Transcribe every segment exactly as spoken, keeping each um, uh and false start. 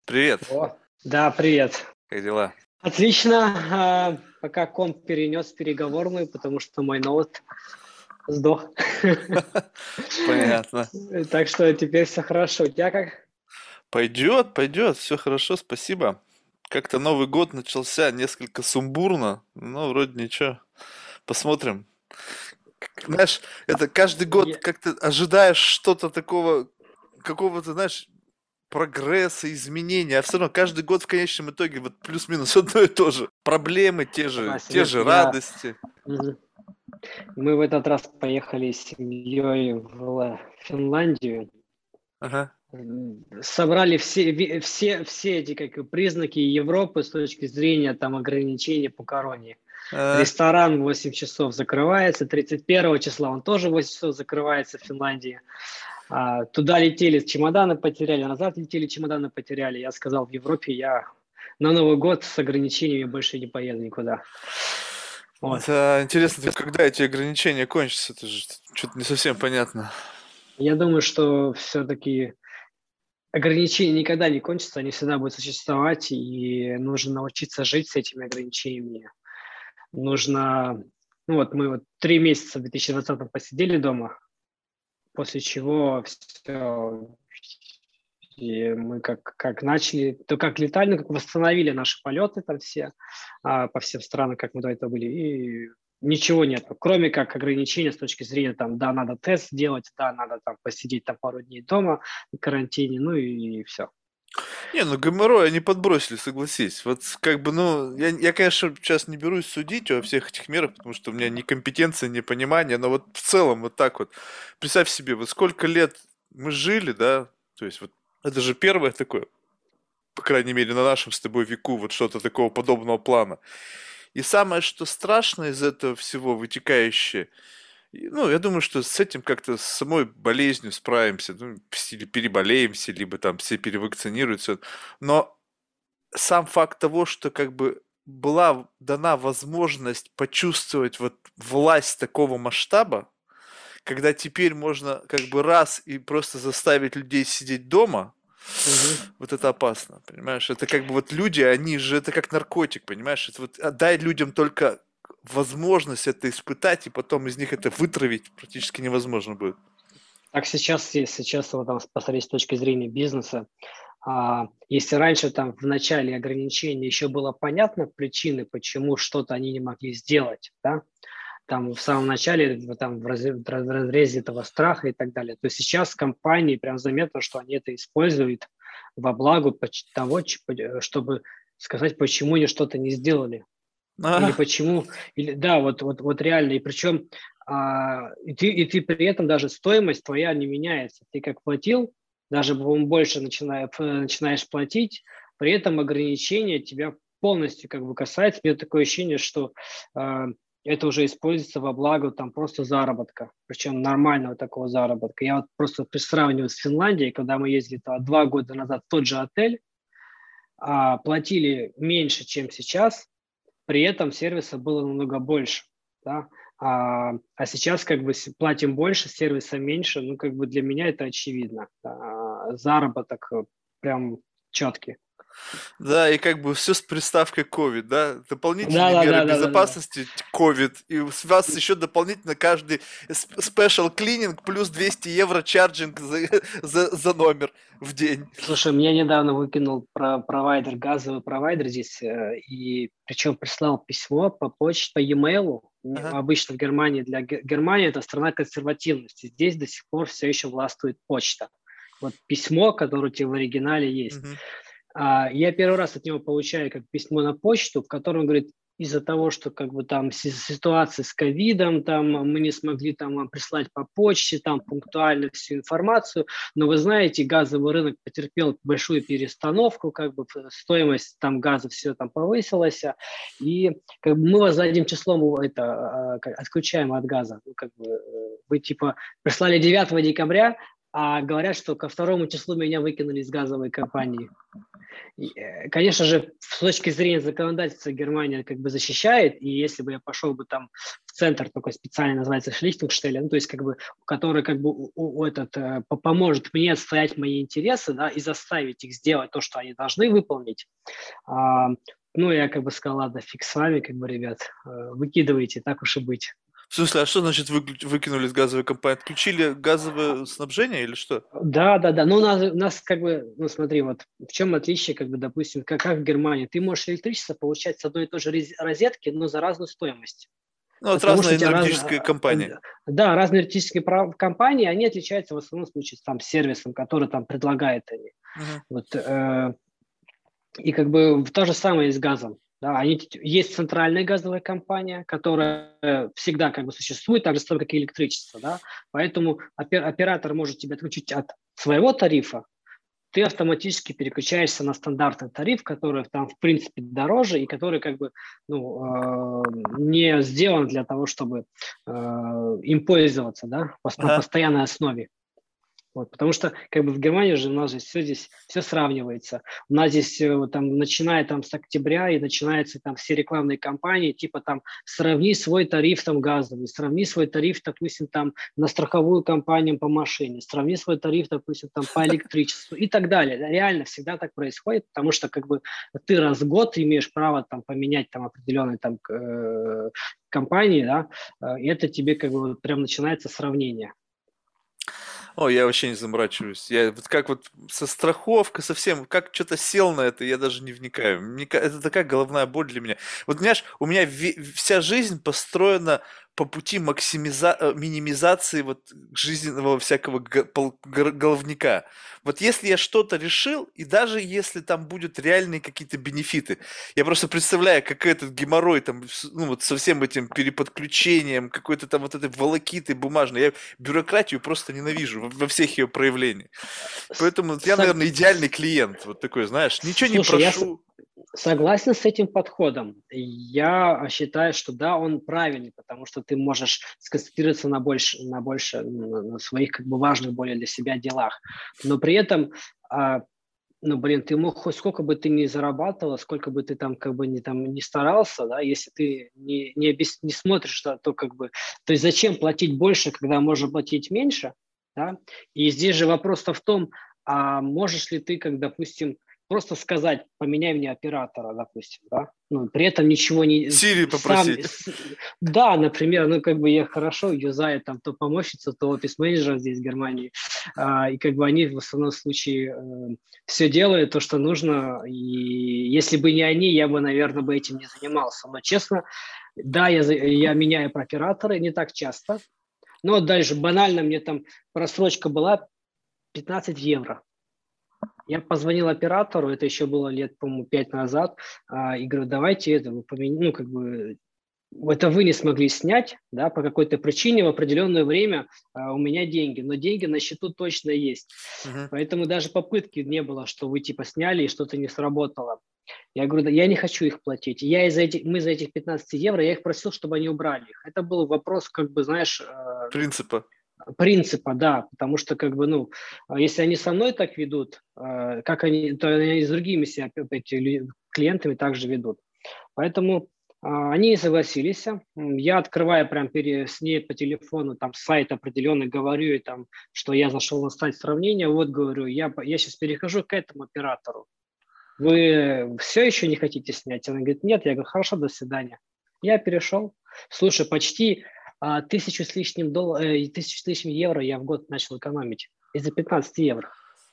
Привет, О, да, привет. как дела? Отлично. а, Пока комп перенес переговорную, потому что мой ноут сдох. Понятно. Так что теперь все хорошо. У тебя как? Пойдет, пойдет, все хорошо, спасибо. Как-то Новый год начался несколько сумбурно, но вроде ничего. Посмотрим. Знаешь, это каждый год Я- как-то ожидаешь что-то такого, какого-то, знаешь, прогресса, изменения, а все равно каждый год в конечном итоге вот плюс-минус одно и то же. Проблемы те же, Согласен. те Нет, же я... радости. Мгм. Мы в этот раз поехали с семьей в Ла- Финляндию. Ага. М, Собрали все, ви- все, все эти как и признаки Европы с точки зрения там ограничений по короне. А, Ресторан в восемь часов закрывается, тридцать первого числа он тоже в восемь часов закрывается в Финляндии. А, туда летели, чемоданы потеряли, назад летели, чемоданы потеряли. Я сказал, в Европе я на Новый год с ограничениями больше не поеду никуда. Вот. это интересно, когда эти ограничения кончатся, это же что-то не совсем понятно. Я думаю, что все-таки ограничения никогда не кончатся, они всегда будут существовать, и нужно научиться жить с этими ограничениями. Нужно, ну вот мы вот три месяца в две тысячи двадцатом посидели дома, после чего все, и мы как, как начали, то как летали, ну, как восстановили наши полеты там все а, по всем странам, как мы до этого были, и ничего нет, кроме как ограничения с точки зрения там, да, надо тест сделать, да, надо там посидеть там пару дней дома в карантине, ну и, и все. Не, ну геморрой они подбросили, согласись. Вот как бы, ну, я, я, конечно, сейчас не берусь судить о всех этих мерах, потому что у меня ни компетенции, ни понимания, но вот в целом вот так вот. Представь себе, вот сколько лет мы жили, да, то есть вот это же первое такое, по крайней мере, на нашем с тобой веку, вот что-то такого подобного плана. И самое, что страшное из этого всего вытекающее, и, ну, я думаю, что с этим как-то с самой болезнью справимся, ну, или переболеемся, либо там все перевакцинируются. Но сам факт того, что как бы была дана возможность почувствовать вот власть такого масштаба, когда теперь можно как бы раз и просто заставить людей сидеть дома, Мгм. вот это опасно, понимаешь? Это как бы вот люди, они же, это как наркотик, понимаешь? Это вот отдай людям только возможность это испытать, и потом из них это вытравить практически невозможно будет. Так сейчас, есть- сейчас вот там посмотреть с точки зрения бизнеса, а, если раньше там в начале ограничений еще было понятно причины, почему что-то они не могли сделать, да, там в самом начале, в- там в разре- в разрезе этого страха и так далее, то сейчас компании прям заметно, что они это используют во благо поч- того, ч- по- чтобы сказать, почему они что-то не сделали. Или А, почему, или да, вот, вот, вот реально, и причем а, и, ты, и ты при этом даже стоимость твоя не меняется. Ты как платил, даже по-моему, больше начиная, п- начинаешь платить, при этом ограничения тебя полностью как бы касается. У меня такое ощущение, что а, это уже используется во благо там просто заработка, причем нормального такого заработка. Я вот просто сравниваю с Финляндией, когда мы ездили туда два года назад в тот же отель, а, платили меньше, чем сейчас, при этом сервиса было намного больше, да. А, а сейчас как бы с- платим больше, сервиса меньше, ну как бы для меня это очевидно. А, заработок э, прям четкий. да, и как бы все с приставкой ковид, да, Да, дополнительные да, меры да, да, да, да, да. безопасности ковид, и с вас еще дополнительно каждый спешл клининг плюс двести евро чарджинг за, за, за номер в день. Слушай, меня недавно выкинул про провайдер, газовый провайдер здесь, э, и причем прислал письмо по почте, по e-mail. Не- Ага. Обычно в Германии, для Ге- Германии это страна консервативности. Здесь до сих пор все еще властвует почта. Вот письмо, которое у тебя в оригинале есть. Мгм. А, я первый раз от него получаю как письмо на почту, в котором он говорит, из-за того, что как бы там си- ситуация с ковидом, там мы не смогли там вам прислать по почте, там пунктуально всю информацию, но вы знаете, газовый рынок потерпел большую перестановку, как бы п- стоимость там газа все там повысилась, а, и как бы мы вас задним числом это а, как, отключаем от газа. Ну, как бы, э, вы типа прислали девятого декабря, а говорят, что ко второму числу меня выкинули из газовой компании. И, э, конечно же, с точки зрения законодательства Германия как бы защищает, и если бы я пошел бы там в центр, такой специальный называется Шлихтенштель, ну, то есть как бы, который как бы у, у- этот, э, по- поможет мне отстоять мои интересы, да, и заставить их сделать то, что они должны выполнить. А, ну, я как бы сказал, ладно, фиг с вами, как бы, ребят, э, выкидывайте, так уж и быть. В смысле, а что значит выключ- выкинули из газовой компании? Отключили газовое снабжение или что? Да, да, да. Но у нас, у нас как бы, ну смотри, вот в чем отличие, как бы, допустим, как, как в Германии. Ты можешь электричество получать с одной и той же рез- розетки, но за разную стоимость. Ну, вот Потому что разные у тебя разные, энергетические компании. да, разные электрические прав- компании, они отличаются в основном случае там сервисом, который там предлагает они. Мгм. Вот, э, и как бы то же самое и с газом. Да, они, есть центральная газовая компания, которая всегда как бы существует, так же самое, как и электричество. Да? Поэтому опер- оператор может тебя отключить от своего тарифа, ты автоматически переключаешься на стандартный тариф, который там в принципе дороже и который как бы ну, э, не сделан для того, чтобы э, им пользоваться, да, пос- на Ага. постоянной основе. Вот, потому что как бы в Германии же у нас же все здесь все сравнивается. У нас здесь э, вот там начиная там с октября и начинаются там все рекламные кампании, типа там сравни свой тариф там газовый, сравни свой тариф, допустим, там на страховую компанию по машине, сравни свой тариф, допустим, там по электричеству и так далее. Реально всегда так происходит, потому что как бы ты раз в год имеешь право там поменять там определенные там э, компании, да, э, и это тебе как бы вот прям начинается сравнение. О, я вообще не заморачиваюсь. Я вот как вот со страховкой, совсем, как что-то сел на это, я даже не вникаю. Мне ка- это такая головная боль для меня. Вот, знаешь, у меня ве- вся жизнь построена по пути максимиза... э, минимизации вот жизненного всякого г- пол- гор- головника. Вот если я что-то решил, и даже если там будут реальные какие-то бенефиты, я просто представляю, как этот геморрой там, с- ну вот со всем этим переподключением, какой-то там вот этой волокитой бумажной, я бюрократию просто ненавижу во, во всех ее проявлениях. С- Поэтому вот я, сог- наверное, идеальный клиент, вот такой, знаешь, ничего не Слушай, я с- прошу. согласен с этим подходом. Я считаю, что да, он правильный, потому что ты можешь сконцентрироваться на больше, на больше, на на своих как бы важных более для себя делах. Но при этом, а, ну, блин, ты мог хоть сколько бы ты ни зарабатывал, сколько бы ты там как бы не там не старался, да, если ты не не, объяс- не смотришь, да, то как бы, то есть зачем платить больше, когда можно платить меньше, да? И здесь же вопрос-то в том, а можешь ли ты, как, допустим, просто сказать, поменяй мне оператора, допустим, да, ну, при этом ничего не Сири сам, попросить. с- да, например, ну, как бы я хорошо юзаю там то помощницу, то офис-менеджера здесь в Германии, а, и как бы они в основном случае э, все делают то, что нужно, и если бы не они, я бы, наверное, бы этим не занимался, но честно, да, я, за- я меняю про оператора не так часто, но дальше банально мне там просрочка была пятнадцать евро. Я позвонил оператору, это еще было лет, по-моему, пять назад, а, и говорю, давайте это, вы помен- ну, как бы, это вы не смогли снять, да, по какой-то причине в определенное время а, у меня деньги, но деньги на счету точно есть. Мгм. Поэтому даже попытки не было, что вы типа сняли и что-то не сработало. Я говорю, да, я не хочу их платить. Я из этих, мы за этих пятнадцать евро, я их просил, чтобы они убрали их. Это был вопрос, как бы, знаешь, э, ну, Принципа. принципа, да, потому что, как бы, ну, а если они со мной так ведут, э, как они, то они с другими себя, эти лю- клиентами также ведут. Поэтому а, они не согласились. М, Я открываю прям пере, с ней по телефону там сайт определенный, говорю ей там, что я зашел на сайт сравнения, вот говорю, я, по- я сейчас перехожу к этому оператору. Вы все еще не хотите снять? Она говорит, нет. Я говорю, хорошо, до свидания. Я перешел. Слушай, почти а, тысячу с лишним доллар, э, тысячу с лишним евро я в год начал экономить из-за пятнадцать евро.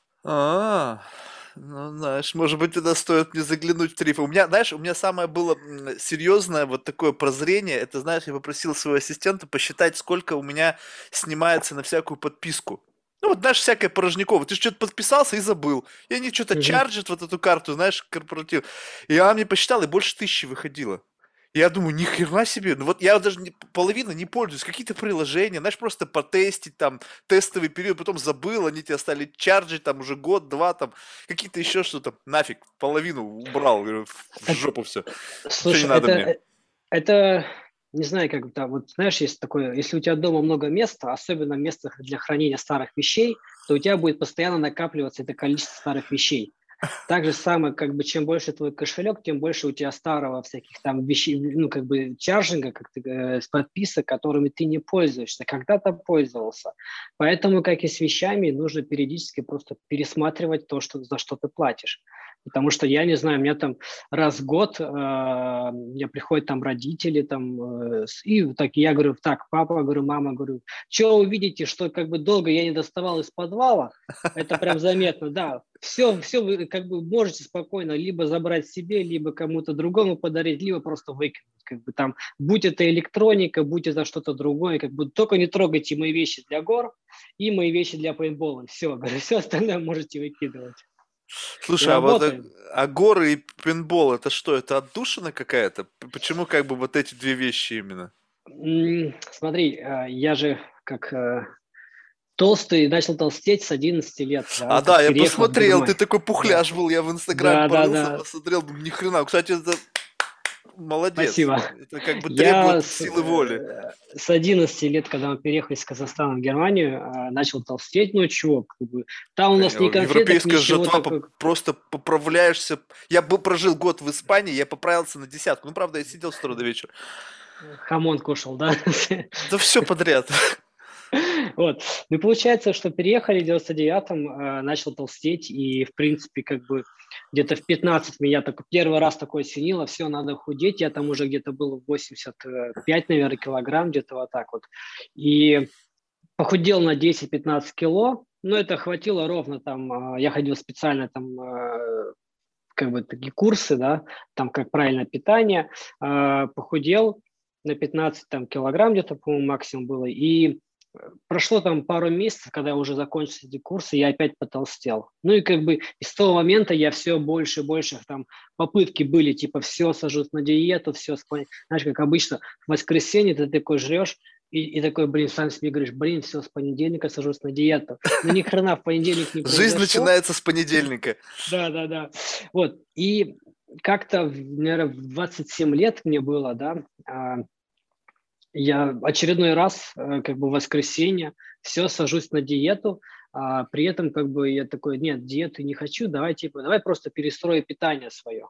А, ну, знаешь, может быть, тогда стоит мне заглянуть в тарифы. У меня, знаешь, у меня самое было м, серьезное вот такое прозрение. Это, знаешь, я попросил своего ассистента посчитать, сколько у меня снимается на всякую подписку. Ну, вот, знаешь, всякое порожниковое. Ты что-то подписался и забыл. И они что-то Мгм. чарджат вот эту карту, знаешь, корпоратив. И она мне посчитала, и больше тысячи выходило. Я думаю, ни хрена себе. Ну вот я даже не, половина не пользуюсь. Какие-то приложения, знаешь, просто потестить там, тестовый период, потом забыл, они тебя стали чарджить там уже год-два, там, какие-то еще что-то. Нафиг, половину убрал, говорю, в Это- жопу все. Ничего не слушай, надо это, мне. э, это, не знаю, как это, вот знаешь, есть такое, если у тебя дома много места, особенно места для хранения старых вещей, то у тебя будет постоянно накапливаться это количество старых вещей. Так же самое, как бы, чем больше твой кошелек, тем больше у тебя старого всяких там вещей, ну, как бы, чаржинга, как ты, э, с подписок, которыми ты не пользуешься, когда-то пользовался. Поэтому, как и с вещами, нужно периодически просто пересматривать то, что, за что ты платишь. Потому что, я не знаю, у меня там раз в год, э, мне приходят там родители, там, э, с- и так я говорю, так, папа, говорю, мама, говорю, что вы видите, что как бы долго я не доставал из подвала, это прям заметно, да. Все, все вы как бы можете спокойно либо забрать себе, либо кому-то другому подарить, либо просто выкинуть. Как бы там, будь это электроника, будь это что-то другое, как бы только не трогайте мои вещи для гор и мои вещи для пейнтбола. Все, говорю, все остальное можете выкидывать. И Слушай, а вот а, работает. а горы и пейнтбол, это что, это отдушина какая-то? П- Почему как бы вот эти две вещи именно? М, Смотри, э, я же как э, толстый начал толстеть с одиннадцати лет, да, А, как да, я переехал в посмотрел, ты Германию. такой Да, пухляж был, я в Инстаграме да, да, порылся, да. посмотрел, думаю, ни хрена. Кстати, это молодец. Спасибо. Это как бы Я требует с, силы воли. э, с одиннадцати лет, когда мы переехали из Казахстана в Германию, э, начал толстеть. Ну, чего, как бы, там у нас ни конфеток, Европейская ничего жатва, по- такого. просто поправляешься. Я бы прожил год в Испании, я поправился на десятку. Ну, правда, я сидел с утра до вечера. Хамон кушал, да? Да все подряд. Вот. Ну, и получается, что переехали в девяносто девятом, э, начал толстеть, и, в принципе, как бы где-то в пятнадцать меня так, первый раз такое осенило, все, надо худеть, я там уже где-то был в восемьдесят пять, наверное, килограмм, где-то вот так вот. И похудел на десять-пятнадцать кило, но это хватило ровно там, э, я ходил специально там, э, как бы такие курсы, да, там как правильно питание, э, похудел на пятнадцать там килограмм где-то, по-моему, максимум было, и прошло там пару месяцев, когда я уже закончил эти курсы, я опять потолстел. Ну и как бы и с того момента я все больше и больше, там попытки были, типа все сажусь на диету, все, знаешь, как обычно, в воскресенье ты такой жрешь, и, и такой, блин, сам себе говоришь, блин, все, с понедельника сажусь на диету. Но ни хрена в понедельник не Жизнь произошло. начинается с понедельника. Да, да, да. Вот. И как-то, наверное, в двадцать семь лет мне было, да, а, я очередной раз, э, как бы в воскресенье, все, сажусь на диету, а при этом как бы я такой, нет, диеты не хочу, давай типа, давай просто перестрою питание свое.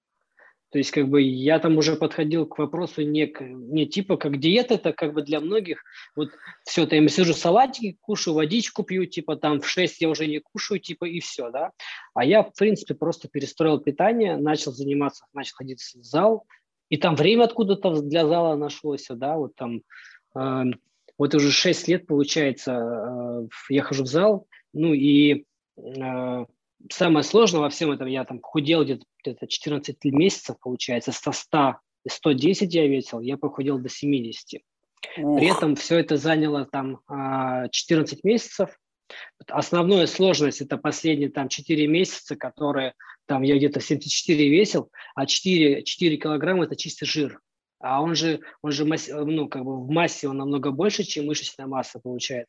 То есть как бы я там уже подходил к вопросу не, к- не типа как диета, это как бы для многих, вот все, я сижу салатики, кушаю, водичку пью, типа там в шесть я уже не кушаю, типа и все, да. А я, в принципе, просто перестроил питание, начал заниматься, начал ходить в зал, и там время откуда-то для зала нашлось, да, вот там, э, вот уже шесть лет, получается, э, я хожу в зал, ну и э, самое сложное во всем этом, я там худел где-то где четырнадцать месяцев, получается, со ста, сто десять я весил, я похудел до семидесяти. При Ух. этом все это заняло там а, четырнадцать месяцев. Основная сложность – это последние там четыре месяца, которые там я где-то семьдесят четыре весил, а четыре, четыре килограмма – это чистый жир. А он же, он же масс, ну, как бы в массе он намного больше, чем мышечная масса получается.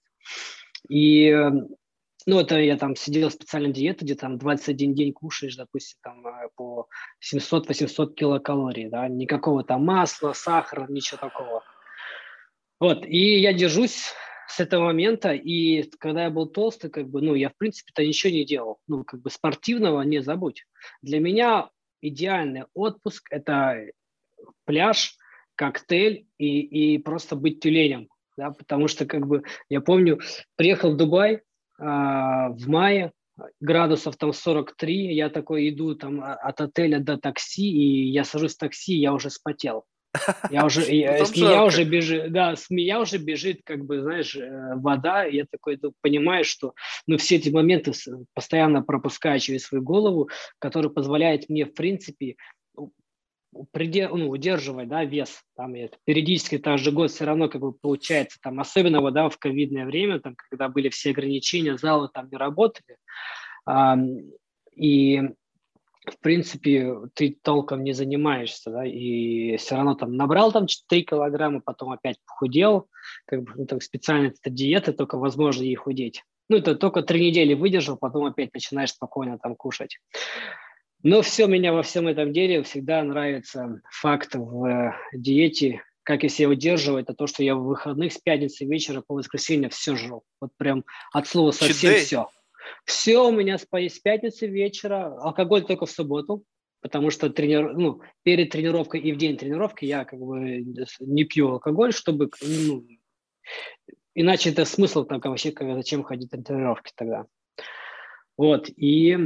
И э, ну, это я там сидел специально диету, где там двадцать один день кушаешь, допустим, там э, по семьсот-восемьсот килокалорий, да, никакого там масла, сахара, ничего такого. Вот, и я держусь с этого момента, и когда я был толстый, как бы, ну, я, в принципе-то ничего не делал, ну, как бы спортивного не забудь. Для меня идеальный отпуск – это пляж, коктейль и, и просто быть тюленем, да, потому что, как бы, я помню, приехал в Дубай а, в мае, градусов там сорок три, я такой иду там а, от отеля до такси, и я сажусь в такси, я уже спотел. Я уже, Ну я, там с меня жарко. уже бежит, да, с меня уже бежит, как бы, знаешь, э, вода, и я такой ну, понимаю, что, ну, все эти моменты с- постоянно пропускаю через свою голову, которые позволяют мне, в принципе, приде- ну, удерживать, да, вес, там, и это периодически каждый год все равно, как бы, получается, там, особенно, вот, да, в ковидное время, там, когда были все ограничения, залы там не работали, а, и в принципе, ты толком не занимаешься, да, и все равно там набрал там три килограмма, потом опять похудел, как бы, ну, там специально это диета, только возможно ей худеть. Ну, это только три недели выдержал, потом опять начинаешь спокойно там кушать. Но все меня во всем этом деле всегда нравится факт в э, диете, как я себя удерживаю, это то, что я в выходных с пятницы вечера по воскресенье все жру. Вот прям от слова совсем Чит-дэй. все. Все у меня с, с пятницы вечера, алкоголь только в субботу, потому что тренир, ну, перед тренировкой и в день тренировки я как бы не пью алкоголь, чтобы, ну, иначе это смысл там вообще, зачем ходить на тренировки тогда. Вот, и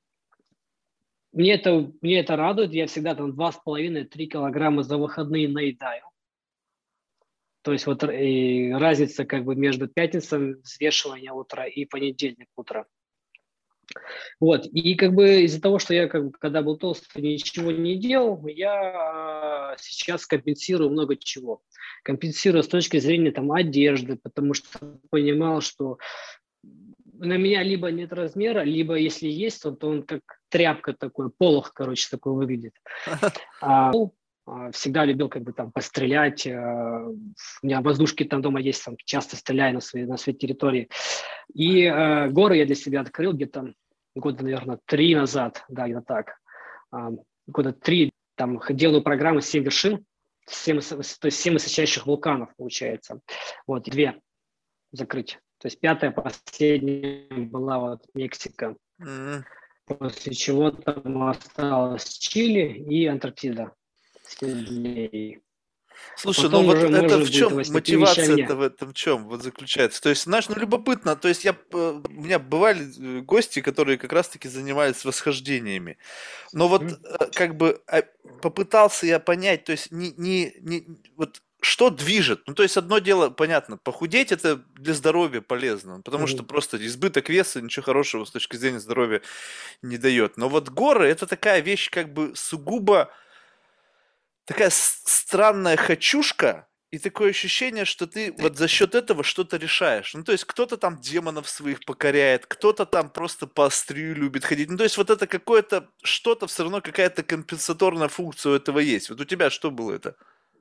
мне это, мне это радует, я всегда там два с половиной-три килограмма за выходные наедаю. То есть вот и разница как бы между пятницей взвешивания утра и понедельник утра. Вот, и как бы из-за того, что я, как бы, когда был толстый, ничего не делал, я сейчас компенсирую много чего. Компенсирую с точки зрения там одежды, потому что понимал, что на меня либо нет размера, либо если есть, то, то он как тряпка такой, полох, короче, такой выглядит. А, всегда любил как бы там пострелять. У меня воздушки там дома есть, там часто стреляю на своей, на своей территории. И э, горы я для себя открыл где-то года, наверное, три назад, да, где-то так. А, года три, там, делаю программу «Семь вершин», семь, то есть семь высочайших вулканов, получается. Вот, две закрыть. То есть пятая, последняя была вот Мексика. Mm-hmm. После чего там осталось Чили и Антарктида. семь дней. Слушай, а ну вот это в чем мотивация-то в этом в чем вот заключается? То есть, знаешь, ну любопытно, то есть я, у меня бывали гости, которые как раз-таки занимались восхождениями, но вот mm-hmm. как бы попытался я понять, то есть не, не, не вот что движет? Ну, то есть одно дело, понятно, похудеть это для здоровья полезно, потому mm-hmm. что просто избыток веса ничего хорошего с точки зрения здоровья не дает. Но вот горы это такая вещь как бы сугубо такая странная хочушка, и такое ощущение, что ты вот за счет этого что-то решаешь. Ну, то есть кто-то там демонов своих покоряет, кто-то там просто по острию любит ходить. Ну, то есть вот это какое-то что-то, все равно какая-то компенсаторная функция у этого есть. Вот у тебя что было это?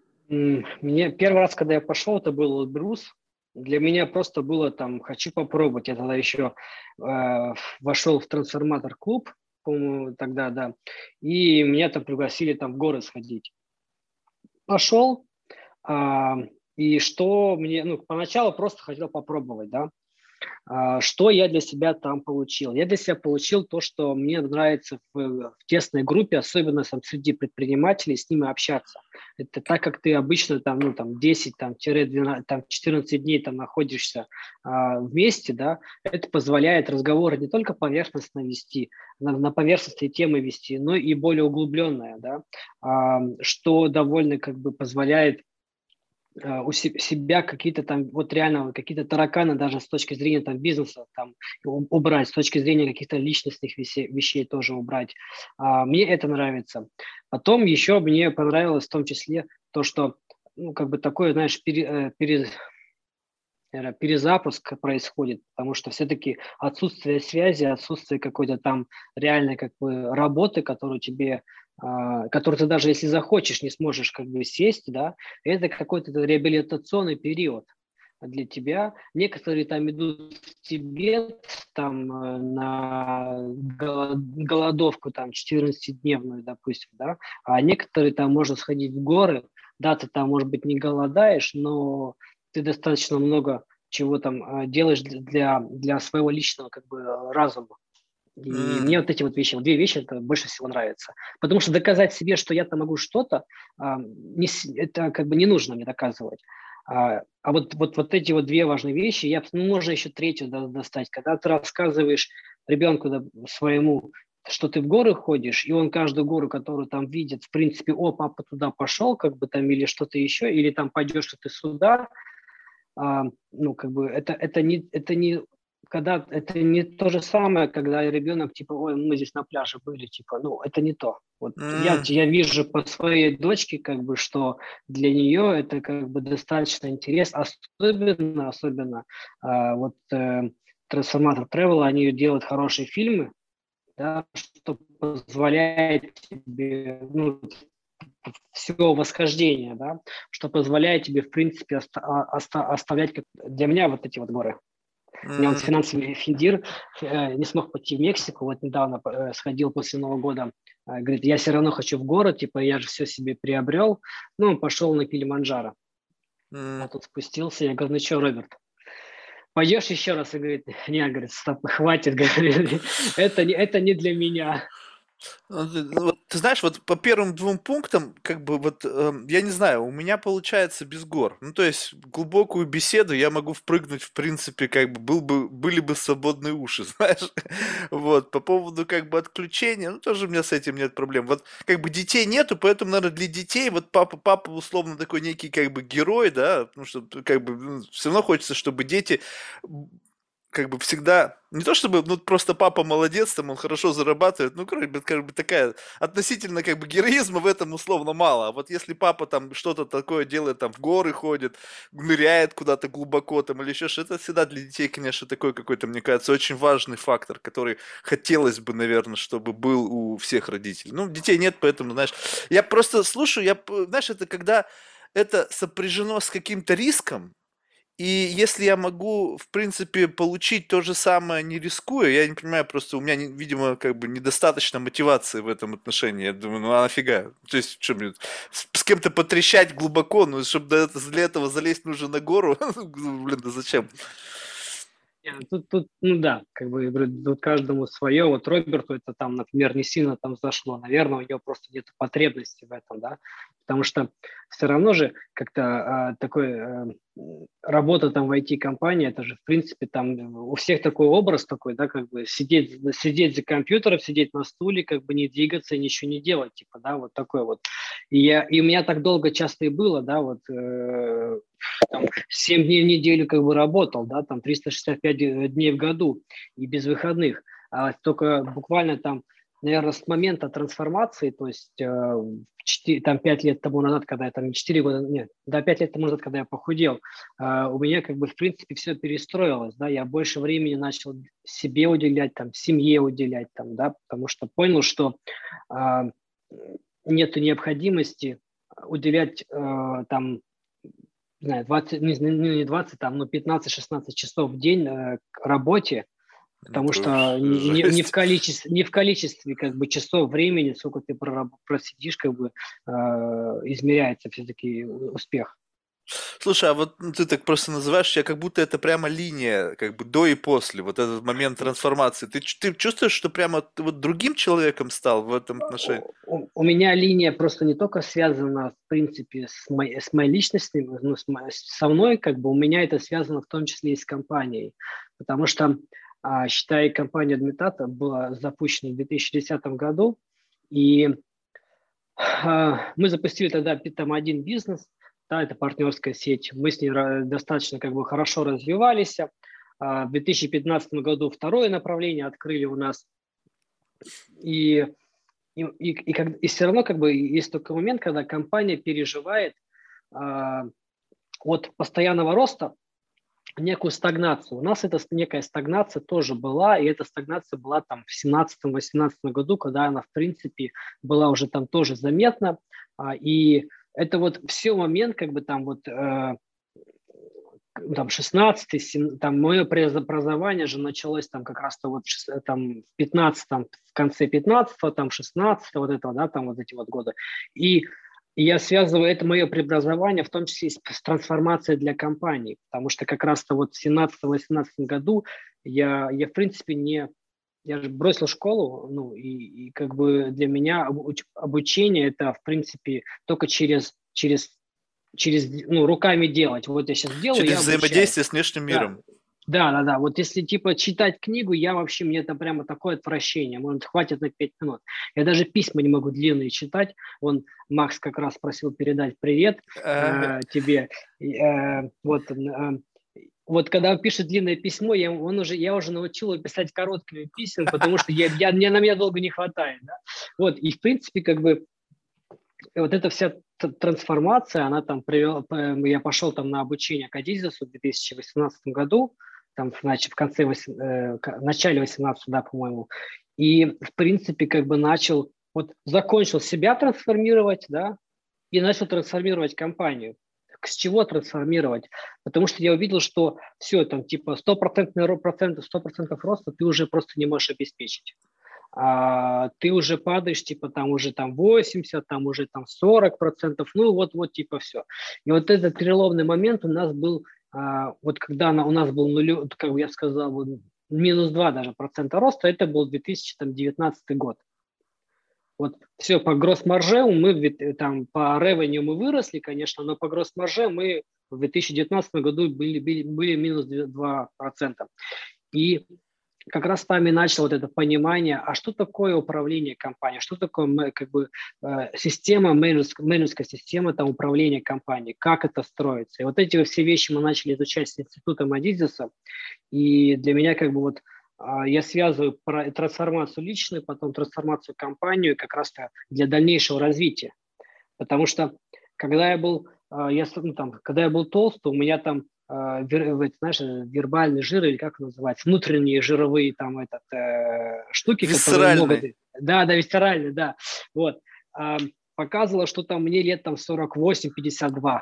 Мне первый раз, когда я пошел, это был Эльбрус. Для меня просто было там, хочу попробовать. Я тогда еще э, вошел в трансформатор-клуб, по-моему, тогда, да. И меня там пригласили там в горы сходить. Пошел, а, и что мне, ну, поначалу просто хотел попробовать, да, а, что я для себя там получил. Я для себя получил то, что мне нравится в, в тесной группе, особенно там, среди предпринимателей, с ними общаться. Это так, как ты обычно там, ну, там десять, там, двенадцать, там, четырнадцать дней там находишься а, вместе, да, это позволяет разговоры не только поверхностно вести, на, на поверхностные темы вести, но и более углубленное, да, а, что довольно как бы позволяет у себя какие-то там, вот реально какие-то тараканы даже с точки зрения там бизнеса там убрать, с точки зрения каких-то личностных вещей, вещей тоже убрать. А, мне это нравится. Потом еще мне понравилось в том числе то, что, ну, как бы такое, знаешь, пере, пере, перезапуск происходит, потому что все-таки отсутствие связи, отсутствие какой-то там реальной как бы работы, которую тебе который ты даже если захочешь, не сможешь как бы сесть, да, это какой-то реабилитационный период для тебя. Некоторые там идут в Тибет там на голодовку там четырнадцатидневную, допустим, да, а некоторые там можно сходить в горы, да, ты там, может быть, не голодаешь, но ты достаточно много чего там делаешь для, для своего личного как бы разума. И mm. мне вот эти вот вещи, вот две вещи, это больше всего нравится. Потому что доказать себе, что я-то могу что-то, а, не, это как бы не нужно мне доказывать. А, а вот, вот, вот эти вот две важные вещи, я, ну, можно еще третью достать. Когда ты рассказываешь ребенку да, своему, что ты в горы ходишь, и он каждую гору, которую там видит, в принципе, о, папа туда пошел, как бы там, или что-то еще, или там пойдешь что ты сюда, а, ну, как бы это, это не... Это не когда это не то же самое, когда ребенок типа, ой, мы здесь на пляже были, типа, ну, это не то. Вот mm. я, я вижу по своей дочке, как бы, что для нее это как бы достаточно интересно, особенно, особенно а, вот э, Трансформатор Travel, они делают хорошие фильмы, да, что позволяет тебе, ну, всего восхождения, да, что позволяет тебе, в принципе, оста- оста- оставлять, как для меня вот эти вот горы. Mm. У меня вот финансовый финдир э, не смог пойти в Мексику, вот недавно э, сходил после Нового года, э, говорит, я все равно хочу в город, типа я же все себе приобрел, ну, он пошел на Килиманджаро, mm. а тут спустился, я говорю, ну что, Роберт, пойдешь еще раз, и говорит, не, говорит, стоп, хватит, говорит, это не, это не для меня. Ну, ты ну, вот ты знаешь, вот по первым двум пунктам, как бы вот, эм, я не знаю, у меня получается без гор. Ну, то есть в глубокую беседу я могу впрыгнуть, в принципе, как бы был бы были бы свободные уши, знаешь. Вот. По поводу как бы отключения, ну, тоже у меня с этим нет проблем. Вот как бы детей нету, поэтому, наверно, для детей вот папа папа условно такой некий как бы герой, да, потому что т как бы, ну, всё равно хочется, чтобы дети, м, как бы всегда не то чтобы, ну, просто папа молодец, там он хорошо зарабатывает, ну, как бы как бы такая относительно как бы героизма в этом условно мало. А вот если папа там что-то такое делает, там в горы ходит, ныряет куда-то глубоко там или еще что-то, это всегда для детей, конечно, такой какой-то, мне кажется, очень важный фактор, который хотелось бы, наверно, чтобы был у всех родителей. Ну, детей нет, поэтому, знаешь, я просто слушаю, я п знаешь, это когда это сопряжено с каким-то риском, и если я могу, в принципе, получить то же самое, не рискуя, я не понимаю, просто у меня, не видимо, как бы недостаточно мотивации в этом отношении. Я думаю, ну а нафига? То есть, что мне с с кем-то потрещать глубоко, ну, чтобы до эт для этого залезть нужно на гору? Ну, блин, да зачем? Не, ну тут тут, ну да, как бы, я говорю, тут каждому свое. Вот Роберту это там, например, не сильно там зашло. Наверное, у него просто нет потребности в этом, да. Потому что все равно же как-то, а, такой, э, м, работа там в I T-компании, это же, в принципе, там э, у всех такой образ такой, да, как бы сидеть з сидеть за компьютером, сидеть на стуле, как бы не двигаться и ничего не делать, типа, да, вот такой вот. И я и у меня так долго часто и было, да, вот, э, там семь дней в неделю как бы работал, да, там триста шестьдесят пять де дней в году и без выходных. А тока буквально там, наверно, с момента трансформации, то есть, э, в четы там пять лет тому назад, когда я там четыре года, нет, да, пять лет тому назад, когда я похудел, а, у меня как бы в принципе всё перестроилось, да. Я больше времени начал себе уделять, там, семье уделять, там, да, потому что понял, что, а, м, нету необходимости уделять, э, там, не знаю, двадцать, не зн ну, не двадцать, там, ну, пятнадцать шестнадцать часов в день, э, к работе, потому Это что вообще не не не в жесть. количес не в количестве как бы часов времени, сколько ты прораб просидишь, как бы, э, измеряется всё-таки у успех. Слушай, а вот, ну, ты так просто называешь, у тя как будто это прямо линия, как бы до и после, вот этот момент трансформации. Ты ч ты чувствуешь, что прямо ты вот другим человеком стал в этом отношении? У у у меня линия просто не тока связана, в принципе, с моей с моей личностью, ну, с мо со мной, как бы у меня это связано в том числе и с компанией. Потому что, а, считай, компания Admittata была запущена в две тысячи десятом году, и, а, мы запустили тогда пи там один бизнес, да, это партнерская сеть. Мы с ней ра достаточно как бы хорошо развивалися. А, в две тысячи пятнадцатом году второе направление открыли у нас. И и и и как и всё равно как бы есть такой момент, когда компания переживает, а, от постоянного роста некую стагнацию. У нас эта ст некая стагнация тоже была, и эта стагнация была там в семнадцатом восемнадцатом году, когда она, в принципе, была уже там тоже заметна. А, и это вот всё момент, как бы там вот, э, к там шестнадцатый сем там мое преобразование же началось там как раз-то вот в шес там в пятнадцатом, в конце пятнадцатого, там шестнадцатого, вот этого, да, там вот эти вот годы. И я связываю это мое преобразование в том числе и с с трансформацией для компании, потому что как раз-то вот в семнадцатом восемнадцатом году я я в принципе не я же бросил школу, ну, и и как бы для меня обуч обучение- это, в принципе, тока через через через, ну, руками делать. Вот я щас делаю, Через я обучаюсь. взаимодействие с внешним Да. миром. Да-да-да. Вот если типа читать книгу, я вообще, мне это прямо такое отвращение, может, хватит на пять минут. Я даже письма не могу длинные читать. Вон Макс как раз просил передать привет, Ага. э, тебе. И, э, вот, н а, вот когда он пишет длинное письмо, я он уже я уже научил его писать короткими письмами, потому что я я мне на меня долго не хватает, да. Вот, и в принципе, как бы вот эта вся т трансформация, она там привела п я пошел там на обучение к Адизесу в две тысячи восемнадцатом году, там, значит, в конце восем э, к начале восемнадцатого, да, по-моему. И, в принципе, как бы начал, вот закончил себя трансформировать, да, и начал трансформировать компанию. К с чего трансформировать? Потому что я увидел, что всё, там, типа, стопроцентный ро процентов сто процентов роста ты уже просто не можешь обеспечить. А, ты уже падаешь, типа, там уже там восемьдесят, там уже там сорок процентов, ну вот вот типа всё. И вот этот переломный момент у нас был а, вот когда она, у нас был нулю, как бы я сказал, вот, минус два даже процента роста, это был две тысячи девятнадцатый год. Вот все по гросс-марже мы там по ревеню мы выросли, конечно, но по гросс-марже мы в две тысячи девятнадцатом году были, были, были минус два процента. И как раз там и начал вот это понимание, а что такое управление компанией, что такое как бы система, менеджерская, менеджерская система там, управления компанией, как это строится. И вот эти все вещи мы начали изучать с институтом Адизиса, и для меня как бы вот я связываю трансформацию личную, потом трансформацию компанию как раз для дальнейшего развития. Потому что когда я был, я, ну, там, когда я был толстый, у меня там, знаешь, вербальный жир, или как называется, внутренние жировые там этот, штуки, которые могут... Да, да, висцеральные, да. Вот. Показывало, что там мне лет там сорок восемь - пятьдесят два.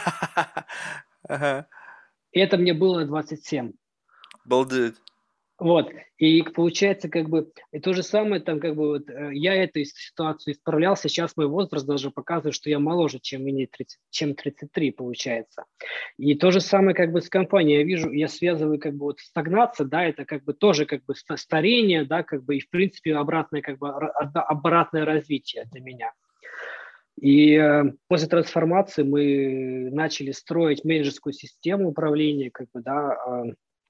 И это мне было двадцать семь. Балдеть. Вот, и получается, как бы, и то же самое, там, как бы, вот, я эту ситуацию исправлял, сейчас мой возраст даже показывает, что я моложе, чем мне тридцать, чем тридцать три, получается. И то же самое, как бы, с компанией, я вижу, я связываю, как бы, вот, стагнация, да, это, как бы, тоже, как бы, старение, да, как бы, и, в принципе, обратное, как бы, обратное развитие для меня. И э, после трансформации мы начали строить менеджерскую систему управления, как бы, да, э,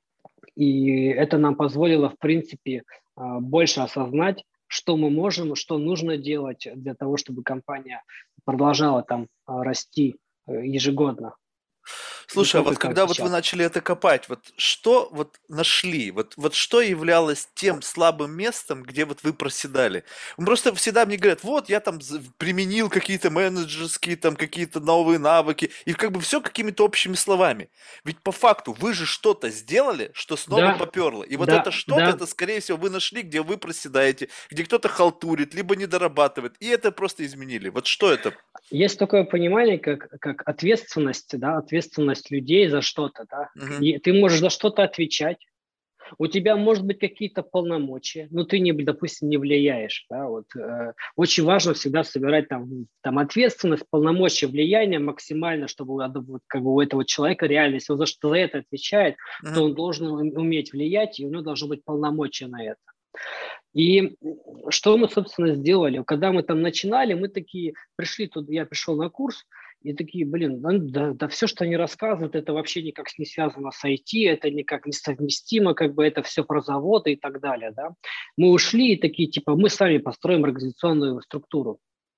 и это нам позволило, в принципе, больше осознать, что мы можем, что нужно делать для того, чтобы компания продолжала там расти ежегодно. Слушай, а вот когда вот вы начали это копать, вот что вот нашли, вот, вот что являлось тем слабым местом, где вот вы проседали? Просто всегда мне говорят, вот я там применил какие-то менеджерские, там какие-то новые навыки, и как бы все какими-то общими словами. Ведь по факту вы же что-то сделали, что снова да, поперло. И вот да, это что-то, да. это скорее всего вы нашли, где вы проседаете, где кто-то халтурит, либо не дорабатывает, и это просто изменили. Вот что это? Есть такое понимание, как, как ответственность, да, ответственность людей за что-то, да. Угу. И ты можешь за что-то отвечать. У тебя может быть какие-то полномочия, но ты, не, допустим, не влияешь. Да? Вот, э, очень важно всегда собирать там, там ответственность, полномочия, влияние максимально, чтобы вот, как бы у этого человека реально, если он за что за это отвечает, uh-huh. то он должен уметь влиять, и у него должно быть полномочия на это. И что мы, собственно, сделали? Когда мы там начинали, мы такие пришли туда, я пришел на курс, и такие, блин, да, да все, что они рассказывают, это вообще никак не связано с ай ти, это никак не совместимо, как бы это все про заводы и так далее, да. Мы ушли и такие, типа, мы сами построим организационную структуру.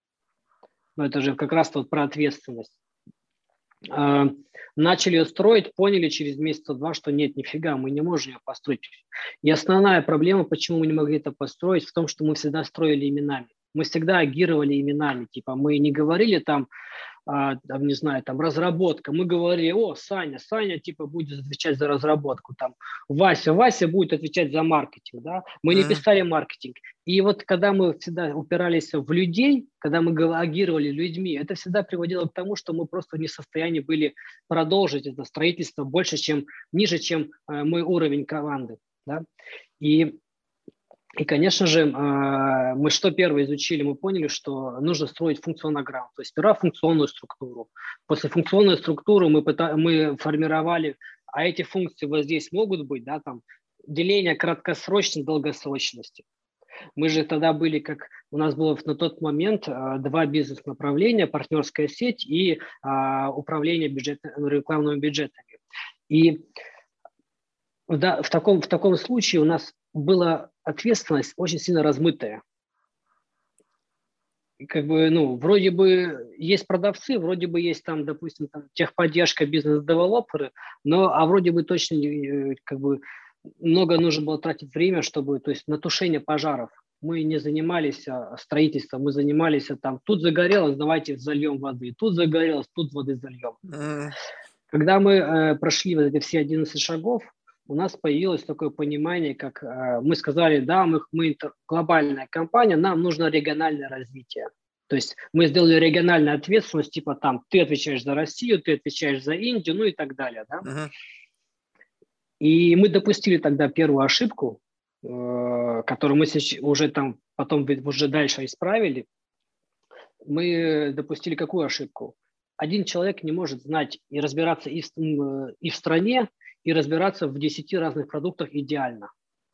Но это же как раз вот про ответственность. А, начали ее строить, поняли через месяца-два, что нет, нифига, мы не можем ее построить. И основная проблема, почему мы не могли это построить, в том, что мы всегда строили именами. Мы всегда агировали именами, типа мы не говорили там, а, там, не знаю, там разработка. Мы говорили, о, Саня, Саня типа будет отвечать за разработку, там Вася, Вася будет отвечать за маркетинг, да. Мы mm-hmm. не писали маркетинг. И вот когда мы всегда упирались в людей, когда мы агировали людьми, это всегда приводило к тому, что мы просто не в состоянии были продолжить это строительство больше, чем ниже, чем э, мой уровень команды, да. И И, конечно же, мы что первое изучили? Мы поняли, что нужно строить функционограмму, то есть сперва функционную структуру. После функционной структуры мы, пыта- мы формировали, а эти функции вот здесь могут быть, да, там, деление краткосрочной, долгосрочности. Мы же тогда были, как у нас было на тот момент два бизнес-направления, партнерская сеть и а, управление бюджет, рекламными бюджетами. И да, в, таком, в таком случае у нас была ответственность очень сильно размытая. Как бы, ну, вроде бы есть продавцы, вроде бы есть там, допустим, там, техподдержка, бизнес-девелоперы, но, а вроде бы точно, как бы, много нужно было тратить время, чтобы, то есть, на тушение пожаров. Мы не занимались строительством, мы занимались там, тут загорелось, давайте зальем воды, тут загорелось, тут воды зальем. Mm. Когда мы э, прошли вот эти все одиннадцать шагов, у нас появилось такое понимание, как э, мы сказали, да, мы, мы глобальная компания, нам нужно региональное развитие. То есть мы сделали региональную ответственность, типа там ты отвечаешь за Россию, ты отвечаешь за Индию, ну и так далее. Да? Uh-huh. И мы допустили тогда первую ошибку, э, которую мы сейчас уже там потом уже дальше исправили. Мы допустили какую ошибку? один человек не может знать и разбираться и в, м, и в стране, и разбираться в десяти разных продуктах идеально.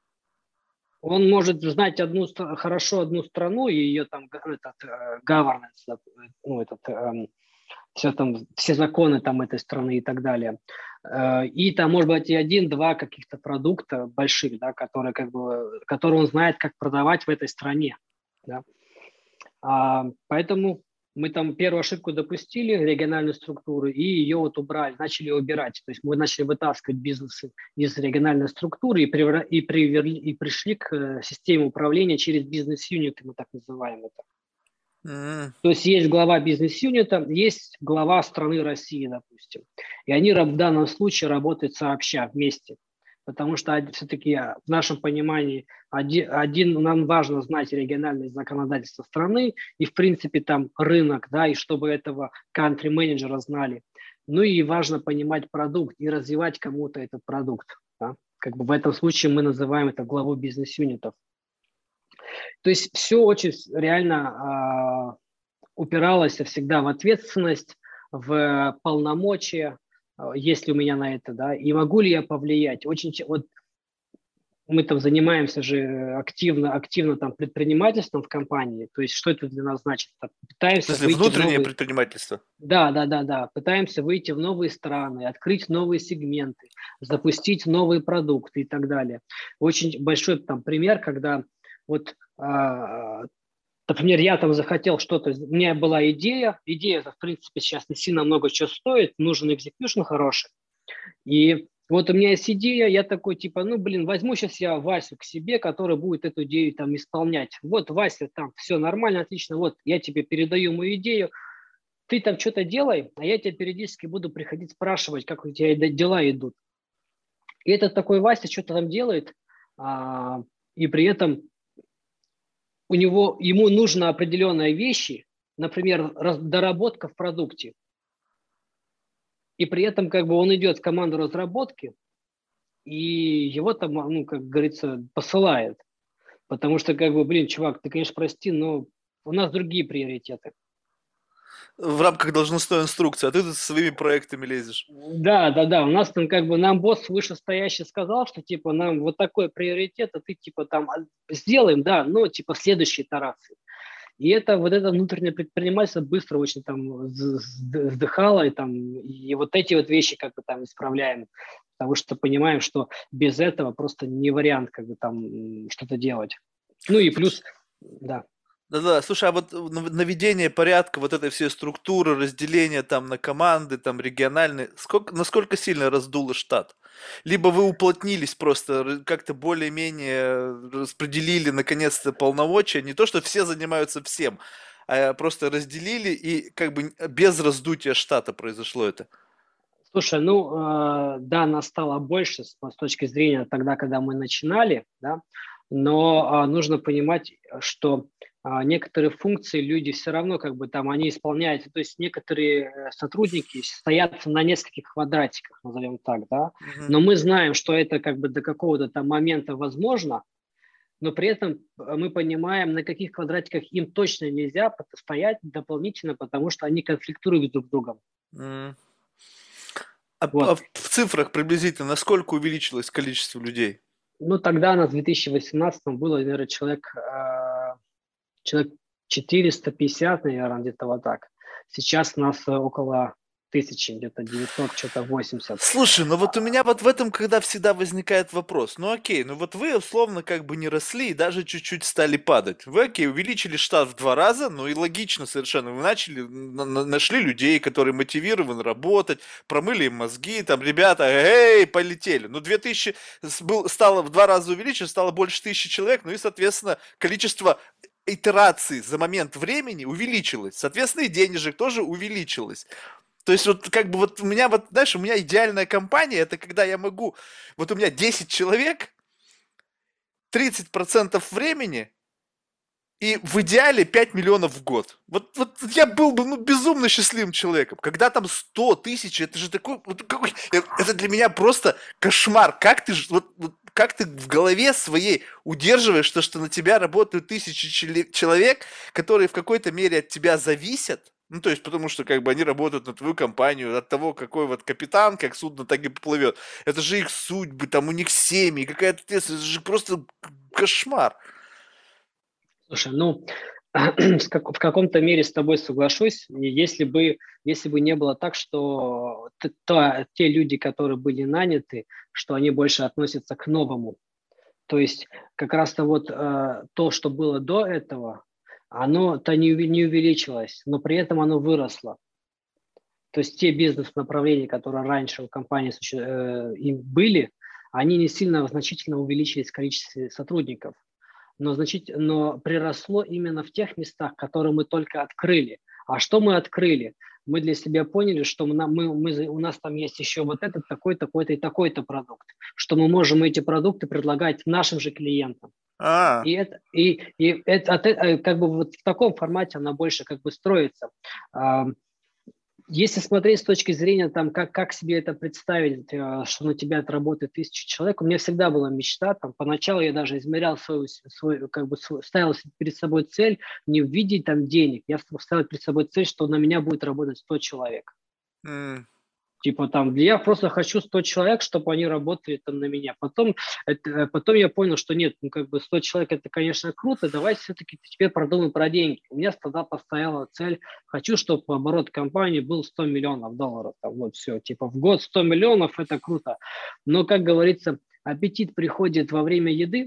Он может знать одну стра- хорошо одну страну и ее там га- этот, э, governance, да, ну, этот, эм, все там, все законы там этой страны и так далее. Э, И там может быть и один-два каких-то продукта больших, да, которые как бы, которые он знает, как продавать в этой стране. Да. А, поэтому мы там первую ошибку допустили, региональную структуру, и ее вот убрали, начали убирать. То есть мы начали вытаскивать бизнесы из региональной структуры и, превра- и, приверли- и пришли к э, системе управления через бизнес-юниты, мы так называем это. М. То есть есть глава бизнес-юнита, есть глава страны России, допустим. И они раб- в данном случае работают сообща, вместе. Потому что все-таки в нашем понимании один, один, нам важно знать региональное законодательство страны и, в принципе, там рынок, да, и чтобы этого country-менеджера знали. Ну и важно понимать продукт и развивать кому-то этот продукт. Да. Как бы в этом случае мы называем это главу бизнес-юнитов. То есть все очень реально а, упиралась всегда в ответственность, в полномочия, э, есть ли у меня на это, да, и могу ли я повлиять. Очень, ч- вот мы там занимаемся же активно, активно там предпринимательством в компании, то есть что это для нас значит? Там В пытаемся смысле, выйти в внутреннее новые, предпринимательство? да, да, да, да, пытаемся выйти в новые страны, открыть новые сегменты, запустить новые продукты и так далее. Очень большой там пример, когда вот а, например, я там захотел что-то, у меня была идея, идея, в принципе, сейчас не сильно много чего стоит, нужен экзекьюшн хороший. И вот у меня есть идея, я такой, типа, ну, блин, возьму сейчас я Васю к себе, который будет эту идею там исполнять. Вот, Вася, там все нормально, отлично, вот, я тебе передаю мою идею, ты там что-то делай, а я тебя периодически буду приходить спрашивать, как у тебя дела идут. И этот такой Вася что-то там делает, а, и при этом у него, ему нужно определенные вещи, например, раз, доработка в продукте, и при этом как бы он идет в команду разработки, и его там, ну, как говорится, посылает. Потому что, как бы, блин, чувак, ты, конечно, прости, но у нас другие приоритеты. В рамках должностной инструкции, а ты тут со своими проектами лезешь. Да, да, да, у нас там как бы нам босс вышестоящий сказал, что типа нам вот такой приоритет, а ты типа там а, сделаем, да, но типа в следующей итерации. И это вот это внутреннее предпринимательство быстро очень там вздыхало, и там и вот эти вот вещи как бы там исправляем, потому что понимаем, что без этого просто не вариант как бы там что-то делать. Ну и плюс, да. Да-да, слушай, а вот нав- наведение порядка, вот этой всей структуры, разделение там на команды, там региональные, сколько, насколько сильно раздуло штат? Либо вы уплотнились просто, р- как-то более-менее распределили наконец-то полномочия, не то, что все занимаются всем, а просто разделили и как бы н- без раздутия штата произошло это. Слушай, ну, э, да, нас стало больше с, с точки зрения тогда, когда мы начинали, да, но а, нужно понимать, что а, некоторые функции люди все равно как бы там они исполняются, то есть некоторые э, сотрудники стоят на нескольких квадратиках, назовем так, да, Мгм. но мы знаем, что это как бы до какого-то там момента возможно, но при этом э, мы понимаем, на каких квадратиках им точно нельзя стоять дополнительно, потому что они конфликтуют друг с другом. М. А, п- а Вот. в в цифрах приблизительно насколько увеличилось количество людей? Ну, тогда нас в две тысячи восемнадцатом было, наверное, человек, э, человек четыреста пятьдесят, наверное, где-то вот так. Сейчас нас э, около тысячи, где-то девятьсот, что-то восемьдесят. Слушай, ну вот у меня вот в этом, когда всегда возникает вопрос. Ну окей, ну вот вы условно как бы не росли и даже чуть-чуть стали падать. Вы, окей, увеличили штат в два раза, ну и логично совершенно. Вы начали, на- на- нашли людей, которые мотивированы работать, промыли им мозги, там, ребята, эй, полетели. Ну, две тысячи с- был, стало в два раза увеличено, стало больше тысячи человек, ну и, соответственно, количество итераций за момент времени увеличилось. Соответственно, и денежек тоже увеличилось. То есть вот как бы вот у меня вот, знаешь, у меня идеальная компания, это когда я могу, вот у меня десять человек, тридцать процентов времени и в идеале пять миллионов в год. Вот, вот я был бы ну, безумно счастливым человеком. Когда там сто тысяч, это же такой, вот какой, э, это для меня просто кошмар. Как ты, ж- вот, вот как ты в голове своей удерживаешь то, что на тебя работают тысячи челе- человек, которые в какой-то мере от тебя зависят, Ну, то есть, потому что как бы они работают на твою компанию, от того, какой вот капитан, как судно, так и поплывет. Это же их судьбы, там у них семьи, какая-то ответственность, это же просто кошмар. Слушай, ну, с как- в каком-то мере с тобой соглашусь. И Если бы, если бы не было так, что т- та- те люди, которые были наняты, что они больше относятся к новому. То есть как раз-то вот э, то, что было до этого, оно-то не, уви- не увеличилось, но при этом оно выросло. То есть те бизнес-направления, которые раньше у компании суще- э, им были, они не сильно значительно увеличились в количестве сотрудников, но, значит, но приросло именно в тех местах, которые мы только открыли. А что мы открыли? Мы для себя поняли, что мы, мы, мы, у нас там есть еще вот этот, такой, такой-то и такой-то продукт, что мы можем эти продукты предлагать нашим же клиентам. А, И это, и, и это, от э- как бы вот в таком формате она больше как бы строится. А, Если смотреть с точки зрения, там, как, как себе это представить, э, что на тебя отработает тысяча человек, у меня всегда была мечта. Там, поначалу я даже измерял свою, свой, как бы, свой- ставил себе перед собой цель не в виде там, денег. Я ставил перед собой цель, что на меня будет работать сто человек. м, Типа там, я просто хочу сто человек, чтобы они работали там на меня. Потом, это, э, потом я понял, что нет, ну как бы сто человек это, конечно, круто, давай все-таки теперь продумаем про деньги. У меня тогда поставила цель, хочу, чтобы оборот компании был сто миллионов долларов. Там, вот все, типа в год сто миллионов это круто. Но, как говорится, аппетит приходит во время еды,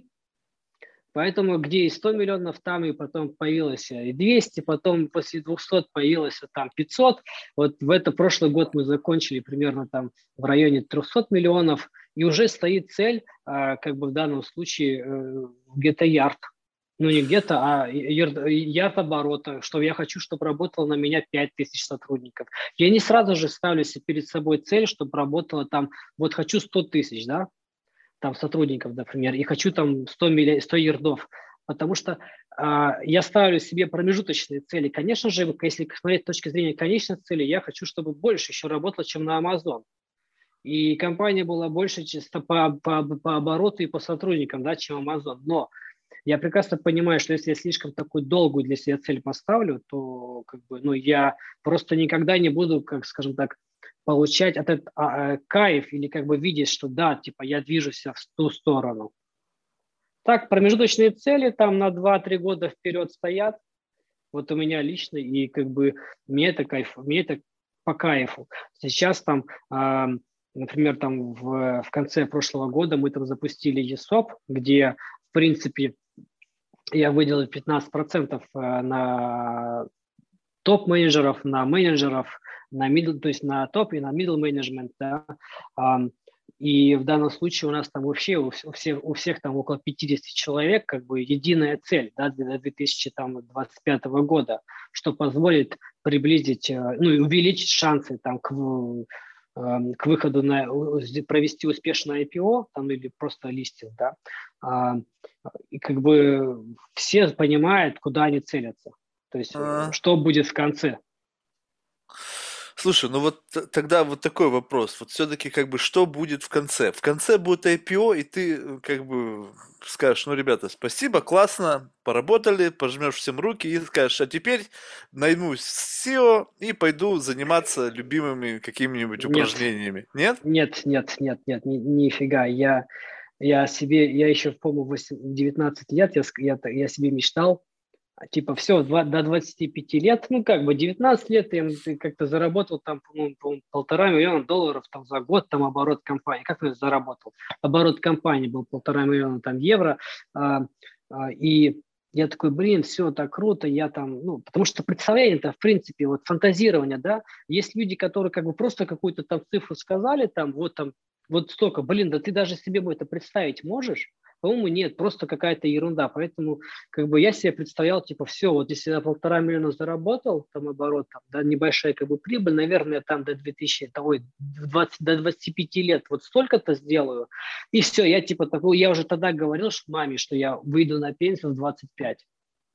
поэтому где и сто миллионов, там и потом появилось и двести, потом после двухсот появилось там пятьсот. Вот в это прошлый год мы закончили примерно там в районе трехсот миллионов, и уже стоит цель, а, как бы в данном случае, э, где-то ярд. Ну, не где-то, а ярд, ярд оборота, что я хочу, чтобы работало на меня пять тысяч сотрудников. Я не сразу же ставлю себе перед собой цель, чтобы работало там, вот хочу сто тысяч, да, там сотрудников, например, и хочу там сто, милли... сто ярдов, потому что а, я ставлю себе промежуточные цели. Конечно же, если смотреть с точки зрения конечной цели, я хочу, чтобы больше еще работало, чем на Amazon. И компания была больше чисто по, по, по обороту и по сотрудникам, да, чем Amazon. Но я прекрасно понимаю, что если я слишком такую долгую для себя цель поставлю, то как бы, ну, я просто никогда не буду, как скажем так, получать от этого а, а, кайф или как бы видеть, что да, типа я движусь в ту сторону. Так, промежуточные цели там на два-три года вперед стоят. Вот у меня лично, и как бы мне это кайф, мне это по кайфу. Сейчас там, а, например, там в, в конце прошлого года мы там запустили ESOP, где, в принципе, я выделил пятнадцать процентов э, на топ-менеджеров, на менеджеров, на middle, то есть на топ и на middle management, да. Ам, И в данном случае у нас там вообще у, вс- у всех, у всех там около пятьдесят человек как бы единая цель, да, для две тысячи двадцать пятого года, что позволит приблизить, э, ну и увеличить шансы там к, в- эм, к выходу на у- провести успешное ай пи о там или просто листинг, да. А, И как бы все понимают, куда они целятся. То есть, э, а. что будет в конце. Слушай, ну вот т- тогда вот такой вопрос. Вот все-таки как бы что будет в конце? В конце будет ай пи о, и ты э, как бы скажешь, ну, ребята, спасибо, классно, поработали, пожмешь всем руки и скажешь, а теперь наймусь в си и о и пойду заниматься любимыми какими-нибудь Нет, упражнениями. Нет? нет, нет, нет, нет, ни, нифига. Я, я себе, я еще, по-моему, в девятнадцать лет, я, ск- я, т- я себе мечтал, а, типа, все, до двадцати пяти лет, ну, как бы, девятнадцать лет я м, ты как-то заработал там, по-моему, по-моему, полтора миллиона долларов там за год, там, оборот компании. Как я заработал? Оборот компании был полтора миллиона там евро, а, а, и я такой, блин, все так круто, я там, ну, потому что представление-то, в принципе, вот фантазирование, да, есть люди, которые как бы просто какую-то там цифру сказали, там, вот там, вот столько, блин, да ты даже себе это представить можешь? По-моему, нет, просто какая-то ерунда, поэтому как бы я себе представлял, типа, все, вот если я полтора миллиона заработал, там, оборот, там, да, небольшая, как бы, прибыль, наверное, там до две тысячи, ой, двадцать, до двадцати пяти лет вот столько-то сделаю, и все, я, типа, такой, я уже тогда говорил что маме, что я выйду на пенсию в двадцать пять.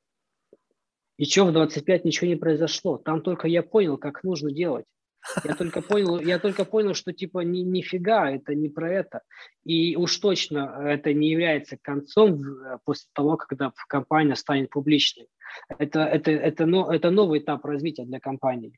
И что, в двадцать пять ничего не произошло, там только я понял, как нужно делать. Я только понял, я только понял, что типа ни, нифига, это не про это. И уж точно это не является концом в- после того, когда компания станет публичной. Это, это, это, но, это новый этап развития для компании.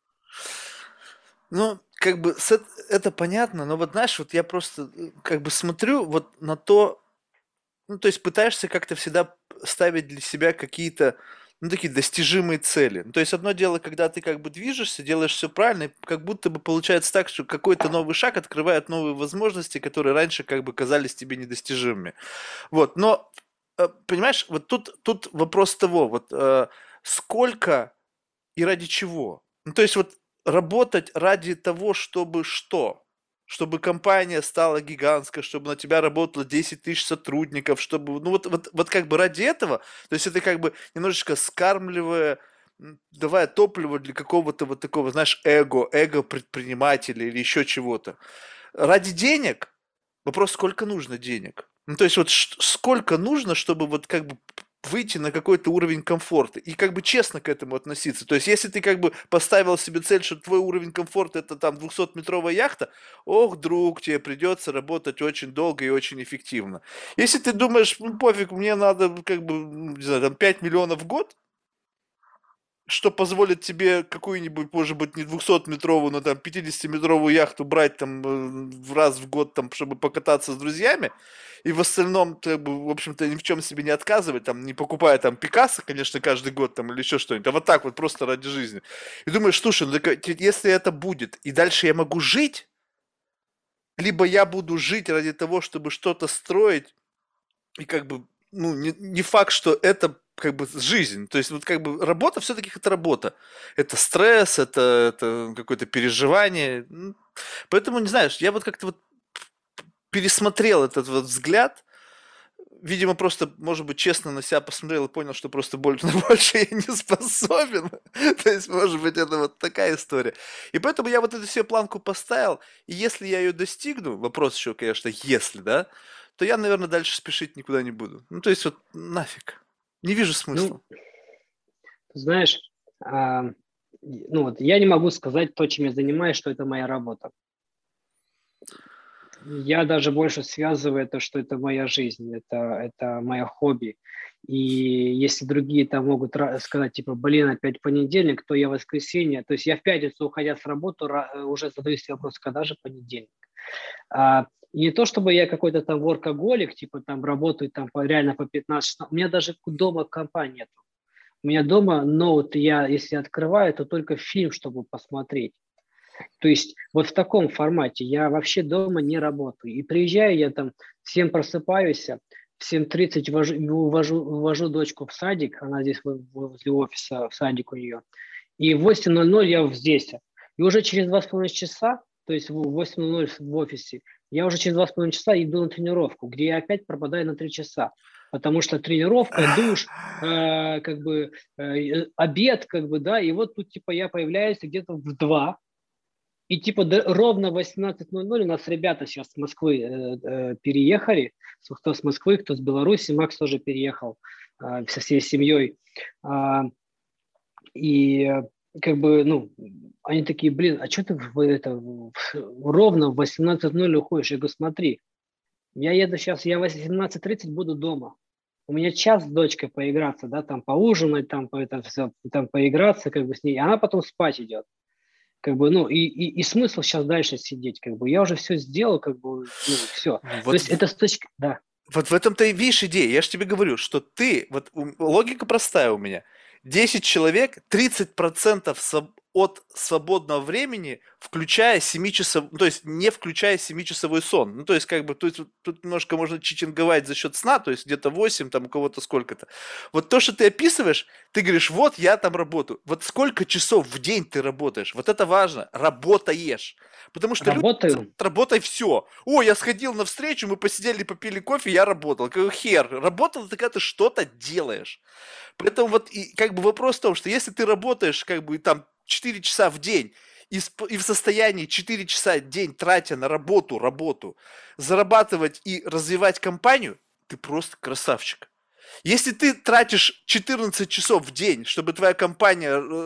Ну, как бы с эт- это понятно, но вот знаешь, вот я просто э, как бы смотрю вот на то, ну, то есть пытаешься как-то всегда ставить для себя какие-то, ну, такие достижимые цели. Ну, то есть одно дело, когда ты как бы движешься, делаешь все правильно, и как будто бы получается так, что какой-то новый шаг открывает новые возможности, которые раньше как бы казались тебе недостижимыми. Вот, но, э, понимаешь, вот тут, тут вопрос того, вот э, сколько и ради чего? Ну, то есть вот работать ради того, чтобы что? Чтобы компания стала гигантской, чтобы на тебя работало десять тысяч сотрудников, чтобы, ну вот, вот, вот как бы ради этого, то есть это как бы немножечко скармливая, м, давая топливо для какого-то вот такого, знаешь, эго, эго предпринимателя или еще чего-то. Ради денег вопрос, сколько нужно денег? Ну, то есть вот ш- сколько нужно, чтобы вот как бы выйти на какой-то уровень комфорта и как бы честно к этому относиться. То есть если ты как бы поставил себе цель, что твой уровень комфорта это там двухсотметровая яхта, ох, друг, тебе придется работать очень долго и очень эффективно. Если ты думаешь, ну пофиг, мне надо как бы, ну, не знаю, там пять миллионов в год, что позволит тебе какую-нибудь, может быть, не двухсотметровую, но там пятидесятиметровую яхту брать там э, в раз в год, там, чтобы покататься с друзьями, и в остальном, ты, как бы, в общем-то, ни в чем себе не отказывать, там, не покупая там Пикассо, конечно, каждый год там или еще что-нибудь, а вот так вот просто ради жизни. И думаешь, слушай, ну, так, э, если это будет, и дальше я могу жить, либо я буду жить ради того, чтобы что-то строить, и как бы, ну, не, не факт, что это как бы жизнь. То есть вот как бы работа все-таки это работа. Это стресс, это, это какое-то переживание. М, Поэтому, не знаешь, я вот как-то вот пересмотрел этот вот взгляд. Видимо, просто, может быть, честно на себя посмотрел и понял, что просто больше, на больше я не способен. То есть, может быть, это вот такая история. И поэтому я вот эту себе планку поставил, и если я ее достигну, вопрос еще, конечно, если, да, то я, наверное, дальше спешить никуда не буду. Ну, то есть, вот нафиг. Не вижу смысла. Ну, знаешь, а, ну вот я не могу сказать то, чем я занимаюсь, что это моя работа. Я даже больше связываю это, что это моя жизнь, это, это мое хобби. И если другие там могут ра- сказать, типа, блин, опять понедельник, то я воскресенье. То есть я в пятницу, уходя с работы, ра- уже задаю себе вопрос, когда же понедельник. А, и не то, чтобы я какой-то там воркоголик, типа там работаю там по, реально по пятнадцать часов. У меня даже дома компа нет. У меня дома ноут, я, если открываю, то только фильм, чтобы посмотреть. То есть вот в таком формате я вообще дома не работаю. И приезжаю я там, в семь просыпаюсь, в семь тридцать вожу, увожу, увожу дочку в садик, она здесь возле офиса, в садик у нее. И в восемь ноль ноль я здесь. И уже через два с половиной часа, то есть в восемь ноль ноль в офисе, я уже через два с половиной часа иду на тренировку, где я опять пропадаю на три часа. Потому что тренировка, душ, э, как бы э, обед, как бы, да, и вот тут типа я появляюсь где-то в два, и типа до, ровно в восемнадцать ноль ноль у нас ребята сейчас с Москвы э, э, переехали, кто с Москвы, кто с Беларуси, Макс тоже переехал э, со всей семьей. А, и э, как бы, ну, они такие, блин, а что ты в, это, в- ровно в восемнадцать ноль уходишь? Я говорю, смотри, я еду сейчас, я в восемнадцать тридцать буду дома. У меня час с дочкой поиграться, да, там поужинать, там, по, это, все, там поиграться как бы с ней. Она потом спать идет. Как бы, ну, и, и, и смысл сейчас дальше сидеть, как бы, я уже все сделал, как бы, ну, все. Ну То вот, есть в- это с точки, да, вот в этом-то и видишь идея. Я же тебе говорю, что ты, вот у- логика простая у меня. Десять человек, тридцать процентов своб- от свободного времени, включая семичасовой, то есть не включая семичасовой сон. Ну, то есть, как бы, то есть, вот тут немножко можно читинговать за счет сна, то есть где-то восемь, там у кого-то сколько-то. Вот то, что ты описываешь, ты говоришь, вот я там работаю. Вот сколько часов в день ты работаешь? Вот это важно. Работаешь. Потому что люди работаю. работай все. О, я сходил на встречу, мы посидели, попили кофе, я работал. Как хер, работал, это когда ты что-то делаешь. Поэтому вот и, как бы вопрос в том, что если ты работаешь как бы там четыре часа в день и, сп- и в состоянии четыре часа в день, тратя на работу, работу, зарабатывать и развивать компанию, ты просто красавчик. Если ты тратишь четырнадцать часов в день, чтобы твоя компания э,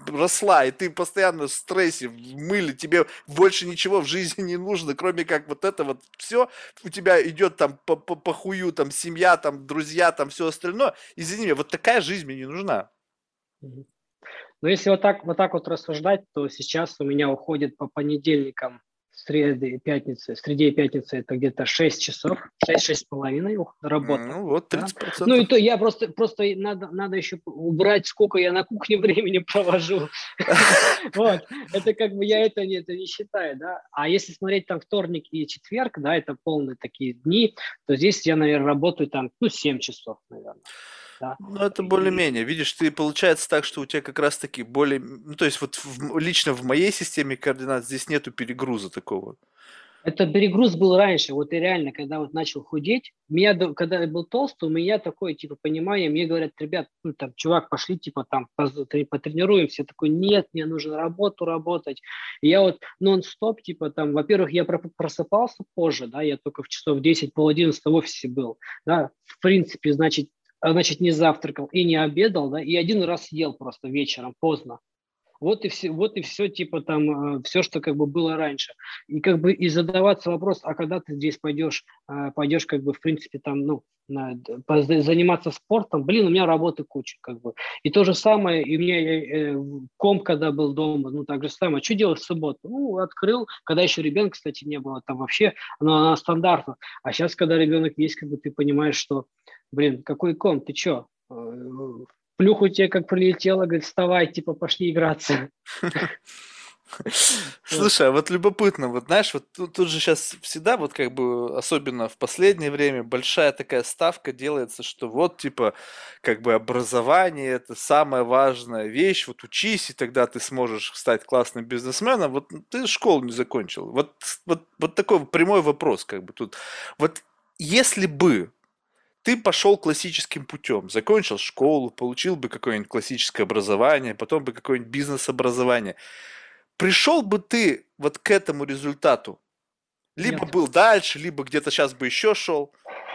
росла, и ты постоянно в стрессе, в мыле, тебе больше ничего в жизни не нужно, кроме как вот это вот все, у тебя идет там по, по, по хую, там семья, там друзья, там все остальное, извини меня, вот такая жизнь мне не нужна. Мгм. Но если вот так, вот так вот рассуждать, то сейчас у меня уходит по понедельникам, среды и пятницы, среде и пятницы это где-то шесть часов, шесть-шесть с половиной ух- работа. Ну вот, Да? Ну тридцать процентов. и то я просто, просто и надо, надо еще убрать, сколько я на кухне времени провожу. Вот, это как бы я это не, это не считаю, да. А если смотреть там вторник и четверг, да, это полные такие дни, то здесь я, наверное, работаю там, ну, семь часов, наверное, да. Ну, это И более-менее. Видишь, ты получается так, что у тебя как раз-таки более... Ну, то есть вот в- лично в моей системе координат здесь нету перегруза такого. это перегруз был раньше, вот и реально, когда вот начал худеть, меня, до- когда я был толстый, у меня такое, типа, понимание, мне говорят, ребят, ну, там, чувак, пошли, типа, там, поз- трени- потренируемся, я такой, нет, мне нужно работу работать, и я вот нон-стоп, типа, там, во-первых, я про- просыпался позже, да, я только в часов десять, пол одиннадцатого в офисе был, да, в принципе, значит, а, значит, не завтракал и не обедал, да, и один раз ел просто вечером, поздно. Вот и все, вот и все, типа там, все, что как бы было раньше. И как бы и задаваться вопрос, а когда ты здесь пойдешь, а, пойдешь как бы в принципе там, ну, на- д- поз- заниматься спортом, блин, у меня работы куча, как бы. И то же самое, и у меня э, э, комп, когда был дома, ну, так же самое. Что делать в субботу? Ну, открыл, когда еще ребенка, кстати, не было, там вообще на, на стандартно. А сейчас, когда ребенок есть, как бы ты понимаешь, что, блин, какой комп, ты что? Плюху тебе как прилетело, говорит, вставай, типа, пошли играться. Вот. Слушай, а вот любопытно, вот знаешь, вот тут, тут же сейчас всегда, вот как бы, особенно в последнее время, большая такая ставка делается, что вот, типа, как бы образование это самая важная вещь, вот учись, и тогда ты сможешь стать классным бизнесменом. Вот ты школу не закончил. Вот, вот, вот такой прямой вопрос, как бы тут. Вот если бы ты пошел классическим путем, закончил школу, получил бы какое-нибудь классическое образование, потом бы какое-нибудь бизнес-образование, пришел бы ты вот к этому результату? Либо Нет. был дальше, либо где-то сейчас бы еще шел.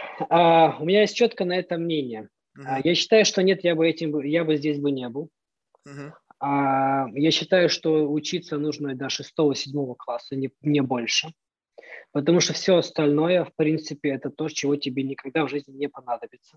А, у меня есть четко на это мнение. А, Мгм, я считаю, что нет, я бы этим, бы- я бы здесь бы не был. мгм. А, я считаю, что учиться нужно до шестого-седьмого класса, не, не больше. Потому что все остальное, в принципе, это то, чего тебе никогда в жизни не понадобится.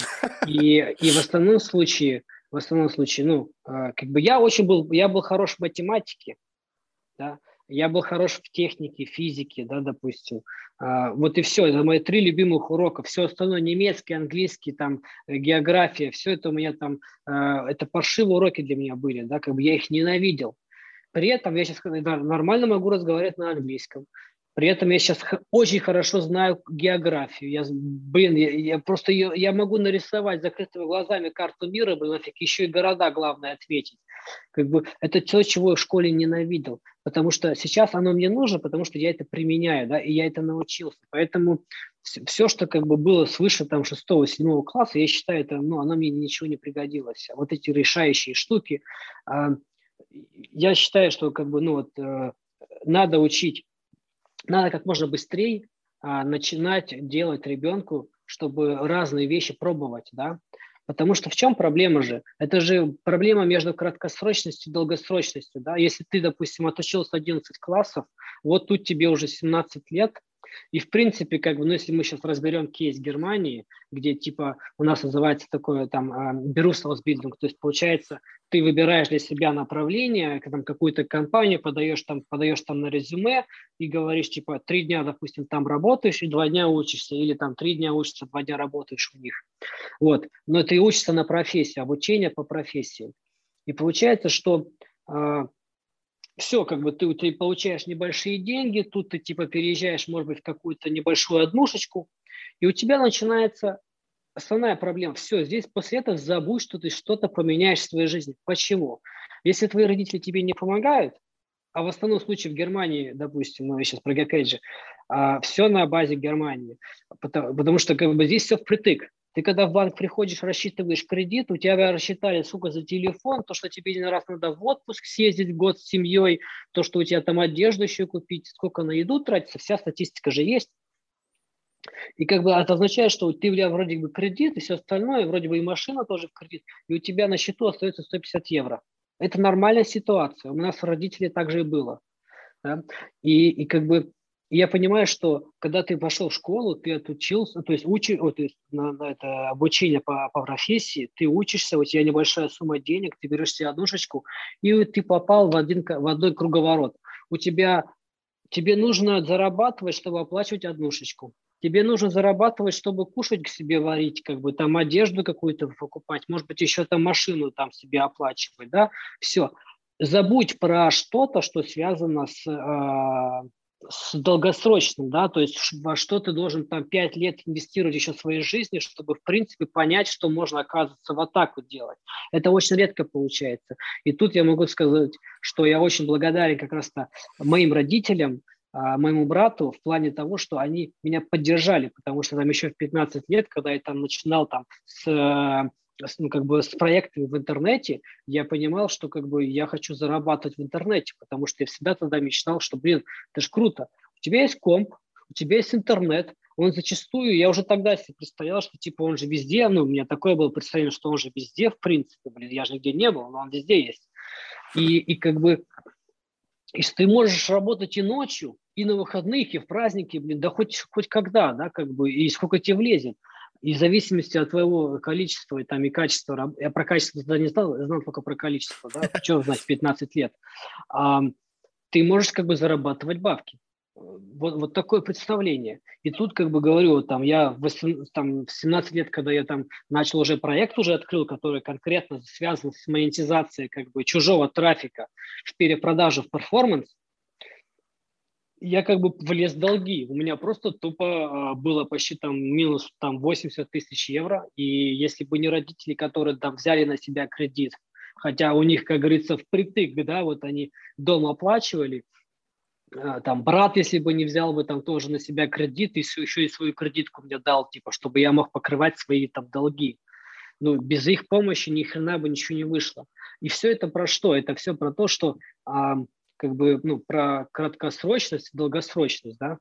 И, и в основном случае, в основном случае, ну, а, как бы я очень был, я был хорош в математике, да, я был хорош в технике, физике, да, допустим. А, вот и все, это мои три любимых урока. Все остальное, немецкий, английский, там, э, география, все это у меня там, а, это паршивые уроки для меня были, да, как бы я их ненавидел. При этом я сейчас нормально могу разговаривать на английском. При этом я сейчас очень хорошо знаю географию. Я, блин, я, я просто ее, я могу нарисовать закрытыми глазами карту мира, блин, нафиг, еще и города, главное, ответить. Как бы это то, чего я в школе ненавидел. Потому что сейчас оно мне нужно, потому что я это применяю, да, и я это научился. Поэтому все, что как бы было свыше там шестого-седьмого класса, я считаю, это, ну, оно мне ничего не пригодилось. А вот эти решающие штуки, а, я считаю, что как бы, ну, вот, э, надо учить, надо как можно быстрее а, начинать делать ребенку, чтобы разные вещи пробовать, да. Потому что в чем проблема же? Это же проблема между краткосрочностью и долгосрочностью, да. Если ты, допустим, отучился одиннадцать классов, вот тут тебе уже семнадцать лет, и в принципе, как бы, ну, если мы сейчас разберем кейс Германии, где типа у нас называется такое там а, Berufsausbildung, то есть получается, ты выбираешь для себя направление, там какую-то компанию подаешь там, подаешь там на резюме и говоришь, типа, три дня, допустим, там работаешь и два дня учишься, или там три дня учишься, два дня работаешь у них. Вот. Но ты учишься на профессии, обучение по профессии. И получается, что э, все, как бы ты, ты получаешь небольшие деньги, тут ты типа переезжаешь, может быть, в какую-то небольшую однушечку, и у тебя начинается основная проблема. Все, здесь после этого забудь, что ты что-то поменяешь в своей жизни. Почему? Если твои родители тебе не помогают, а в основном случае в Германии, допустим, ну, я сейчас про опять же, а, все на базе Германии, потому, потому что как бы здесь все впритык. Ты когда в банк приходишь, рассчитываешь кредит, у тебя рассчитали, сука, за телефон, то, что тебе один раз надо в отпуск съездить в год с семьей, то, что у тебя там одежду еще купить, сколько на еду тратится, вся статистика же есть. И как бы это означает, что ты, бля, вроде бы кредит и все остальное, вроде бы и машина тоже в кредит, и у тебя на счету остается сто пятьдесят евро. Это нормальная ситуация. У нас у родителей так же и было. Да? И, и как бы я понимаю, что когда ты пошел в школу, ты отучился, то есть, учи, о, то есть на, на это обучение по, по профессии, ты учишься, у тебя небольшая сумма денег, ты берешь себе однушечку, и вот ты попал в, один, в одной круговорот. У тебя, тебе нужно зарабатывать, чтобы оплачивать однушечку. Тебе нужно зарабатывать, чтобы кушать к себе варить, как бы там одежду какую-то покупать, может быть, еще там машину там себе оплачивать, да, все. Забудь про что-то, что связано с, э, с долгосрочным, да, то есть во что ты должен там пять лет инвестировать еще своей жизни, чтобы, в принципе, понять, что можно, оказывается, вот так вот делать. Это очень редко получается. И тут я могу сказать, что я очень благодарен как раз-то моим родителям, а, моему брату в плане того, что они меня поддержали, потому что там еще в пятнадцать лет, когда я там начинал там с, э, с, ну, как бы с проектами в интернете, я понимал, что как бы я хочу зарабатывать в интернете, потому что я всегда тогда мечтал, что, блин, это ж круто. У тебя есть комп, у тебя есть интернет, он зачастую, я уже тогда себе представлял, что типа он же везде, ну, у меня такое было представление, что он же везде, в принципе, блин, я же нигде не был, но он везде есть. И, и как бы и что ты можешь работать и ночью, и на выходных, и в праздники, блин, да хоть, хоть когда, да, как бы, и сколько тебе влезет. И в зависимости от твоего количества и, там, и качества, я про качество тогда не знал, я знал только про количество, да, что знать, пятнадцать лет, а, ты можешь как бы зарабатывать бабки. Вот, вот такое представление. И тут, как бы говорю, там, я в, восемнадцать, там, в семнадцать лет, когда я там начал уже проект уже открыл, который конкретно связан с монетизацией как бы чужого трафика в перепродаже в перформанс, я как бы влез в долги. У меня просто тупо а, было почти там минус там восемьдесят тысяч евро. И если бы не родители, которые там взяли на себя кредит, хотя у них, как говорится, впритык, да, вот они дом оплачивали, а, там брат, если бы не взял бы там тоже на себя кредит, и еще еще и свою кредитку мне дал, типа, чтобы я мог покрывать свои там долги. Ну, без их помощи ни хрена бы ничего не вышло. И все это про что? Это все про то, что а, как бы, ну, про краткосрочность, долгосрочность, да?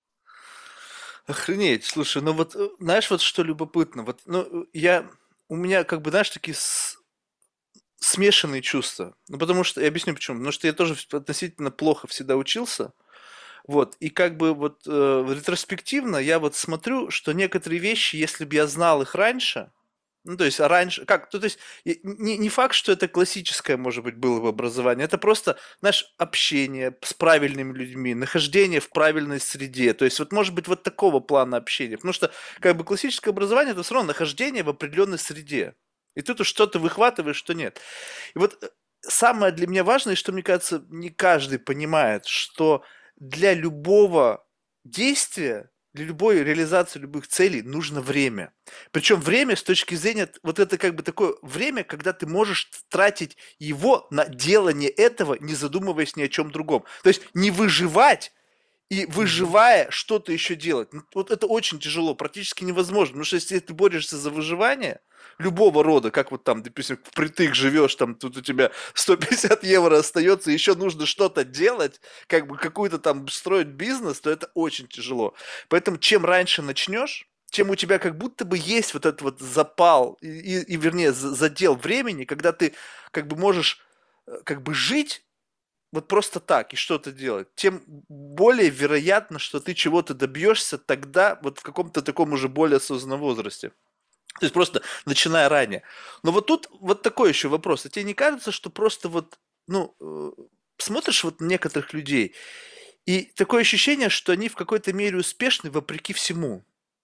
Охренеть, слушай, ну вот, э, знаешь, вот что любопытно, вот, ну, э, я, у меня, как бы, знаешь, такие с- смешанные чувства. Ну, потому что, я объясню почему. Потому что я тоже в- относительно плохо всегда учился, вот, и как бы вот э, ретроспективно я вот смотрю, что некоторые вещи, если бы я знал их раньше, ну, то есть а раньше, как, то, то есть и не, не факт, что это классическое, может быть, было бы образование, это просто, знаешь, общение с правильными людьми, нахождение в правильной среде, то есть вот может быть вот такого плана общения, потому что как бы классическое образование это все равно нахождение в определенной среде, и тут уж что-то выхватываешь, что нет. И вот э, самое для меня важное, что мне кажется, не каждый понимает, что для любого действия, для любой реализации любых целей нужно время. Причем время с точки зрения, вот это как бы такое время, когда ты можешь тратить его на делание этого, не задумываясь ни о чем другом. То есть не выживать, и Мгм. выживая, что-то еще делать. Ну, вот это очень тяжело, практически невозможно. Потому что если ты борешься за выживание любого рода, как вот там, допустим, впритык живешь, там тут у тебя сто пятьдесят евро остается, еще нужно что-то делать, как бы какую-то там строить бизнес, то это очень тяжело. Поэтому чем раньше начнешь, чем у тебя как будто бы есть вот этот вот запал, и, и, и, вернее, за- задел времени, когда ты как бы можешь э, как бы жить вот просто так и что-то делать, тем более вероятно, что ты чего-то добьешься тогда, вот в каком-то таком уже более осознанном возрасте. То есть просто начиная ранее. Но вот тут вот такой еще вопрос. А тебе не кажется, что просто вот, ну, э, смотришь вот на некоторых людей, и такое ощущение, что они в какой-то мере успешны вопреки всему.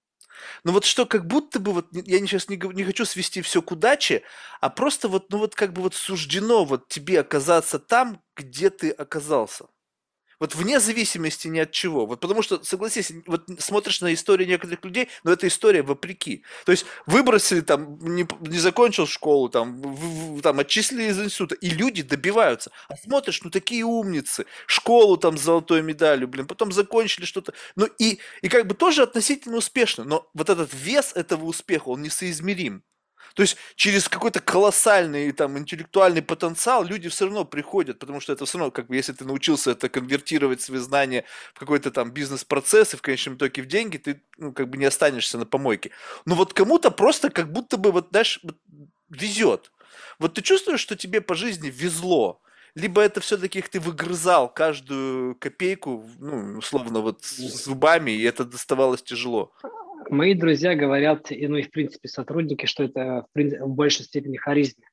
Ну вот что, как будто бы вот, я сейчас не, гов- не хочу свести все к удаче, а просто вот, ну вот как бы вот суждено вот тебе оказаться там, где ты оказался. Вот вне зависимости ни от чего. Вот потому что, согласись, вот смотришь на историю некоторых людей, но это история вопреки. То есть выбросили там, не, не закончил школу, там, в- в- там, отчислили из института, и люди добиваются. А смотришь, ну такие умницы, школу там с золотой медалью, блин, потом закончили что-то. Ну и, и как бы тоже относительно успешно, но вот этот вес этого успеха, он несоизмерим. То есть через какой-то колоссальный там интеллектуальный потенциал люди все равно приходят, потому что это все равно, как бы, если ты научился это конвертировать свои знания в какой-то там бизнес-процесс и в конечном итоге в деньги, ты ну, как бы не останешься на помойке. Но вот кому-то просто как будто бы, вот, знаешь, вот везет. Вот ты чувствуешь, что тебе по жизни везло? Либо это все-таки ты выгрызал каждую копейку, ну, условно, вот с зубами, и это доставалось тяжело? Мои друзья говорят, и, ну и в принципе сотрудники, что это в, принципе, в большей степени харизма.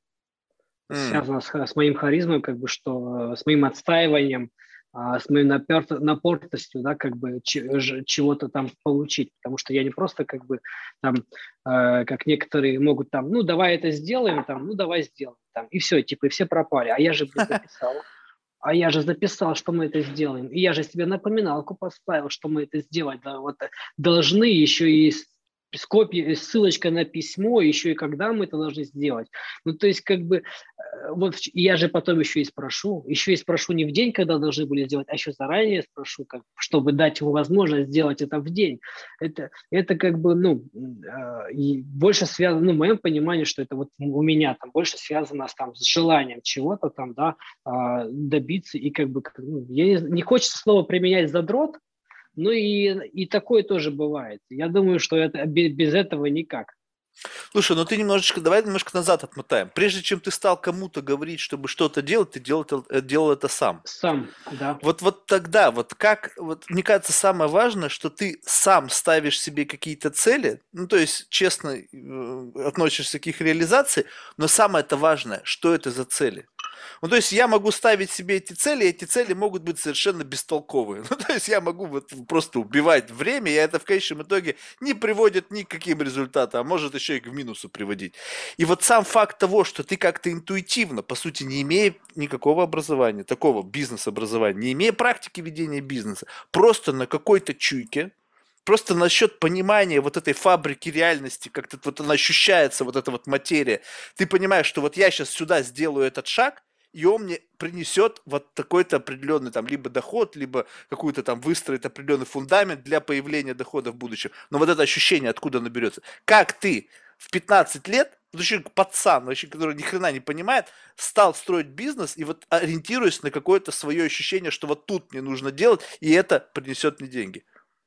М. Связано с, с моим харизмой, как бы, что э, с моим отстаиванием, а, с моей напер, напортостью, да, как бы ч- ж- чего-то там получить, потому что я не просто как бы там, э, как некоторые могут там, ну давай это сделаем, там, ну давай сделаем, там, и все, типа, и все пропали, а я же, блин, записал, а я же записал, что мы это сделаем, и я же себе напоминалку поставил, что мы это сделать, да, вот э, должны еще и с с копией, ссылочка на письмо, еще и когда мы это должны сделать. Ну, то есть, как бы, э, вот в- я же потом еще и спрошу, еще и спрошу не в день, когда должны были сделать, а еще заранее спрошу, как, чтобы дать ему возможность сделать это в день. Это, это как бы, ну, э, и больше связано, ну, в моем понимании, что это вот у меня там больше связано с, там, с желанием чего-то там, да, а, добиться, и как бы, как, ну, я не, не хочется слово применять задрот, ну и, и такое тоже бывает. Я думаю, что это без, без этого никак. Слушай, ну ты немножечко, давай немножко назад отмотаем. Прежде чем ты стал кому-то говорить, чтобы что-то делать, ты делал, это- э, делал это сам. Сам, да. Вот, вот тогда, вот как, вот мне кажется, самое важное, что ты сам ставишь себе какие-то цели, ну, то есть честно э, относишься к их реализации, но самое это важное, что это за цели. Ну, то есть я могу ставить себе эти цели, и эти цели могут быть совершенно бестолковые. Ну, то есть я могу вот просто убивать время, и это в конечном итоге не приводит ни к каким результатам, а может еще и к минусу приводить. И вот сам факт того, что ты как-то интуитивно, по сути, не имея никакого образования, такого бизнес-образования, не имея практики ведения бизнеса, просто на какой-то чуйке, просто насчет понимания вот этой фабрики реальности, как-то вот она ощущается, вот эта вот материя, ты понимаешь, что вот я сейчас сюда сделаю этот шаг, и он мне принесет вот такой-то определенный там либо доход, либо какую-то там выстроит определенный фундамент для появления дохода в будущем. Но вот это ощущение откуда оно берется? Как ты в пятнадцать лет, вот еще пацан, вообще, который ни хрена не понимает, стал строить бизнес и вот ориентируясь на какое-то свое ощущение, что вот тут мне нужно делать, и это принесет мне деньги.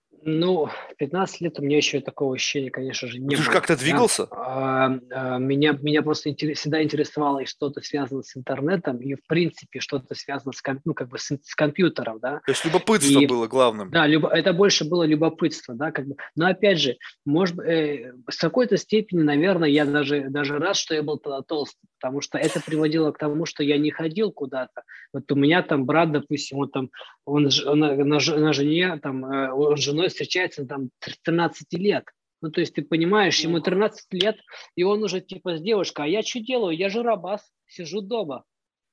Ну, в пятнадцать лет у меня еще такого ощущения, конечно же, Ну не ты же было. как-то Да? двигался. А, а, меня, меня просто интерес- всегда интересовало и что-то связано с интернетом, и, в принципе, что-то связано с, ком- ну, как бы с, с компьютером, да. То есть любопытство И было главным. да, любо- это больше было любопытство, да, как бы. Но опять же, может, быть, э, с какой-то степени, наверное, я даже, даже рад, что я был тогда толстый, потому что это приводило к тому, что я не ходил куда-то. Вот у меня там брат, допустим, он там, он, ж- он на, на ж- на жене, там, э, он с женой встречается там тринадцать лет. Ну, то есть ты понимаешь, ему тринадцать лет, и он уже типа с девушкой, а я что делаю? Я же рабас, сижу дома.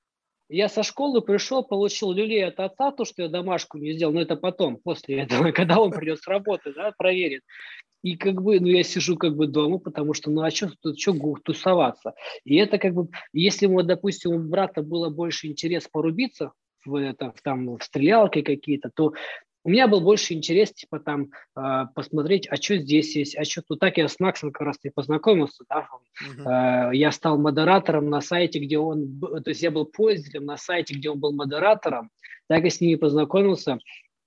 Я со школы пришел, получил люлей от отца, то, что я домашку не сделал, но это потом, после этого, когда он придет с работы, да, проверит. И как бы, ну, я сижу как бы дома, потому что, ну, а что тут, что тусоваться? И это как бы, если, вот, допустим, у брата было больше интерес порубиться в, это, в, там, в стрелялки какие-то, то у меня был больше интерес, типа, там, э, посмотреть, а что здесь есть, а что тут. Так я с Максом как раз и познакомился, да, Мгм. Э, я стал модератором на сайте, где он, б- то есть я был пользователем на сайте, где он был модератором, так я с ними познакомился,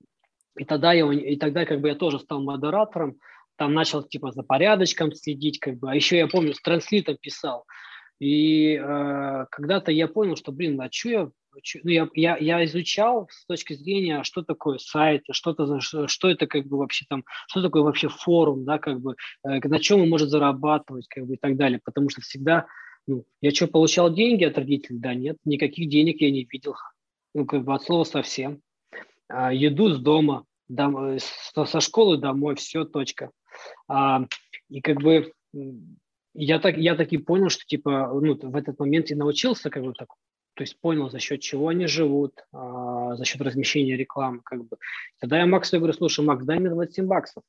и тогда, я, и тогда как бы я тоже стал модератором, там начал типа за порядочком следить, как бы, а еще я помню, с транслитом писал, и э, когда-то я понял, что, блин, а что я, чё- ну, я, я, я изучал с точки зрения, что такое сайт, что это, за- что что это как бы вообще там, что такое вообще форум, да, как бы, э, на чем он может зарабатывать, как бы и так далее, потому что всегда, ну, я что, получал деньги от родителей? Да нет, никаких денег я не видел, ну, как бы от слова совсем. А, еду с дома, дом- э, со, со школы домой, все, точка. А, и как бы м, я так, я таки понял, что типа, ну, в этот момент и научился как бы так, то есть понял, за счет чего они живут, а, за счет размещения рекламы, как бы. Тогда я Максу говорю, слушай, Макс, дай мне двадцать семь баксов.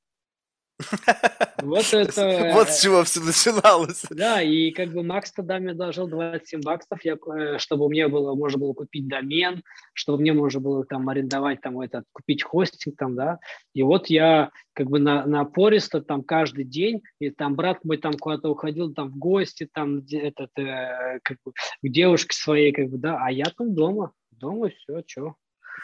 Вот То это, есть вот с э, чего все начиналось. да, и как бы Макс тогда мне должил двадцать семь баксов, я, э, чтобы мне было, можно было купить домен, чтобы мне можно было там арендовать, там этот, купить хостинг там, да. И вот я как бы на, напористо там каждый день, и там брат мой там куда-то уходил там в гости, там где этот, э, как бы, к девушке своей, как бы, да, а я там дома, дома все, что.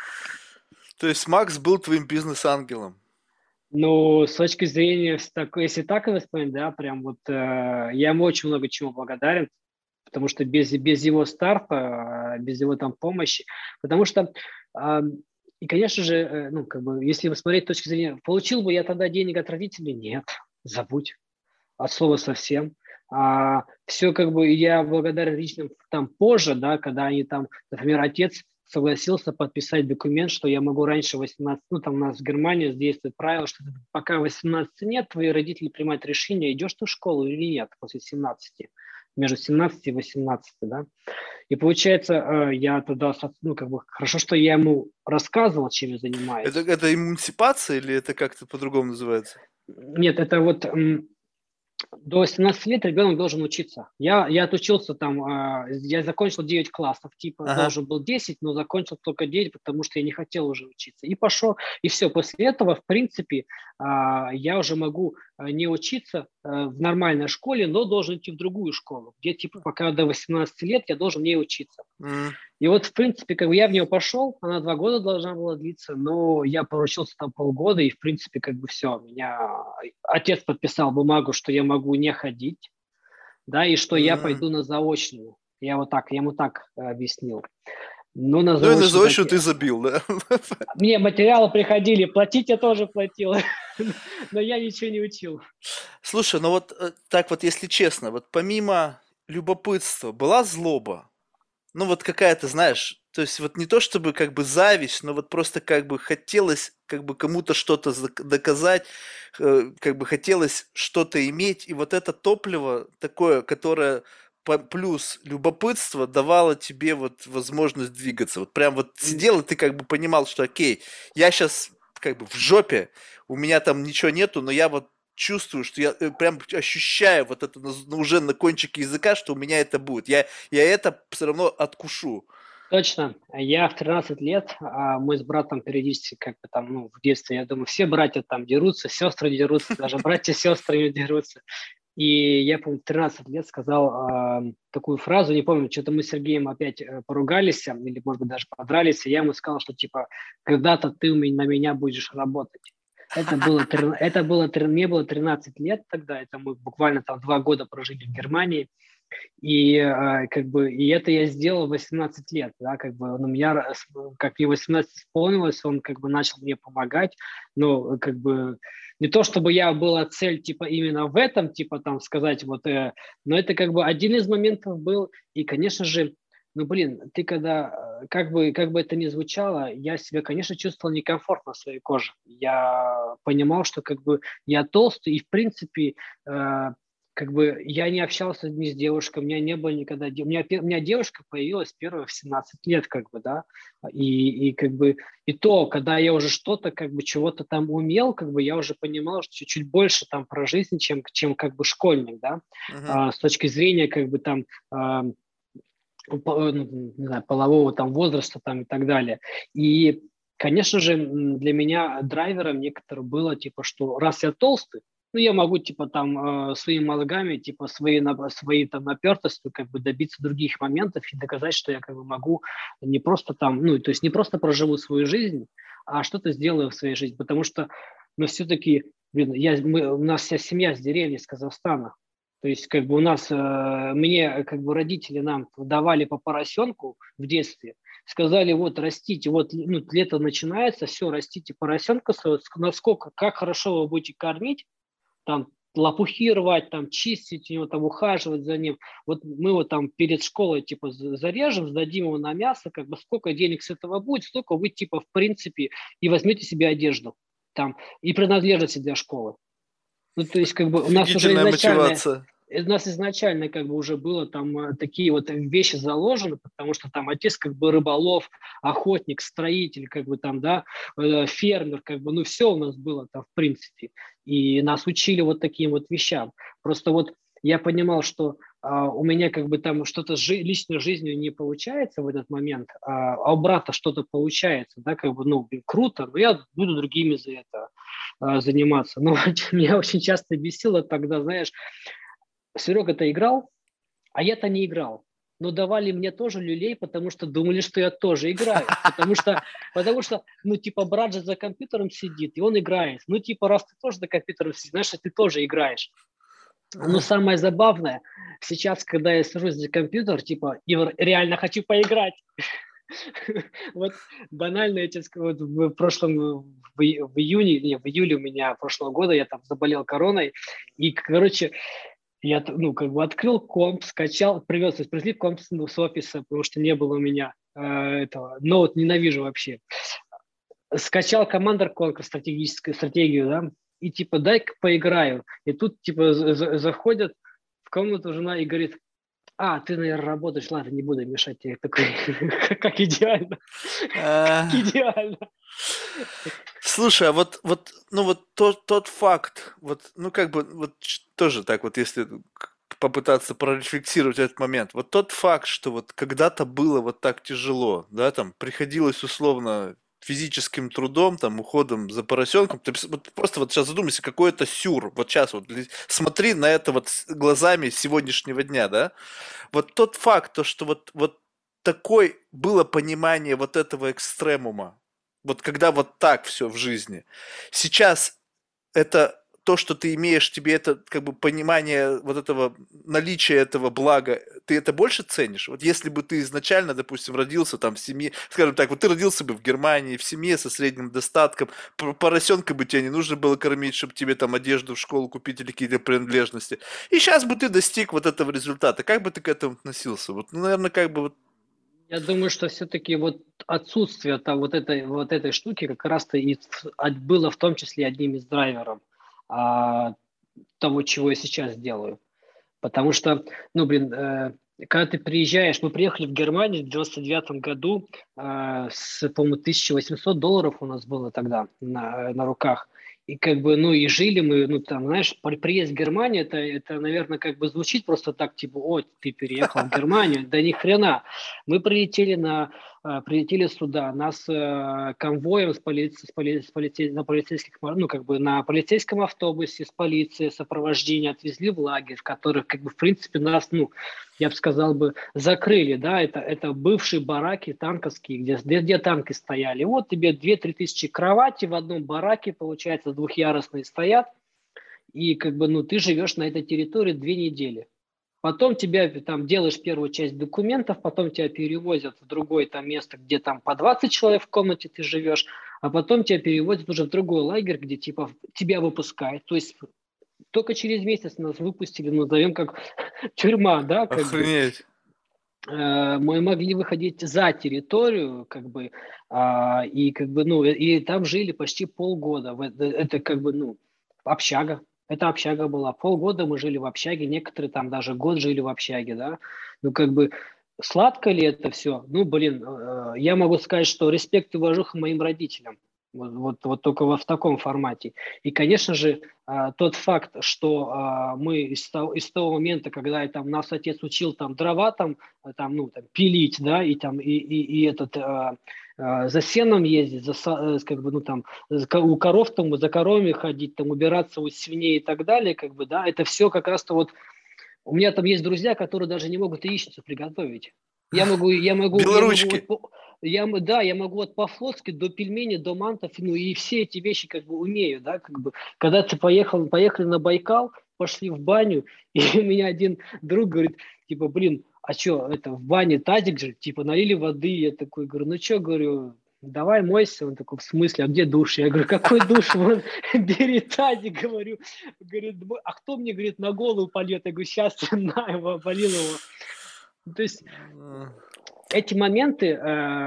То есть Макс был твоим бизнес-ангелом. Ну, с точки зрения, с такой- если так воспринимать, да, прям вот э, я ему очень много чего благодарен, потому что без, без его старта, без его там помощи, потому что, э, и, конечно же, э, ну, как бы, если посмотреть с точки зрения, получил бы я тогда денег от родителей? Нет, забудь, от слова совсем. А, все как бы я благодарен родителям там позже, да, когда они там, например, отец согласился подписать документ, что я могу раньше восемнадцати, ну там у нас в Германии действует правило, что пока восемнадцати нет, твои родители принимают решение, идешь ты в школу или нет после семнадцати, между семнадцатью и восемнадцатью, да. И получается, э, я тогда, ну как бы, хорошо, что я ему рассказывал, чем я Это, занимаюсь. это эмансипация или это как-то по-другому называется? Нет, это вот до восемнадцати лет ребенок должен учиться. Я, я отучился там, э, я закончил девять классов, типа Ага. должен был десять, но закончил только девять, потому что я не хотел уже учиться. И пошел, и все. После этого, в принципе, э, я уже могу не учиться э, в нормальной школе, но должен идти в другую школу, где типа пока до восемнадцати лет я должен не учиться. М. И вот, в принципе, как бы я в нее пошел, она два года должна была длиться, но я поручился там полгода, и, в принципе, как бы все, меня отец подписал бумагу, что я могу не ходить, да, и что я М. пойду на заочную. Я вот так, я ему так э, объяснил. Но на Ну и на заочную так... заочную ты забил, да? Мне материалы приходили, платить я тоже платил, но я ничего не учил. Слушай, ну вот э, так вот, если честно, вот помимо любопытства была злоба? Ну вот какая-то, знаешь, то есть вот не то чтобы как бы зависть, но вот просто как бы хотелось как бы кому-то что-то зак- доказать, э, как бы хотелось что-то иметь, и вот это топливо такое, которое по- плюс любопытство давало тебе вот возможность двигаться. Вот прям вот М, сидел, и ты как бы понимал, что окей, я сейчас как бы в жопе, у меня там ничего нету, но я вот чувствую, что я э, прям ощущаю вот это на- на- уже на кончике языка, что у меня это будет. Я, я это все равно откушу. Точно. Я в тринадцать лет, а мы с братом периодически, как бы там, ну, в детстве, я думаю, все братья там дерутся, сестры дерутся, даже братья с сестрами дерутся. И я, помню, в тринадцать лет сказал а, такую фразу, не помню, что-то мы с Сергеем опять э, поругались, а, или, может быть, даже подрались, и я ему сказал, что, типа, когда-то ты у меня- на меня будешь работать. Это было, трин- это было, трин- мне было тринадцать лет тогда, это мы буквально там два года прожили в Германии, и э, как бы и это я сделал в восемнадцать лет, да, как бы он у меня, рас- как мне восемнадцать исполнилось, он как бы начал мне помогать, но как бы не то чтобы я была цель типа именно в этом, типа там сказать вот, э, но это как бы один из моментов был, и конечно же, ну блин, ты когда, э, как бы, как бы это ни звучало, я себя, конечно, чувствовал некомфортно в своей коже, я понимал, что как бы я толстый, и в принципе э, как бы я не общался ни с девушкой, у меня не было никогда... де- У меня, пе- у меня девушка появилась первая в семнадцать лет, как бы, да, и, и как бы и то, когда я уже что-то, как бы, чего-то там умел, как бы, я уже понимал, что чуть-чуть больше там про жизнь, чем, чем как бы школьник, да, Мгм. а, с точки зрения, как бы, там, а, по- ну, не знаю, полового там возраста там и так далее. И, конечно же, м, для меня драйвером некоторым было, типа, что раз я толстый, ну, я могу, типа, там, э, своими мозгами, типа, своей, на- своей там напертостью, как бы, добиться других моментов и доказать, что я, как бы, могу не просто там, ну, то есть не просто проживу свою жизнь, а что-то сделаю в своей жизни, потому что, ну, все-таки, блин, я, мы, у нас вся семья с деревни, с Казахстана, то есть, как бы у нас, э, мне, как бы родители нам давали по поросенку в детстве, сказали, вот растите, вот ну, лето начинается, все, растите поросенка, своего, насколько, как хорошо вы будете кормить, там лопухи рвать, там чистить его, там ухаживать за ним. Вот мы вот там перед школой типа зарежем, сдадим его на мясо, как бы сколько денег с этого будет, столько вы типа в принципе и возьмете себе одежду там и принадлежности для школы. Ну, то есть, как бы у нас уже Офигительная изначально, мотивация. у нас изначально как бы уже было там э, такие вот вещи заложены, потому что там отец как бы рыболов, охотник, строитель, как бы там, да, э, фермер, как бы, ну, все у нас было там в принципе. И нас учили вот таким вот вещам. Просто вот я понимал, что а, у меня как бы там что-то с жи- личной жизнью не получается в этот момент, а, а у брата что-то получается, да, как бы, ну, блин, круто, но я буду другими за это а, заниматься. Но меня очень часто бесило тогда, знаешь, Серега-то играл, а я-то не играл. Но давали мне тоже люлей, потому что думали, что я тоже играю. Потому что, потому что, ну, типа, брат же за компьютером сидит, и он играет. Ну, типа, раз ты тоже за компьютером сидишь, значит, ты тоже играешь. Но самое забавное, сейчас, когда я сажусь за компьютер, типа, и реально хочу поиграть. Вот банально, я тебе скажу, вот в прошлом, в, ию- в июне, не, в июле у меня прошлого года я там заболел короной, и, короче, я, т- ну, как бы открыл комп, скачал, привез из Пресли комп с ну, с офиса, потому что не было у меня э, этого, ноут ненавижу вообще. Скачал Commander Conquer, стратегическую стратегию, да, и типа дай-ка поиграю. И тут типа з- з- заходят в комнату жена и говорит, а, ты, наверное, работаешь, ладно, не буду мешать тебе. Такой, как идеально, как А, идеально. Слушай, а вот, вот, ну вот тот, тот факт, вот, ну как бы, вот ч- тоже так вот, если к- попытаться прорефлексировать этот момент, вот тот факт, что вот когда-то было вот так тяжело, да, там, приходилось условно физическим трудом, там, уходом за поросенком, ты пс- вот просто вот сейчас задумайся, какой это сюр, вот сейчас вот, ли- смотри на это вот с- глазами сегодняшнего дня, да, вот тот факт, то, что вот, вот такое было понимание вот этого экстремума, вот когда вот так все в жизни. Сейчас это то, что ты имеешь, тебе это как бы понимание вот этого наличия этого блага, ты это больше ценишь? Вот если бы ты изначально, допустим, родился там в семье, скажем так, вот ты родился бы в Германии, в семье со средним достатком, п- поросенка бы тебе не нужно было кормить, чтобы тебе там одежду в школу купить или какие-то принадлежности. И сейчас бы ты достиг вот этого результата. Как бы ты к этому относился? Вот, ну, наверное, как бы вот... Я думаю, что все-таки вот отсутствие там, вот, этой, вот этой штуки как раз-то и в- от- было в том числе одним из драйверов а, того, чего я сейчас делаю. Потому что, ну, блин, э, когда ты приезжаешь, мы приехали в Германию в девяносто девятом году, э, с, по-моему, тысяча восемьсот долларов у нас было тогда на, на руках. И как бы, ну, и жили мы, ну, там, знаешь, при- приезд в Германию, это, это, наверное, как бы звучит просто так, типа, о, ты переехал в Германию. Да ни хрена. Мы прилетели на, э, прилетели сюда, нас э, конвоем с поли, с поли, с полице- на полицейских, ну, как бы на полицейском автобусе с полицией, сопровождение отвезли в лагерь, в который, как бы, в принципе, нас, ну, я бы сказал бы, закрыли, да, это, это бывшие бараки танковские, где, где, где танки стояли. Вот тебе две-три тысячи кровати в одном бараке, получается, двухъярусные стоят, и как бы, ну, ты живешь на этой территории две недели. Потом тебя там делаешь первую часть документов, потом тебя перевозят в другое там место, где там по двадцать человек в комнате ты живешь, а потом тебя перевозят уже в другой лагерь, где типа тебя выпускают. То есть только через месяц нас выпустили, назовем как тюрьма, да, как бы. Охренеть. Э, Мы могли выходить за территорию, как бы, а, и как бы, ну, и там жили почти полгода. В Это, это как бы, ну, общага. Это общага была. Полгода мы жили в общаге, некоторые там даже год жили в общаге, да. Ну, как бы, сладко ли это все? Ну, блин, э, я могу сказать, что респект и уважуха моим родителям. Вот, вот, вот только во в таком формате. И, конечно же, а, тот факт, что а, мы из того, из того момента, когда там, нас отец учил там дрова там, а, там, ну, там, пилить, да, и там и, и, и этот а, а, за сеном ездить, за, са- э, как бы, ну, там, за ко- у коров там, за коровами ходить, там, убираться у свиней и так далее, как бы, да, это все как раз-то вот у меня там есть друзья, которые даже не могут яичницу приготовить. Я могу, я могу, я могу Белоручки. вот, по- я, м- да, я могу вот по-флотски до пельменей, до мантов, ну и все эти вещи как бы умею, да, как бы. Когда ты поехал, поехали на Байкал, пошли в баню, и у меня один друг говорит, типа, блин, а что, это в бане тазик же, типа, налили воды, я такой говорю, ну что, говорю, давай мойся, он такой, в смысле, а где душ? Я говорю, какой душ? Вон, бери тазик, говорю, говорит, а кто мне, говорит, на голову польет? Я говорю, сейчас на его, полил его. То есть М, эти моменты, э,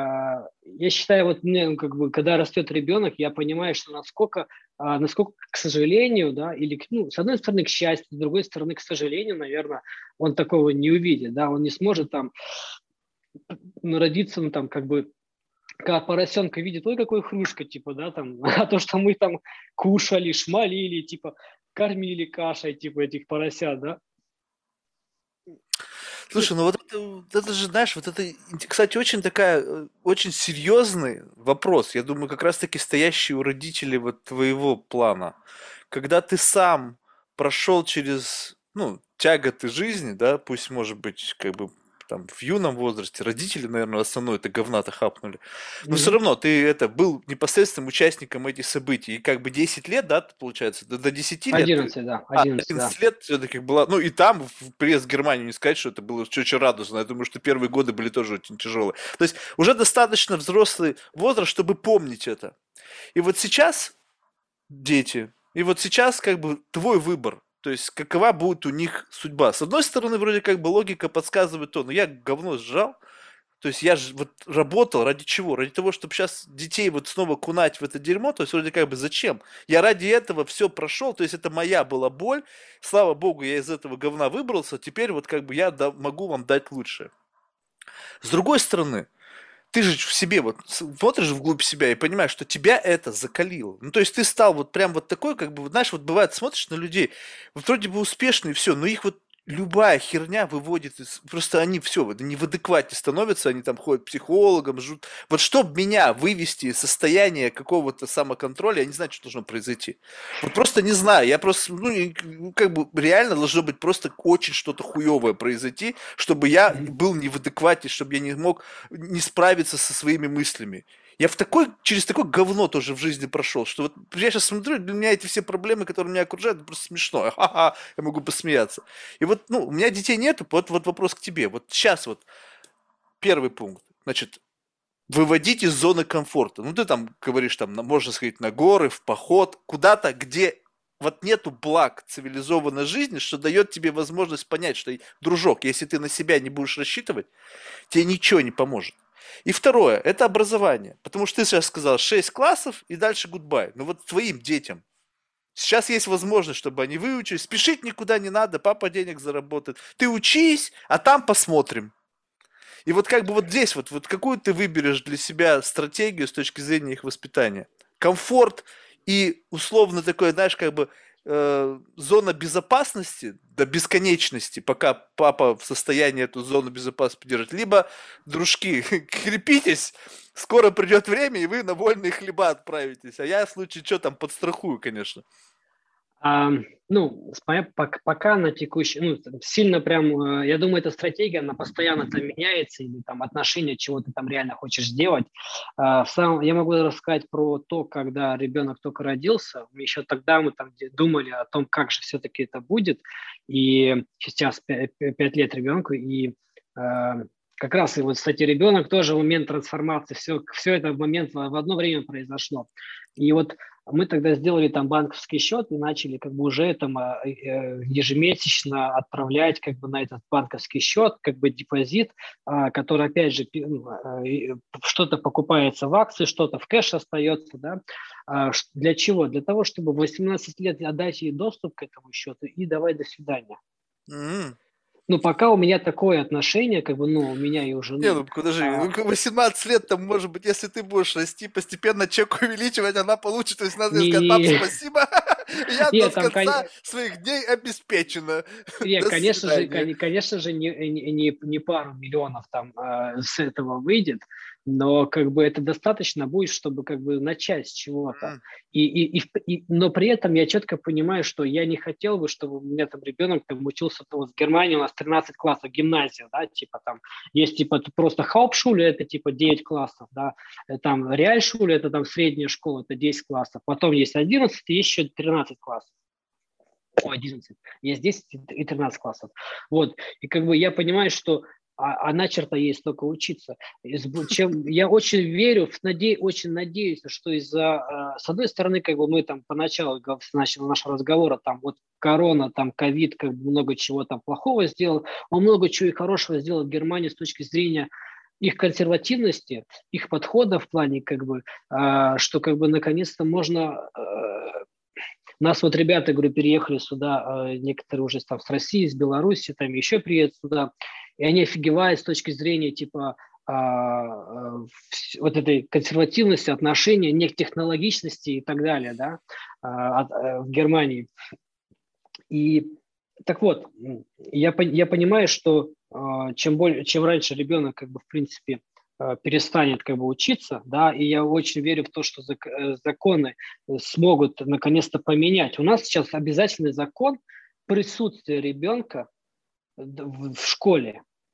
я считаю, вот мне, ну, как бы, когда растет ребенок, я понимаю, что насколько, а, насколько, к сожалению, да, или, к- ну, с одной стороны, к счастью, с другой стороны, к сожалению, наверное, он такого не увидит, да, он не сможет там, ну, родиться, ну, там, как бы, когда поросенка видит, ой, какой хрюшка, типа, да, там, а то, что мы там кушали, шмалили, типа, кормили кашей, типа, этих поросят, да. Ну, Слушай, ну вот это, вот это же, знаешь, вот это, инте- кстати, очень такая, э, очень серьезный вопрос. Я думаю, как раз-таки стоящий у родителей вот твоего плана. Когда ты сам прошел через, ну, тяготы жизни, да, пусть, может быть, как бы там в юном возрасте, родители, наверное, основное это говна-то хапнули. Но все Мгм. равно ты это был непосредственным участником этих событий. И как бы десять лет, да, получается, до, до десяти лет ты одиннадцать, да, одиннадцать, да. одиннадцать лет все-таки была, ну и там в приезд в Германию не сказать, что это было очень радостно. Я думаю, что первые годы были тоже очень тяжелые. То есть уже достаточно взрослый возраст, чтобы помнить это. И вот сейчас дети, и вот сейчас как бы твой выбор. То есть какова будет у них судьба. С одной стороны, вроде как бы логика подсказывает то, ну я говно сжал, то есть я же вот работал ради чего? Ради того, чтобы сейчас детей вот снова кунать в это дерьмо, то есть вроде как бы зачем? Я ради этого все прошел, то есть это моя была боль, слава богу, я из этого говна выбрался, теперь вот как бы я да- могу вам дать лучшее. С другой стороны, ты же в себе вот смотришь вглубь себя и понимаешь, что тебя это закалило. Ну, то есть ты стал вот прям вот такой, как бы, вот, знаешь, вот бывает, смотришь на людей, вот вроде бы успешные, все, но их вот любая херня выводит из... Просто они все, вот, не в адеквате становятся, они там ходят к психологам, жут. Вот чтобы меня вывести из состояния какого-то самоконтроля, я не знаю, что должно произойти. Вот просто не знаю, я просто, ну, и, ну, как бы реально должно быть просто очень что-то хуевое произойти, чтобы я Мгм. был не в адеквате, чтобы я не мог не справиться со своими мыслями. Я в такой, через такое говно тоже в жизни прошел, что вот я сейчас смотрю, для меня эти все проблемы, которые меня окружают, это просто смешно. Ха-ха, я могу посмеяться. И вот, ну, у меня детей нету, вот, вот вопрос к тебе. Вот сейчас вот первый пункт. Значит, выводить из зоны комфорта. Ну, ты там говоришь, там, можно сходить на горы, в поход, куда-то, где вот нету благ цивилизованной жизни, что дает тебе возможность понять, что, дружок, если ты на себя не будешь рассчитывать, тебе ничего не поможет. И второе, это образование. Потому что ты сейчас сказал шесть классов и дальше гудбай. Но вот твоим детям сейчас есть возможность, чтобы они выучились. Спешить никуда не надо, папа денег заработает. Ты учись, а там посмотрим. И вот как бы вот здесь вот, вот какую ты выберешь для себя стратегию с точки зрения их воспитания? Комфорт и условно такое, знаешь, как бы э, зона безопасности до бесконечности, пока папа в состоянии эту зону безопасности поддерживать. Либо, дружки, крепитесь, скоро придет время, и вы на вольные хлеба отправитесь. А я в случае что там подстрахую, конечно. А, ну, с моя- пок- пока на текущий, ну, там сильно прям, э, я думаю, эта стратегия, она постоянно там меняется, или там отношение, чего ты там реально хочешь сделать. А, в самом, я могу рассказать про то, когда ребенок только родился, еще тогда мы там где- думали о том, как же все-таки это будет, и сейчас пя- пя- пять лет ребенку, и э, как раз, и вот, кстати, ребенок тоже момент трансформации, все, все это в момент, в в одно время произошло. И вот мы тогда сделали там банковский счет и начали как бы уже там а, э, ежемесячно отправлять как бы на этот банковский счет как бы депозит, а, который опять же пи- ну, а, и что-то покупается в акции, что-то в кэш остается, да. А, ш- Для чего? Для того, чтобы в восемнадцать лет отдать ей доступ к этому счету и давай до свидания. М. Ну, пока у меня такое отношение, как бы, ну, у меня и у Не, жены. ну подожди, а, ну к восемнадцать лет там, может быть, если ты будешь расти, постепенно чек увеличивать, она получит восемнадцать лет, не, скажет, пап, не, спасибо, я до нет, там, конца своих дней обеспечена. нет, До конечно же, свидания. кон- конечно же, не, не, не не пару миллионов там э, с этого выйдет, но как бы это достаточно будет, чтобы как бы начать с чего-то. М. И, и, и, в- и- но при этом я четко понимаю, что я не хотел бы, чтобы у меня там ребенок там учился, там, вот в Германии у нас тринадцать классов, гимназия, да, типа там есть типа т- просто Hauptschule, это типа девять классов, да, э, там Realschule, это там средняя школа, это десять классов, потом есть одиннадцать, и есть еще тринадцать классов. Ой, одиннадцать. Есть десять и тринадцать классов. Вот. И как бы я понимаю, что а, а начерто есть только учиться. Из бу- Чем, я очень верю, в наде, очень надеюсь, что из-за, э, с одной стороны, как бы мы там поначалу гов- с начала нашего разговора, там вот корона, там ковид, как бы много чего там плохого сделал, он много чего и хорошего сделал в Германии с точки зрения их консервативности, их подхода в плане, как бы, а, что как бы наконец-то можно э, у нас вот ребята, говорю, переехали сюда, э, некоторые уже там с России, с Беларуси, там еще приедут сюда, и они офигевают с точки зрения типа а, а, вс- вот этой консервативности, отношения, нефтехнологичности и так далее, да, а, от- э, в Германии. И так вот, м, я, пон- я понимаю, что а, чем, более, чем раньше ребенок, как бы, в принципе, а, перестанет как бы учиться, да, и я очень верю в то, что зак- э, законы э, смогут наконец-то поменять. У нас сейчас обязательный закон присутствия ребенка д- в в школе.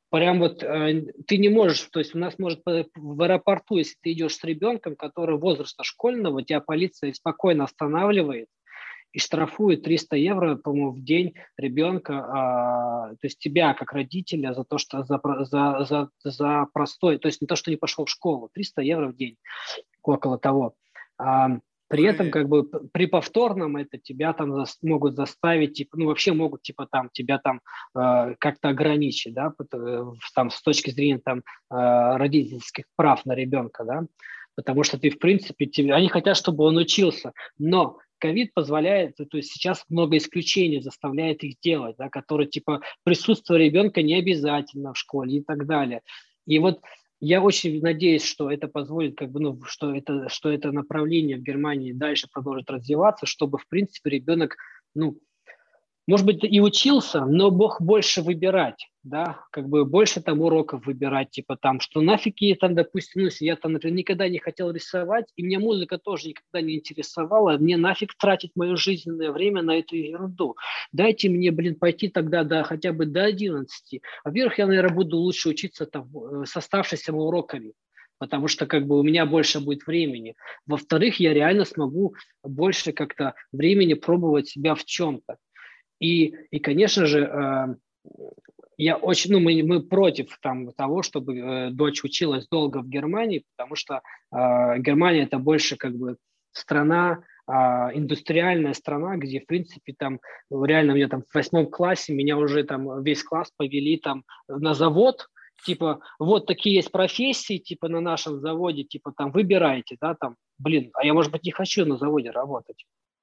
Прям вот э, ты не можешь, то есть у нас может э, в аэропорту, если ты идешь с ребенком, который возраста школьного, тебя полиция спокойно останавливает и штрафует триста евро, по-моему, в день ребенка, а, то есть тебя как родителя за то, что за, про- за, за, за простой, то есть не то, что не пошел в школу, триста евро в день, около того. А, при этом, Охренеть. как бы, п- при повторном это тебя там зас- могут заставить, типа, ну, вообще могут, типа, там, тебя там э, как-то ограничить, да, пот- э, в- там, с точки зрения, там, э, родительских прав на ребенка, да, потому что ты, в принципе, тебе, они хотят, чтобы он учился, но ковид позволяет, то есть сейчас много исключений заставляет их делать, да, которые, типа, присутствие ребенка не обязательно в школе и так далее. И вот я очень надеюсь, что это позволит, как бы, ну, что это, что это направление в Германии дальше продолжит развиваться, чтобы, в принципе, ребенок, ну, может быть, и учился, но мог больше выбирать, да, как бы больше там уроков выбирать, типа там, что нафиг я там, допустим, ну, если я там, например, никогда не хотел рисовать, и меня музыка тоже никогда не интересовала, мне нафиг тратить мое жизненное время на эту ерунду. Дайте мне, блин, пойти тогда до, хотя бы до одиннадцати. Во-первых, я, наверное, буду лучше учиться там э, с оставшимися уроками, потому что как бы у меня больше будет времени. Во-вторых, я реально смогу больше как-то времени пробовать себя в чем-то. И, и конечно же, э, я очень, ну, мы, мы против там, того, чтобы э, дочь училась долго в Германии, потому что э, Германия это больше как бы страна, э, индустриальная страна, где, в принципе, там ну, реально меня там в восьмом классе меня уже там весь класс повели там на завод, типа вот такие есть профессии, типа на нашем заводе, типа там выбирайте, да, там, блин, а я, может быть, не хочу на заводе работать.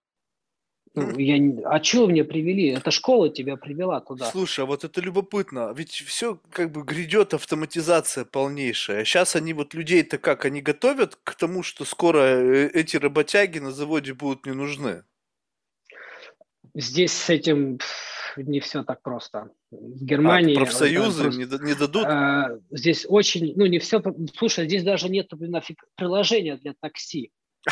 Ну, я, не- а чего мне привели? Это школа тебя привела туда. Слушай, а вот это любопытно. Ведь все как бы грядет автоматизация полнейшая. Сейчас они вот людей-то как, они готовят к тому, что скоро э, эти работяги на заводе будут не нужны? Здесь с этим пф, не все так просто. В А, Германии э, профсоюзы им просто не, да- не дадут? э, здесь очень, ну не все. Слушай, здесь даже нет нафиг приложения для такси.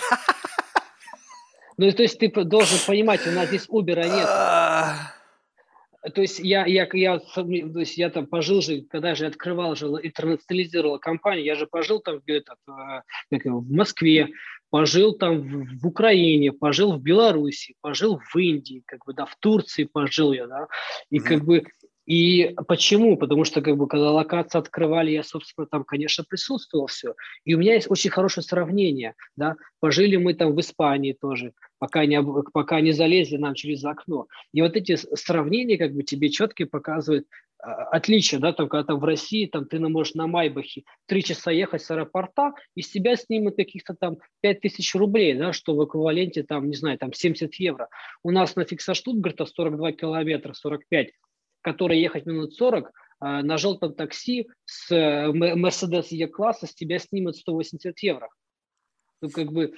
Ну, то есть ты п- должен понимать, у нас здесь Uber нету. А, То есть я, я, я, сам- то есть я там пожил же, когда же я открывал же, интернационализировал компанию, я же пожил там в, этот, э, как его, в Москве, пожил там в, в Украине, пожил в Беларуси, пожил в Индии, как бы, да, в Турции пожил я, да, и мгм. как бы, и почему? Потому что, как бы, когда локации открывали, я, собственно, там, конечно, присутствовал все. И у меня есть очень хорошее сравнение, да, пожили мы там в Испании тоже, пока не, об- пока не залезли нам через окно. И вот эти с- сравнения как бы тебе четко показывают а, отличие, да, там, когда там в России там ты на- можешь на Майбахе три часа ехать с аэропорта, и с тебя снимут каких-то там пять тысяч рублей, да, что в эквиваленте там, не знаю, там семьдесят евро. У нас на фикса Штутгарта сорок два километра, сорок пять, который ехать минут сорок, а, на желтом такси с э, Mercedes E-класса с тебя снимут сто восемьдесят евро. Ну, как бы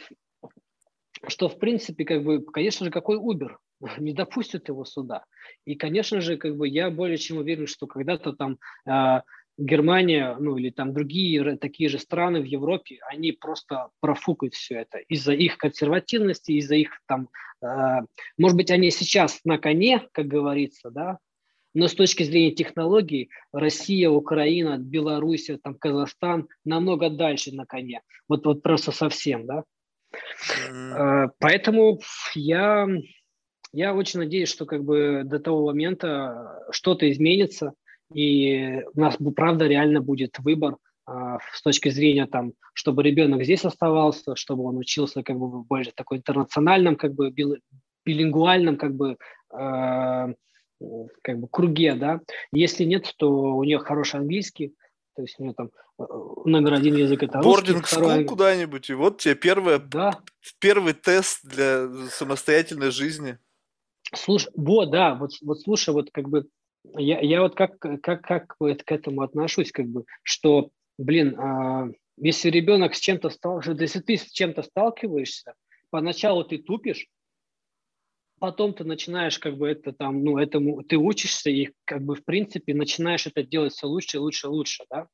что, в принципе, как бы, конечно же, какой Uber? Не допустят его сюда. И, конечно же, как бы я более чем уверен, что когда-то там э, Германия, ну или там другие р- такие же страны в Европе, они просто профукают все это из-за их консервативности, из-за их там, э, может быть, они сейчас на коне, как говорится, да, но с точки зрения технологий Россия, Украина, Беларусь, там Казахстан намного дальше на коне. Вот, вот просто совсем, да. М. Э, Поэтому я, я очень надеюсь, что как бы до того момента что-то изменится, и у нас бу- правда реально будет выбор а, с точки зрения там, чтобы ребенок здесь оставался, чтобы он учился как бы в более такой интернациональном, как бы бил- билингвальном как бы э, как бы круге, да. Если нет, то у нее хороший английский, то есть у нее там э, номер один язык это русский, Бординг скул второй, куда-нибудь, и вот тебе первое, п- да. первый тест для самостоятельной жизни. Слушай, вот, да, вот, вот слушай, вот как бы я, я вот как, как, как вот к этому отношусь, как бы, что, блин, а, если ребенок с чем-то сталкивается, если ты с чем-то сталкиваешься, поначалу ты тупишь, потом ты начинаешь как бы это там, ну, этому, ты учишься и как бы в принципе начинаешь это делать все лучше, лучше, лучше, да.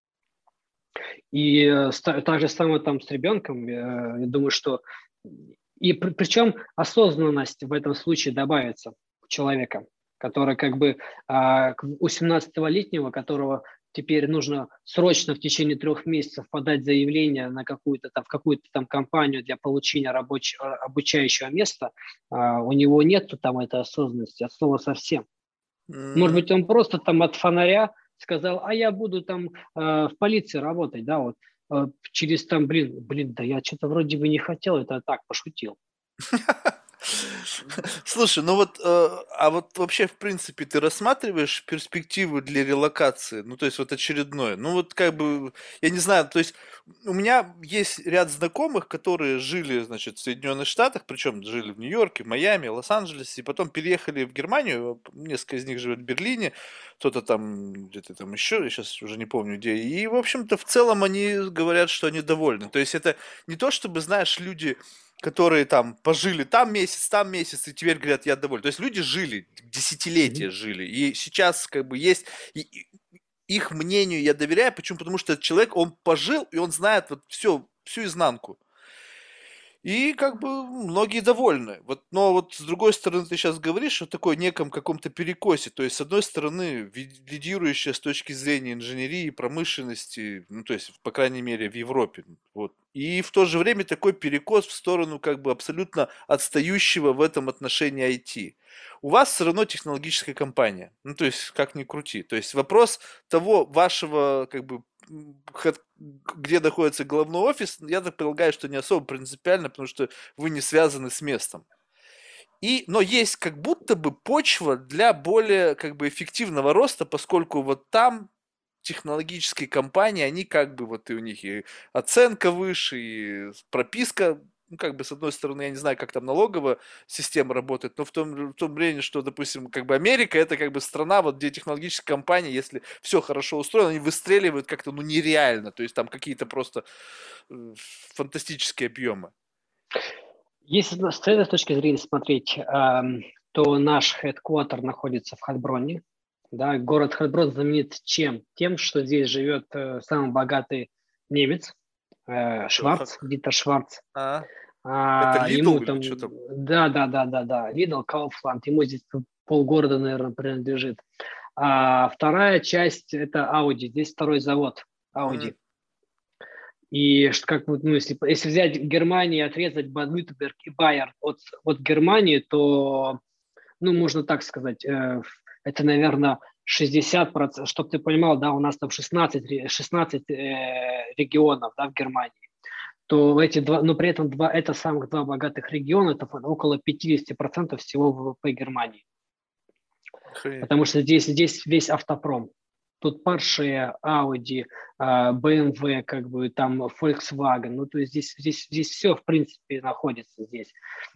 И э, ста- так же самое там с ребенком, э, я думаю, что и при- причем осознанность в этом случае добавится у человека. который как бы а, у семнадцатилетнего, которого теперь нужно срочно в течение трех месяцев подать заявление на какую-то там, в какую-то там компанию для получения рабочего, обучающего места, а, у него нету там этой осознанности от слова совсем. Может быть, он просто там от фонаря сказал, а я буду там э, в полиции работать, да, вот э, через там, блин, блин, да я что-то вроде бы не хотел, это так пошутил. Слушай, ну вот, э, а вот вообще, в принципе, ты рассматриваешь перспективы для релокации? Ну, то есть вот очередное. Ну, вот как бы, я не знаю, то есть у меня есть ряд знакомых, которые жили, значит, в Соединенных Штатах, причем жили в Нью-Йорке, в Майами, Лос-Анджелесе, и потом переехали в Германию, несколько из них живет в Берлине, кто-то там где-то там еще, я сейчас уже не помню где. И, в общем-то, в целом они говорят, что они довольны. То есть это не то, чтобы, знаешь, люди которые там пожили там месяц, там месяц, и теперь говорят, я доволен. То есть люди жили, десятилетия Мгм. жили, и сейчас как бы есть, и- и их мнению я доверяю, почему? Потому что этот человек, он пожил, и он знает вот все, всю изнанку. И как бы многие довольны. Вот, но вот с другой стороны, ты сейчас говоришь о такой неком каком-то перекосе. То есть, с одной стороны, ви- лидирующая с точки зрения инженерии, промышленности, ну, то есть, по крайней мере, в Европе. Вот. И в то же время такой перекос в сторону как бы абсолютно отстающего в этом отношении ай ти. У вас все равно технологическая компания. Ну, то есть, как ни крути. То есть, вопрос того вашего как бы м, хэд- где находится головной офис, я так полагаю, что не особо принципиально, потому что вы не связаны с местом. И, но есть как будто бы почва для более как бы эффективного роста, поскольку вот там технологические компании, они как бы вот и у них и оценка выше, и прописка, ну, как бы, с одной стороны, я не знаю, как там налоговая система работает, но в том, в том времени, что, допустим, как бы Америка, это как бы страна, вот где технологические компании, если все хорошо устроено, они выстреливают как-то, ну, нереально, то есть там какие-то просто э, фантастические объемы. Если с этой точки зрения смотреть, ам, то наш headquarter находится в Хельброне. Да, город Хельброн знаменит чем? Тем, что здесь живет э, самый богатый немец, э, Шварц, Так. Дитер Шварц. А, это А, Лидл ему или там, что там? да, да, да, да, да, Lidl, Kaufland, ему здесь полгорода, наверное, принадлежит. А вторая часть – это Audi, здесь второй завод М, Audi. И ш- как вот, ну, если, если взять Германию и отрезать Баден-Вюртемберг и Байер от, от Германии, то, ну, можно так сказать, э, это, наверное, шестьдесят процентов, чтобы ты понимал, да, у нас там шестнадцать, ре- шестнадцать э, регионов, да, в Германии, то эти два, но при этом два, это самых два богатых региона, это около пятьдесят процентов всего вэ вэ пэ Германии. охренеть. Потому что здесь, здесь весь автопром. Тут Porsche, Audi, а, бэ эм вэ, как бы там Volkswagen. Ну, то есть здесь, здесь, здесь все, в принципе, находится здесь.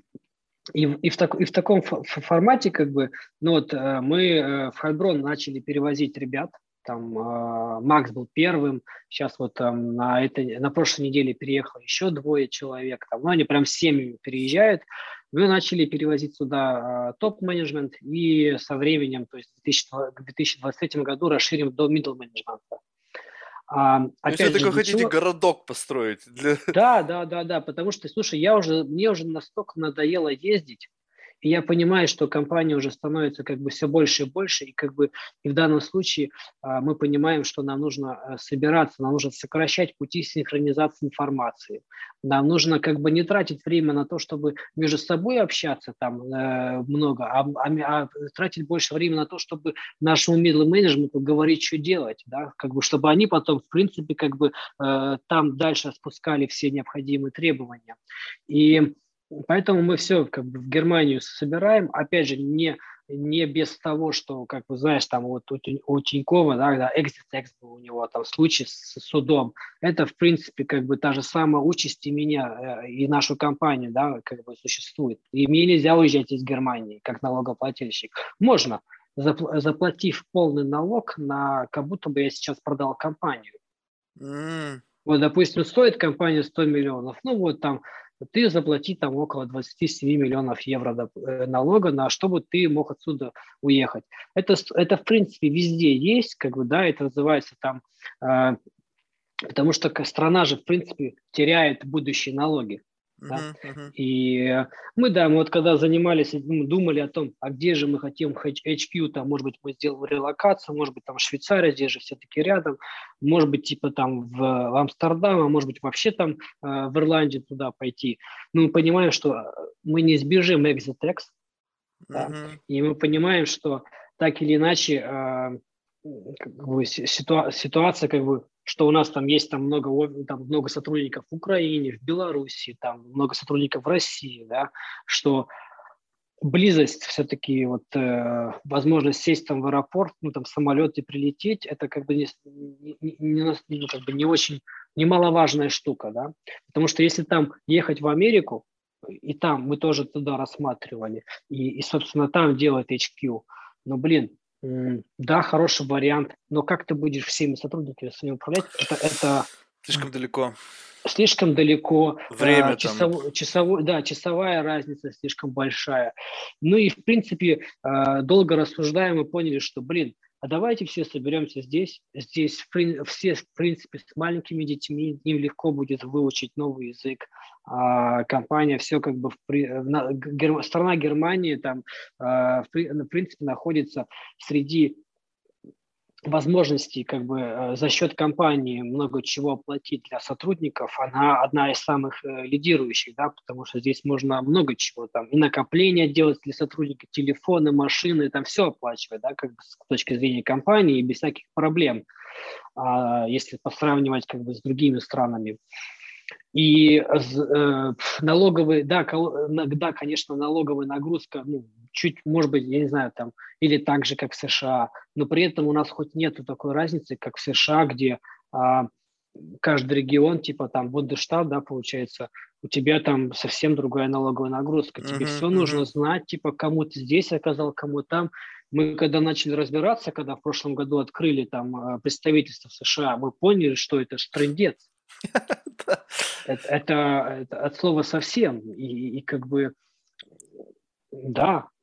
И, в- и, в, так, и в таком фо- фо- формате, как бы, ну вот э, мы э, в Хальброн начали перевозить ребят. Там э, Макс был первым. Сейчас вот там на, этой, на прошлой неделе переехало еще двое человек. Там, ну, они прям с семьями переезжают. Мы начали перевозить сюда э, топ-менеджмент и со временем, то есть в две тысячи двадцать третьем году расширим до middle менеджмента. А, То есть вы опять же, такой для хотите чего? городок построить для... Да, да, да, да, потому что, слушай, я уже, мне уже настолько надоело ездить, и я понимаю, что компания уже становится как бы все больше и больше, и как бы и в данном случае а, мы понимаем, что нам нужно а, собираться, нам нужно сокращать пути синхронизации информации, нам нужно как бы не тратить время на то, чтобы между собой общаться там э, много, а, а- а тратить больше времени на то, чтобы нашему middle менеджменту говорить, что делать, да, как бы чтобы они потом, в принципе, как бы э, там дальше спускали все необходимые требования. И поэтому мы все как бы в Германию собираем, опять же, не, не без того, что, как бы, знаешь, там вот у, Тинь- у Тинькова, да, да, экзит-экс был у него там случай с судом. Это, в принципе, как бы та же самая участь и меня, э, и нашу компанию, да, как бы существует. И мне нельзя уезжать из Германии, как налогоплательщик. Можно, запл- заплатив полный налог на, как будто бы я сейчас продал компанию. М, Вот, допустим, стоит компания сто миллионов, ну вот там ты заплати там около двадцать семь миллионов евро доп- э, налога, на чтобы ты мог отсюда уехать. Это, с- это в принципе везде есть, как бы, да, это называется там, э, потому что к- страна же в принципе теряет будущие налоги. Да? Мгм, мгм, И мы, да, мы вот когда занимались, мы думали о том, а где же мы хотим эйч кью, там, может быть, мы сделаем релокацию, может быть, там Швейцария, здесь же все-таки рядом, может быть, типа там в, в Амстердам, а может быть, вообще там э, в Ирландию туда пойти. Но мы понимаем, что э, мы не избежим exit-tax, да, мгм. и мы понимаем, что так или иначе э, как бы ситуа- ситуация, как бы, что у нас там есть там много, о- там много сотрудников в Украине, в Беларуси, там много сотрудников в России, да, что близость все-таки, вот э, возможность сесть там в аэропорт, ну там в самолет и прилететь, это как бы не, с- не, не- не нас- ну, как бы не очень, немаловажная штука, да, потому что если там ехать в Америку, и там мы тоже туда рассматривали, и, и собственно там делать эйч кью, но, блин, м, да, хороший вариант, но как ты будешь всеми сотрудниками своими управлять, это, это Слишком далеко. слишком далеко, э, Время там. часов, часовой, да, часовая разница слишком большая. Ну и, в принципе, э, долго рассуждаем и поняли, что, блин, а давайте все соберемся здесь. Здесь в прин- все, в принципе, с маленькими детьми, им легко будет выучить новый язык. А компания все как бы, в, при- на- Гер- страна Германии там, э, в, при- в принципе, находится среди возможностей как бы э, за счет компании много чего оплатить для сотрудников, она одна из самых э, лидирующих, да, потому что здесь можно много чего там и накопления делать для сотрудников, телефоны, машины, там все оплачивать, да, как бы с точки зрения компании без всяких проблем, а, если посравнивать как бы с другими странами. И э, налоговые, да, кол- на- да, конечно, налоговая нагрузка, ну, чуть, может быть, я не знаю, там, или так же, как в США, но при этом у нас хоть нету такой разницы, как в США, где а, каждый регион, типа там Бундесштат, да, получается, у тебя там совсем другая налоговая нагрузка. Тебе Мгм, все нужно мгм. знать, типа, кому ты здесь оказал, кому там. Мы когда начали разбираться, когда в прошлом году открыли там э, представительство в США, мы поняли, что это ж трындец. Да. Это, это, это от слова совсем. И, и как бы, да, э,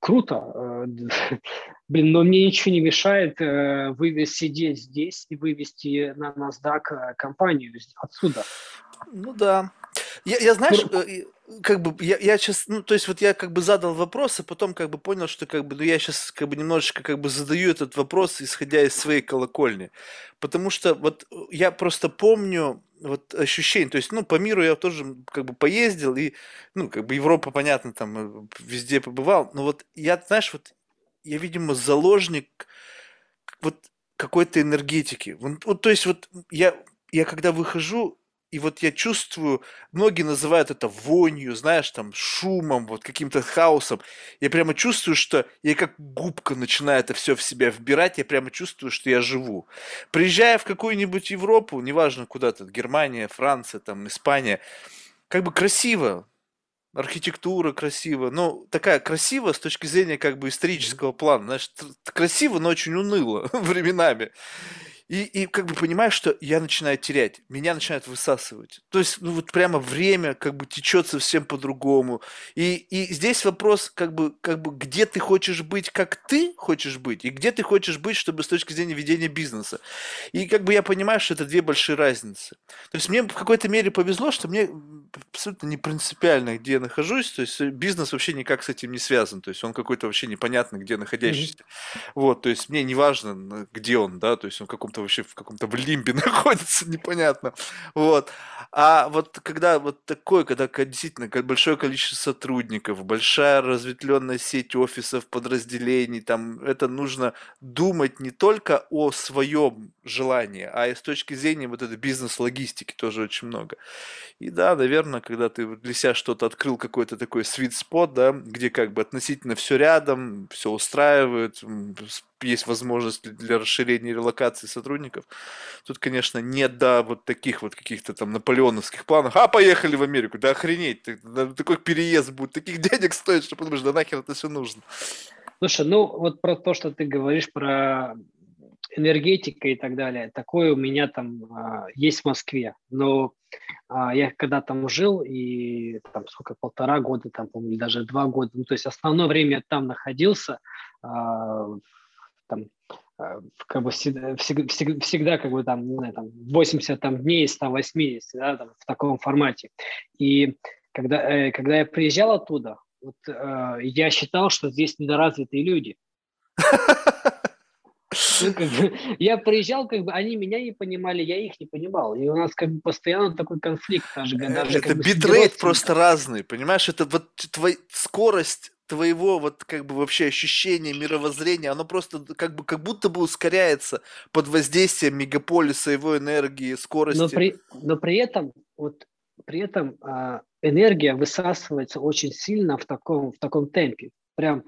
круто. Э, Блин, но мне ничего не мешает э, вывести, сидеть здесь и вывести на NASDAQ э, компанию отсюда. Ну да. Я, я знаешь, Кур- э, и, как бы я, я сейчас, ну, то есть вот я как бы задал вопрос, а потом как бы понял, что как бы, ну, я сейчас как бы немножечко как бы задаю этот вопрос, исходя из своей колокольни. Потому что вот э, я просто помню вот ощущение, то есть, ну, по миру я тоже м, как бы поездил, и, ну, как бы Европа, понятно, там э, везде побывал, но вот я, знаешь, вот я, видимо, заложник вот какой-то энергетики. Вот, вот, то есть вот я, я когда выхожу, и вот я чувствую, многие называют это вонью, знаешь, там, шумом, вот каким-то хаосом. Я прямо чувствую, что я как губка начинаю это все в себя вбирать, я прямо чувствую, что я живу. Приезжая в какую-нибудь Европу, неважно куда-то, Германия, Франция, там, Испания, как бы красиво, архитектура красивая, ну, такая красивая с точки зрения как бы Мгм. исторического плана, знаешь, т- т- красиво, но очень уныло временами. И, и как бы понимаешь, что я начинаю терять, меня начинает высасывать. То есть, ну вот прямо время как бы течет совсем по-другому. И, и здесь вопрос, как бы, как бы, где ты хочешь быть, как ты хочешь быть, и где ты хочешь быть, чтобы с точки зрения ведения бизнеса. И как бы я понимаю, что это две большие разницы. То есть мне в какой-то мере повезло, что мне абсолютно не принципиально, где я нахожусь. То есть э, бизнес вообще никак с этим не связан. То есть он какой-то вообще непонятно, где Мгм. находящийся. Вот, то есть мне не важно, на- где он, да, то есть он в каком-то вообще в каком-то в лимбе находится, непонятно. Вот. А вот когда вот такой, когда ка- действительно ка- большое количество сотрудников, большая разветвленная сеть офисов, подразделений, там это нужно думать не только о своем желании, а и с точки зрения вот этой бизнес-логистики тоже очень много. И да, наверное, когда ты вот для себя что-то открыл, какой-то такой sweet spot, да, где как бы относительно все рядом, все устраивает, м, с- есть возможность для для расширения и релокации сотрудников. Тут, конечно, нет, да, вот таких вот каких-то там наполеоновских планов. А, поехали в Америку, да охренеть, ты- да, такой переезд будет, таких денег стоит, что подумаешь, да нахер это все нужно. Слушай, ну вот про то, что ты говоришь про энергетика и так далее, такое у меня там а, есть в Москве. Но а, я когда там жил, и там сколько, полтора года, там, по-моему, или даже два года, ну, то есть основное время я там находился, а, там, а, как бы всегда, всегда, всегда как бы там, не знаю, там восемьдесят там, дней из ста восьмидесяти, да, там, в таком формате. И Когда, э, когда я приезжал оттуда, вот, э, я считал, что здесь недоразвитые люди. Ну, как бы, я приезжал, как бы они меня не понимали, я их не понимал. И у нас как бы постоянно такой конфликт, даже, га- Э, даже Это как бы среди битрейт просто родственников. разный, понимаешь? Это вот твой, скорость твоего вот как бы вообще ощущения, мировоззрения, оно просто как бы как будто бы ускоряется под воздействием мегаполиса, его энергии, Но скорости. при, но при этом, вот, при этом а, энергия высасывается очень сильно в таком, в таком темпе. Прям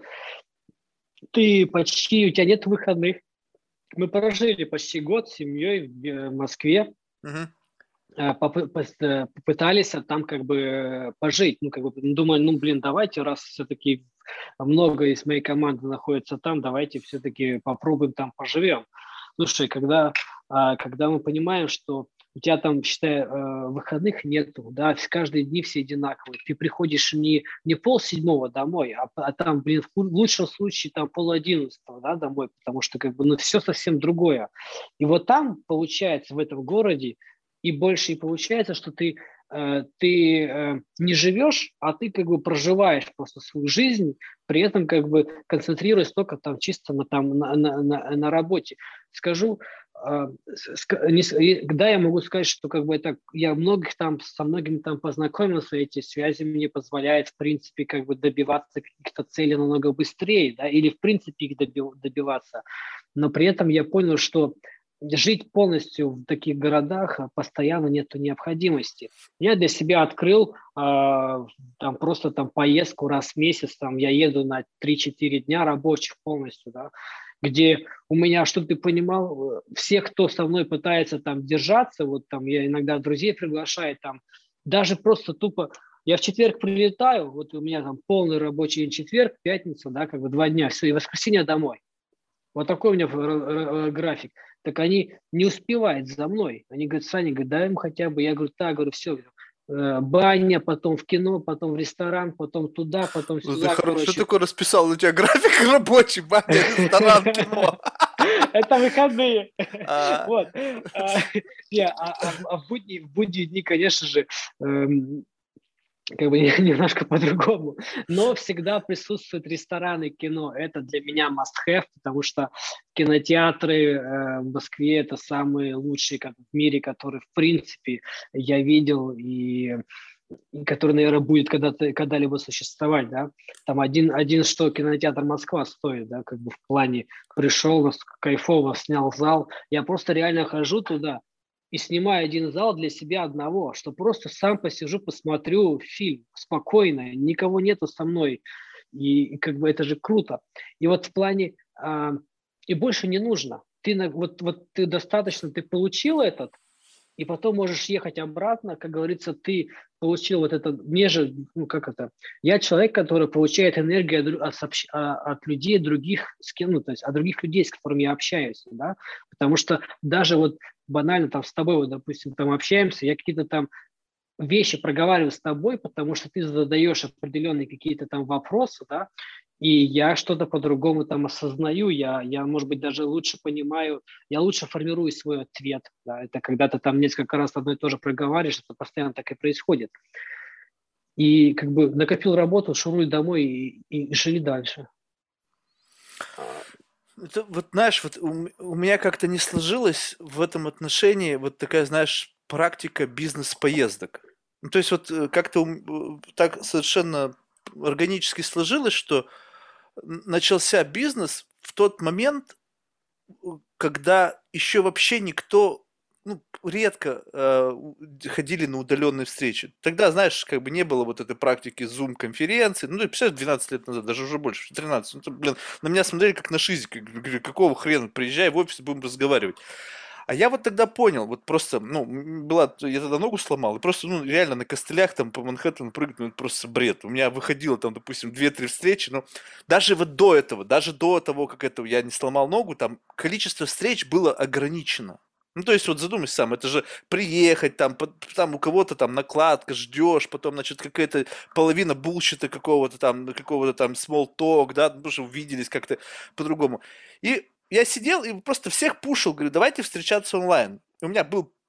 ты почти, у тебя нет выходных. Мы прожили почти год с семьей в э, Москве, Мгм. э, попы- пос- э, попытались а, там как бы э, пожить. Ну, как бы, ну, думаю, ну, блин, давайте, раз все-таки много из моей команды находится там, давайте все-таки попробуем там поживем. Слушай, когда, а, когда мы понимаем, что у тебя там, считай, э, выходных нету, да, в каждые дни все одинаковые. Ты приходишь не, не пол седьмого домой, а, а там, блин, в ху- в лучшем случае там пол одиннадцатого, да, домой, потому что как бы, ну, все совсем другое. И вот там, получается, в этом городе, и больше и получается, что ты э, ты э, не живешь, а ты как бы проживаешь просто свою жизнь, при этом как бы концентрируясь только там чисто на, там, на, на, на, на работе. Скажу, э, ска- не с- и- да, я могу сказать, что как бы это, я многих там, со многими там познакомился, эти связи мне позволяют, в принципе, как бы добиваться каких-то целей намного быстрее, да, или в принципе их доби- добиваться. Но при этом я понял, что жить полностью в таких городах а, постоянно нет необходимости. Я для себя открыл а, там просто там поездку раз в месяц, там я еду на три-четыре дня рабочих полностью, да, где у меня, чтобы ты понимал, э, все, кто со мной пытается там держаться, вот там я иногда друзей приглашаю, там даже просто тупо я в четверг прилетаю, вот у меня там полный рабочий день четверг, пятница, да, как бы два дня, все, и воскресенье домой. Вот такой у меня р- р- график. Так они не успевают за мной. Они говорят, Саня, говорит, дай им хотя бы. Я говорю, так, говорю, все. Баня, потом в кино, потом в ресторан, потом туда, потом Ну, ты сюда, хорошо короче. такой расписал, у тебя график рабочий, баня, ресторан, кино. Это выходные. А, Вот. А, не, а- а- а в будние, в будние дни, конечно же, эм, как бы немножко по-другому. Но всегда присутствуют рестораны, кино. Это для меня must-have, потому что кинотеатры э, в Москве – это самые лучшие как, в мире, которые, в принципе, я видел и, и которые, наверное, будет когда-то, когда-либо существовать. Да? Там один, один что кинотеатр Москва стоит, да, как бы в плане пришел, нас кайфово снял зал. Я просто реально хожу туда, и снимаю один зал для себя одного, что просто сам посижу, посмотрю фильм спокойно, никого нету со мной, и, и как бы это же круто. И вот в плане, а, и больше не нужно. Ты, на, вот, вот ты достаточно, ты получил этот, и потом можешь ехать обратно, как говорится, ты получил вот это, мне же, ну как это, я человек, который получает энергию от, от, а, от людей других, с кем, ну, то есть от других людей, с которыми я общаюсь, да, потому что даже вот банально там с тобой, вот, допустим, там общаемся, я какие-то там вещи проговариваю с тобой, потому что ты задаешь определенные какие-то там вопросы, да, и я что-то по-другому там осознаю, я, я, может быть, даже лучше понимаю, я лучше формирую свой ответ, да, это когда ты там несколько раз одно и то же проговариваешь, это постоянно так и происходит. И как бы накопил работу, шуруй домой и, и живи дальше. А, это вот, знаешь, вот у, м- у меня как-то не сложилось в этом отношении вот такая, знаешь, практика бизнес-поездок. Ну, то есть вот э, как-то ум- э, так совершенно органически сложилось, что н- начался бизнес в тот момент, когда еще вообще никто, ну, редко э, у- ходили на удаленные встречи. Тогда, знаешь, как бы не было вот этой практики Zoom-конференции. Ну, ты представляешь, двенадцать лет назад, даже уже больше, тринадцать. Ну, то, блин, на меня смотрели как на шизика. Говорю, какого хрена, приезжай в офис, будем разговаривать. А я вот тогда понял, вот просто, ну, м, была, я тогда ногу сломал, и просто, ну, реально на костылях там по Манхэттену прыгать, ну, это просто бред. У меня выходило там, допустим, две-три встречи, но даже вот до этого, даже до того, как это я не сломал ногу, там количество встреч было ограничено. Ну, то есть, вот задумайся сам, это же приехать, там, по- там у кого-то там накладка, ждешь, потом, значит, какая-то половина булщита какого-то там, какого-то там small talk, да, потому что увиделись как-то по-другому. И я сидел и просто всех пушил, говорю, давайте встречаться онлайн. У меня был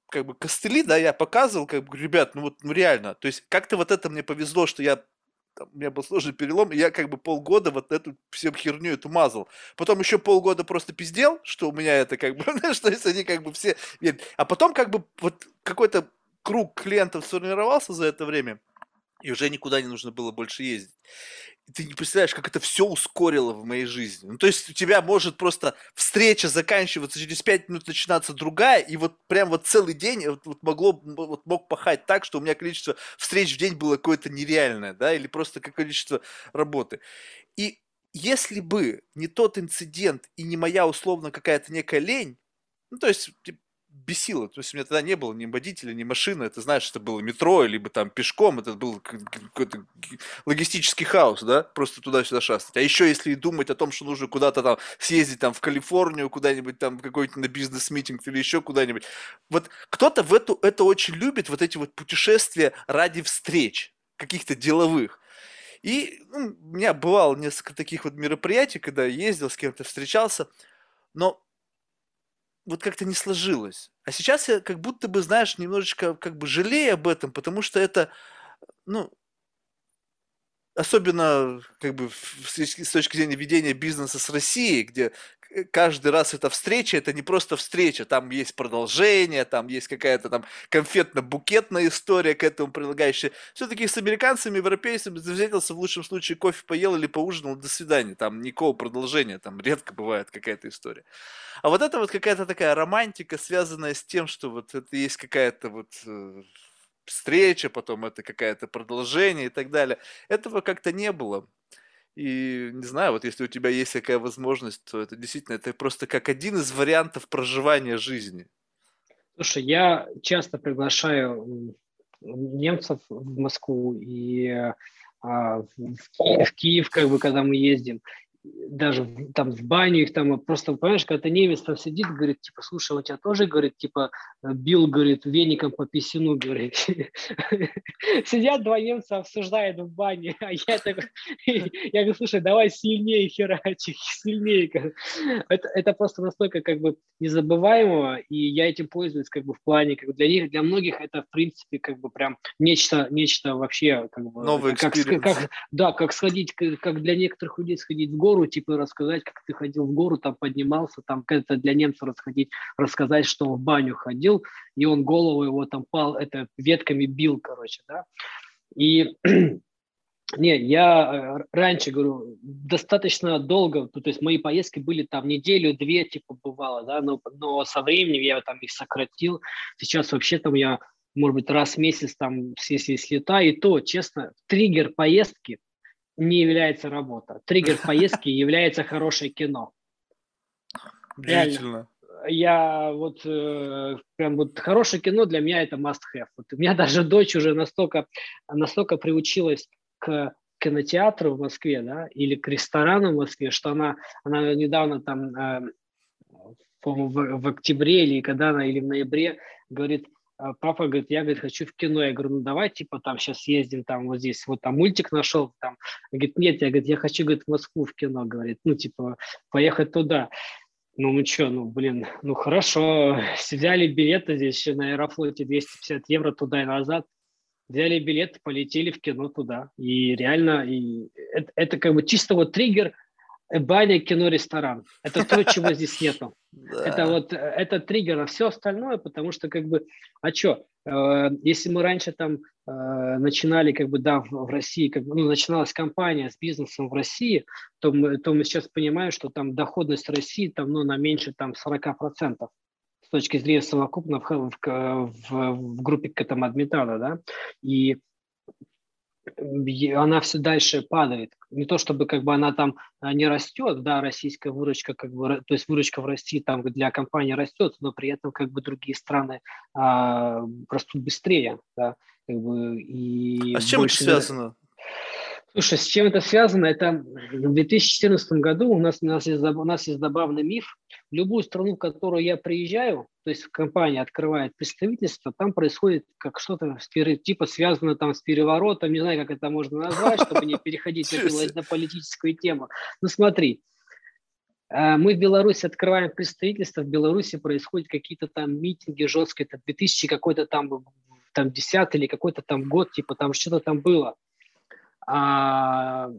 как бы костыли, да, я показывал, как бы, ребят, ну вот, ну реально, то есть как-то вот это мне повезло, что я там, у меня был сложный перелом, и я как бы полгода вот эту всю херню эту мазал. Потом еще полгода просто пиздел, что у меня это как бы, что если они как бы все верят. А потом как бы вот какой-то круг клиентов сформировался за это время, и уже никуда не нужно было больше ездить. И ты не представляешь, как это все ускорило в моей жизни. Ну, то есть у тебя может просто встреча заканчиваться, через пять минут начинаться другая, и вот прям вот целый день вот, вот могло, вот мог пахать так, что у меня количество встреч в день было какое-то нереальное, да, или просто как количество работы. И если бы не тот инцидент и не моя условно какая-то некая лень, ну, то есть, типа, бесило. То есть у меня тогда не было ни водителя, ни машины. Это, знаешь, это было метро, либо там пешком. Это был какой-то логистический хаос, да, просто туда-сюда шастать. А еще если думать о том, что нужно куда-то там съездить там в Калифорнию, куда-нибудь там какой-нибудь на бизнес-митинг или еще куда-нибудь. Вот кто-то в эту, это очень любит, вот эти вот путешествия ради встреч каких-то деловых. И ну, у меня бывало несколько таких вот мероприятий, когда я ездил, с кем-то встречался, но вот как-то не сложилось. А сейчас я как будто бы, знаешь, немножечко как бы жалею об этом, потому что это, ну, особенно как бы в- с с точки зрения ведения бизнеса с Россией, где к- каждый раз эта встреча, это не просто встреча, там есть продолжение, там есть какая-то там конфетно-букетная история к этому прилагающая. Все-таки с американцами, европейцами встретился, в лучшем случае кофе поел или поужинал, до свидания, там никакого продолжения, там редко бывает какая-то история. А вот это вот какая-то такая романтика, связанная с тем, что вот это есть какая-то вот э, встреча, потом это какое-то продолжение и так далее. Этого как-то не было. И не знаю, вот если у тебя есть такая возможность, то это действительно, это просто как один из вариантов проживания жизни. Слушай, я часто приглашаю м, немцев в Москву и а, в Ки- в Киев, как бы, когда мы ездим, даже в- там в баню их там, просто, понимаешь, когда ты немец там сидит, говорит, типа, слушай, у тебя тоже, говорит, типа, бил, говорит, веником по писюну, говорит. Сидят два немца, обсуждают в бане, а я так, я говорю, слушай, давай сильнее херачить, сильнее. Это, это просто настолько как бы незабываемого, и я этим пользуюсь как бы в плане, как бы для них, для многих это в принципе как бы прям нечто, нечто вообще как бы, Новый это как, ска- экспириенс. как, да, как сходить, к- как для некоторых людей сходить в гору, типа рассказать, как ты ходил в гору, там поднимался, там как это для немца расходить, рассказать, что он в баню ходил, и он голову его там пал, это ветками бил, короче, да, и не, я э, раньше, говорю, достаточно долго, то, то есть мои поездки были там неделю-две, типа, бывало, да, но, но со временем я там их сократил. Сейчас вообще там я, может быть, раз в месяц там, если слетаю, и то, честно, триггер поездки не является работа. Триггер поездки является хорошее кино. Реально. Удивительно. Я вот э, прям вот хорошее кино для меня это must have. Вот у меня даже дочь уже настолько, настолько приучилась к кинотеатру в Москве, да, или к ресторану в Москве, что она, она недавно там, э, по-моему, в, в октябре или когда она, или в ноябре, говорит, «А, папа, говорит, я, говорит, хочу в кино». Я говорю, ну давай, типа, там сейчас съездим, там вот здесь, вот там мультик нашел, там. Говорит, нет, я, говорит, я хочу, говорит, в Москву в кино, говорит, ну, типа, поехать туда. Ну, мы что, ну, блин, ну, хорошо, взяли билеты здесь еще на Аэрофлоте двести пятьдесят евро туда и назад, взяли билет, полетели в кино туда. И реально, и это, это как бы чисто вот триггер э, баня, кино, ресторан. Это то, чего здесь нету. Это Да. вот, э, это триггер, а все остальное, потому что как бы, а что, если мы раньше там э, начинали как бы, да, в, в России, как бы, ну, начиналась компания с бизнесом в России, то мы, то мы сейчас понимаем, что там доходность России там, ну, на меньше там сорок процентов с точки зрения совокупно в, в, в, в группе Катамадметана, да, и она все дальше падает. Не то чтобы как бы она там а, не растет, да, российская выручка, как бы, ра- то есть выручка в России там для компании растет, но при этом как бы другие страны а, растут быстрее, да, как бы и А с чем это больше веро- связано? Слушай, с чем это связано? Это в две тысячи четырнадцатом году у нас, у нас, есть, заб- у нас есть забавный миф. В любую страну, в которую я приезжаю, то есть компания открывает представительство, там происходит как что-то с пере- типа связано там с переворотом, не знаю, как это можно назвать, чтобы не переходить на, Ничего пило- себе. на политическую тему. Ну смотри, Э, Мы в Беларуси открываем представительство, в Беларуси происходят какие-то там митинги жесткие, это две тысячи какой-то там, там десятый или какой-то там год, типа там что-то там было. А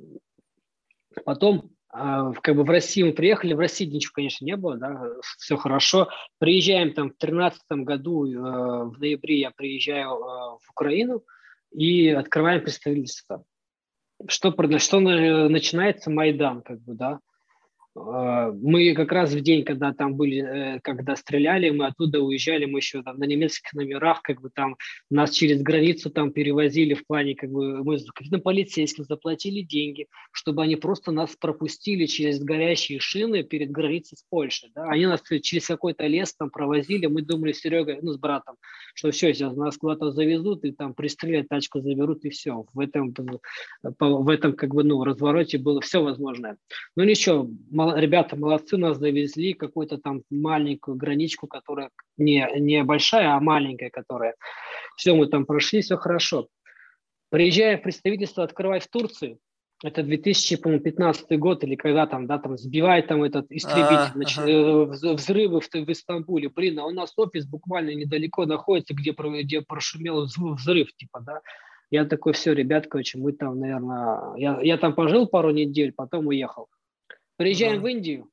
потом а, в- как бы в Россию мы приехали, в России ничего, конечно, не было, да, все хорошо. Приезжаем там в тринадцатом году, э, в ноябре я приезжаю э, в Украину и открываем представительство. Что, про- что на- начинается Майдан, как бы, да. А, Мы как раз в день, когда там были, э, когда стреляли, мы оттуда уезжали, мы еще там на немецких номерах, как бы там нас через границу там перевозили в плане, как бы мы с каким-то полицейским заплатили деньги, чтобы они просто нас пропустили через горящие шины перед границей с Польшей. Да? Они нас через какой-то лес там провозили, мы думали с Серегой, ну с братом, что все, сейчас нас куда-то завезут и там пристрелят, тачку заберут и все. В этом, в этом как бы, ну, развороте было все возможное. Ну ничего, мол- ребята молодцы, нас завезли, какую-то там маленькую граничку, которая не, не большая, а маленькая, которая. Все, мы там прошли, все хорошо. Приезжая в представительство открывать в Турции, это две тысячи пятнадцатый год или когда там, да, там сбивает там этот истребитель, А, нач- ага. э, вз- взрывы в, в Истамбуле. Блин, а у нас офис буквально недалеко находится, где, про- где прошумел взрыв, взрыв, типа, да. Я такой, все, ребят, короче, мы там, наверное, я, я там пожил пару недель, потом уехал. Приезжаем в М. Индию.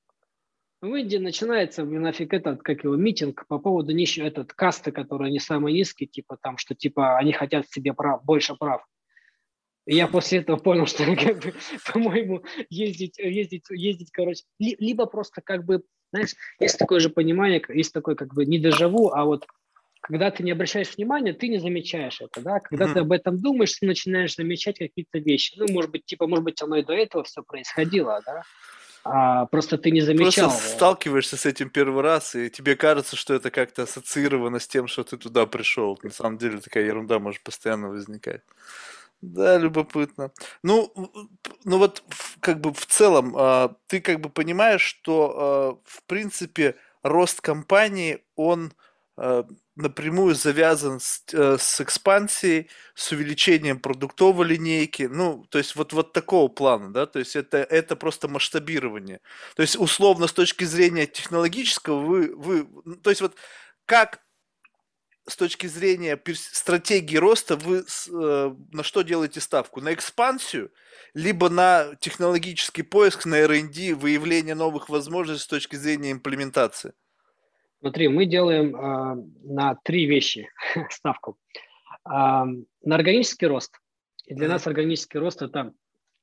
В Индии начинается нафиг этот, как его, митинг по поводу нищего, этот касты, которые не самые низкие, типа там, что типа они хотят себе прав, больше прав. И я после этого понял, что, как бы, по-моему, ездить, ездить, ездить, короче, ли- либо просто как бы, знаешь, есть такое же понимание, есть такое как бы не дежаву, а вот когда ты не обращаешь внимания, ты не замечаешь это, да, когда ты Мгм. об этом думаешь, ты начинаешь замечать какие-то вещи. Ну, может быть, типа, может быть, оно и до этого все происходило, да, а просто ты не Просто замечал. сталкиваешься с этим первый раз, и тебе кажется, что это как-то ассоциировано с тем, что ты туда пришел. На самом деле такая ерунда может постоянно возникать. Да, любопытно. Ну, в- п- ну вот в- как бы в целом, а, ты как бы понимаешь, что а, в принципе рост компании, он а, напрямую завязан с, э, с экспансией, с увеличением продуктовой линейки, ну, то есть вот, вот такого плана, да, то есть это, это просто масштабирование. То есть условно с точки зрения технологического вы, вы, ну, то есть вот как с точки зрения перс- стратегии роста вы с- э, на что делаете ставку? На экспансию, либо на технологический поиск, на эр энд ди, выявление новых возможностей с точки зрения имплементации? Смотри, мы делаем а, на три вещи ставку. А, на органический рост. И для Мгм. нас органический рост это,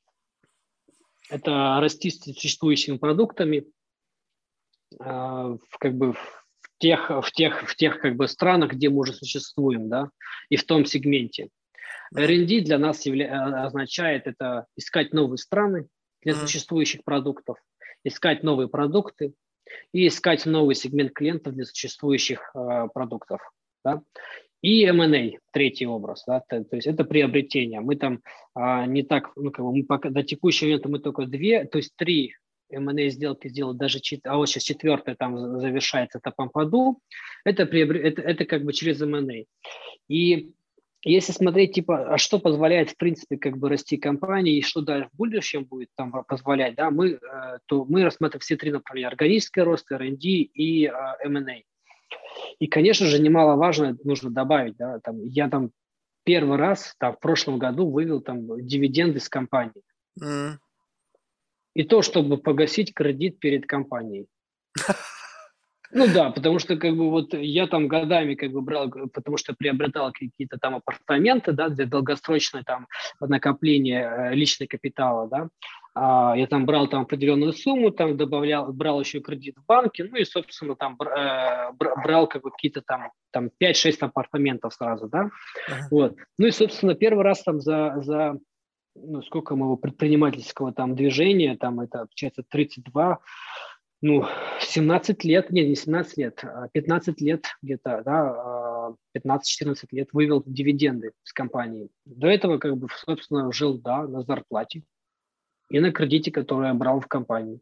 это расти с существующими продуктами а, в, как бы, в тех, в тех, в тех как бы, странах, где мы уже существуем, да, и в том сегменте. Мгм. эр энд ди для нас явля- а, означает это искать новые страны для Мгм. существующих продуктов, искать новые продукты, и искать новый сегмент клиентов для существующих э, продуктов. Да? И эм энд эй, третий образ, да, то, то есть это приобретение. Мы там а, не так, ну, как бы мы пока, до текущего момента мы только две, то есть три эм энд эй сделки сделали, даже чет, а вот сейчас четвертая там завершается, это Помпаду, это, приобр- это, это как бы через эм энд эй. И если смотреть, типа, а что позволяет, в принципе, как бы расти компании и что дальше в будущем будет там позволять, да, мы, э, то мы рассматриваем все три направления: органический рост, эр энд ди и э, эм энд эй. И, конечно же, немаловажно нужно добавить, да, там, я там первый раз там, в прошлом году вывел там дивиденды с компании. Мгм. И то, чтобы погасить кредит перед компанией. Ну да, потому что как бы вот я там годами как бы брал, г- потому что приобретал какие-то там апартаменты, да, для долгосрочной там накопления э, личного капитала, да. А, я там брал там определенную сумму, там добавлял, брал еще кредит в банке, ну и, собственно, там бр- э, бр- брал как бы какие-то там, там пять-шесть апартаментов сразу, да. Ага. Вот. Ну и, собственно, первый раз там за, за ну, сколько моего предпринимательского там движения, там это, получается, тридцать два, ну, семнадцать лет, нет, не семнадцать лет, а пятнадцать лет где-то, да, а, пятнадцать-четырнадцать лет вывел дивиденды с компании. До этого, как бы, собственно, жил, да, на зарплате и на кредите, который я брал в компании.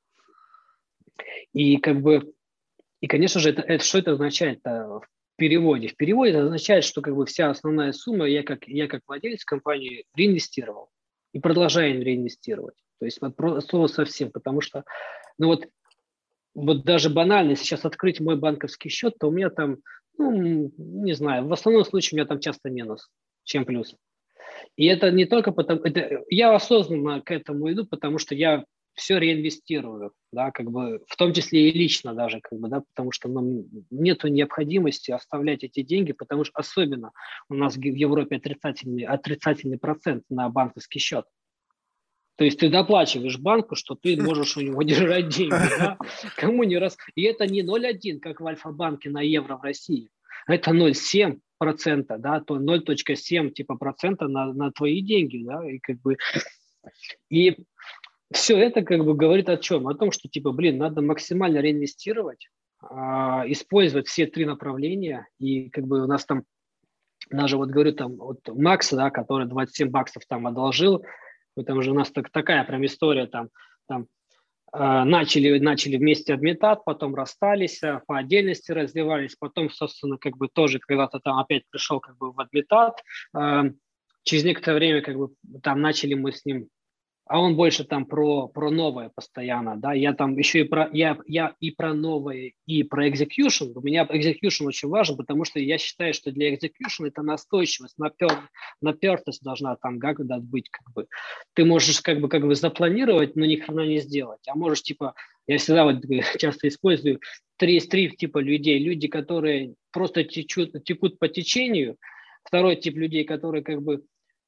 И, как бы, и, конечно же, это, это что это означает в переводе? В переводе это означает, что, как бы, вся основная сумма я как, я как владелец компании реинвестировал и продолжаю реинвестировать. То есть вот про- слово совсем, потому что Ну вот, вот даже банально сейчас открыть мой банковский счет, то у меня там, ну, не знаю, в основном случае у меня там часто минус, чем плюс. И это не только потому, это, я осознанно к этому иду, потому что я все реинвестирую, да, как бы, в том числе и лично даже, как бы, да, потому что нам нету необходимости оставлять эти деньги, потому что особенно у нас в Европе отрицательный, отрицательный процент на банковский счет. То есть ты доплачиваешь банку, что ты можешь у него держать деньги, да, кому не раз. И это не ноль целых один, как в Альфа-банке на евро в России. Это ноль целых семь процента, да, то ноль целых семь типа процента на, на твои деньги, да, и как бы, и все это как бы говорит о чем? О том, что типа, блин, надо максимально реинвестировать, а, использовать все три направления, и как бы у нас там, даже вот говорю, там, вот Макс, да, который двадцать семь баксов там одолжил, там же у нас так, такая прям история, там, там э, начали, начали вместе адмитат, потом расстались, э, по отдельности развивались, потом, собственно, как бы тоже когда-то там опять пришел как бы в адмитат, э, через некоторое время как бы там начали мы с ним, а он больше там про, про новое постоянно, да, я там еще и про, я, я и про новое, и про execution, у меня execution очень важен, потому что я считаю, что для execution это настойчивость, напер, напертость должна там как бы быть, как бы, ты можешь как бы, как бы запланировать, но ни хрена не сделать, а можешь типа, я всегда вот часто использую три, три типа людей, люди, которые просто течут, текут по течению, второй тип людей, которые как бы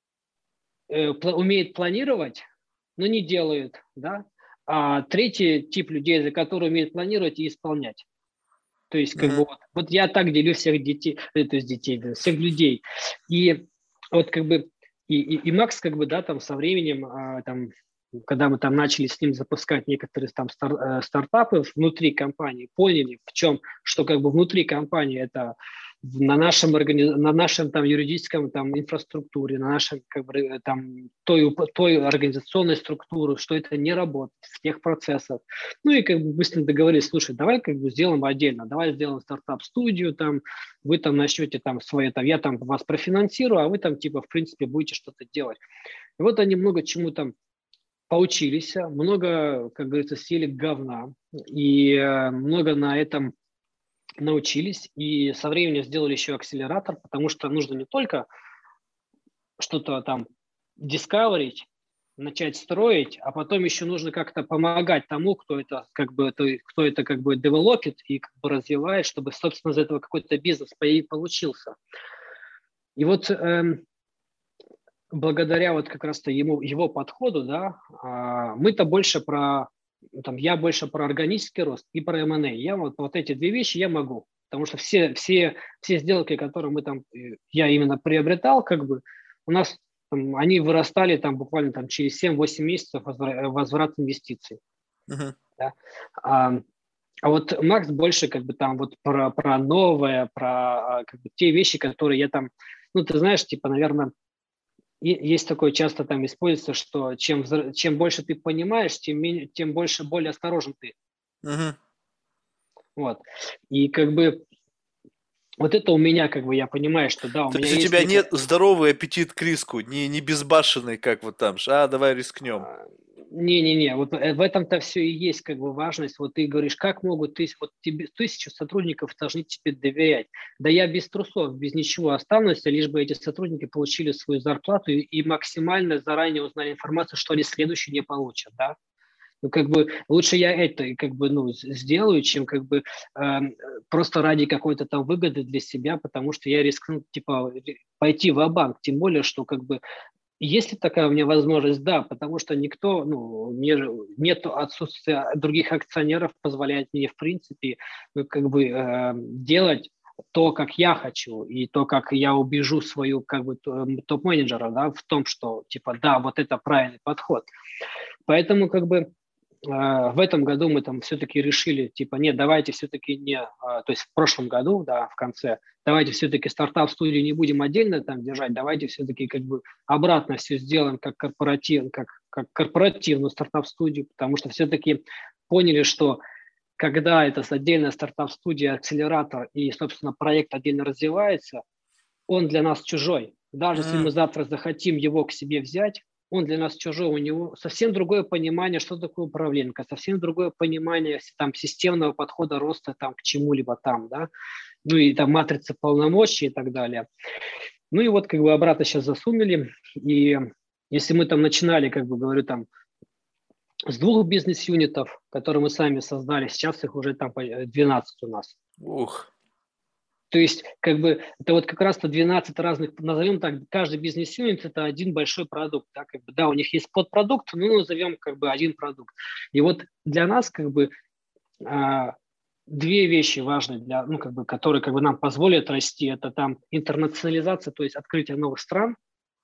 э, умеют планировать, но не делают, да. А третий тип людей, за которые умеют планировать и исполнять. То есть, как бы вот, вот я так делю всех детей, то есть детей, всех людей. И вот как бы и, и, и Макс, как бы, да, там со временем, а, там, когда мы там начали с ним запускать некоторые там стар, э, стартапы внутри компании, поняли, в чем, что как бы внутри компании это на нашем, органи... на нашем там юридическом там инфраструктуре, на нашем как бы там той, той организационной структуре, что это не работает в тех процессах. Ну и как бы мы с ним договорились, слушай, давай как бы сделаем отдельно, давай сделаем стартап-студию, там, вы там начнете там свои, там, я там вас профинансирую, а вы там типа в принципе будете что-то делать. И вот они много чему там поучились, много, как говорится, сели говна, и э, много на этом научились, и со временем сделали еще акселератор, потому что нужно не только что-то там дискаверить, начать строить, а потом еще нужно как-то помогать тому, кто это как бы, кто это как бы девелопит и как бы развивает, чтобы, собственно, из этого какой-то бизнес получился. И вот эм, благодаря вот как раз-то ему, его подходу, да, э, мы-то больше про, там, я больше про органический рост и про эм энд эй. Я вот, вот эти две вещи я могу, потому что все, все, все сделки, которые мы там, я именно приобретал, как бы, у нас там, они вырастали там буквально там через семь-восемь месяцев возврат, возврат инвестиций. Uh-huh. Да? А, а вот Макс больше как бы там вот про, про новое, про как бы, те вещи, которые я там, ну ты знаешь, типа, наверное, и есть такое часто там используется, что чем, чем больше ты понимаешь, тем, менее, тем больше, более осторожен ты. Uh-huh. Вот. И как бы вот это у меня, как бы, я понимаю, что да, у То меня есть у есть... тебя некое... нет здоровый аппетит к риску, не, не безбашенный, как вот там, а, давай рискнем. Не-не-не, вот в этом-то все и есть как бы важность. Вот ты говоришь, как могут тысяч, вот тебе, тысячу сотрудников должны тебе доверять. Да я без трусов, без ничего останусь, лишь бы эти сотрудники получили свою зарплату и, и максимально заранее узнали информацию, что они следующие не получат, да. Ну, как бы лучше я это как бы, ну, сделаю, чем как бы э, просто ради какой-то там выгоды для себя, потому что я рискну, типа, пойти ва-банк, тем более, что как бы есть ли такая у меня возможность? Да, потому что никто, ну, не, нет отсутствия других акционеров, позволяет мне, в принципе, ну, как бы э, делать то, как я хочу, и то, как я убежу свою, как бы, топ-менеджера, да, в том, что, типа, да, вот это правильный подход. Поэтому, как бы, в этом году мы там все-таки решили, типа, нет, давайте все-таки не, то есть в прошлом году, да, в конце, давайте все-таки стартап-студию не будем отдельно там держать, давайте все-таки как бы обратно все сделаем как, корпоратив, как, как корпоративную стартап-студию, потому что все-таки поняли, что когда это отдельная стартап-студия, акселератор и, собственно, проект отдельно развивается, он для нас чужой. Даже mm. если мы завтра захотим его к себе взять, он для нас чужой, у него совсем другое понимание, что такое управленка, совсем другое понимание там, системного подхода роста там, к чему-либо там, да, ну и там матрица полномочий и так далее. Ну и вот как бы обратно сейчас засунули, и если мы там начинали, как бы говорю, там с двух бизнес-юнитов, которые мы сами создали, сейчас их уже там двенадцать у нас. Ух. То есть, как бы, это вот как раз-то двенадцать разных, назовем так, каждый бизнес-юнит – это один большой продукт. Да, как бы, да, у них есть подпродукт, но назовем как бы один продукт. И вот для нас как бы а, две вещи важные, для, ну, как бы, которые как бы, нам позволят расти. Это там интернационализация, то есть открытие новых стран.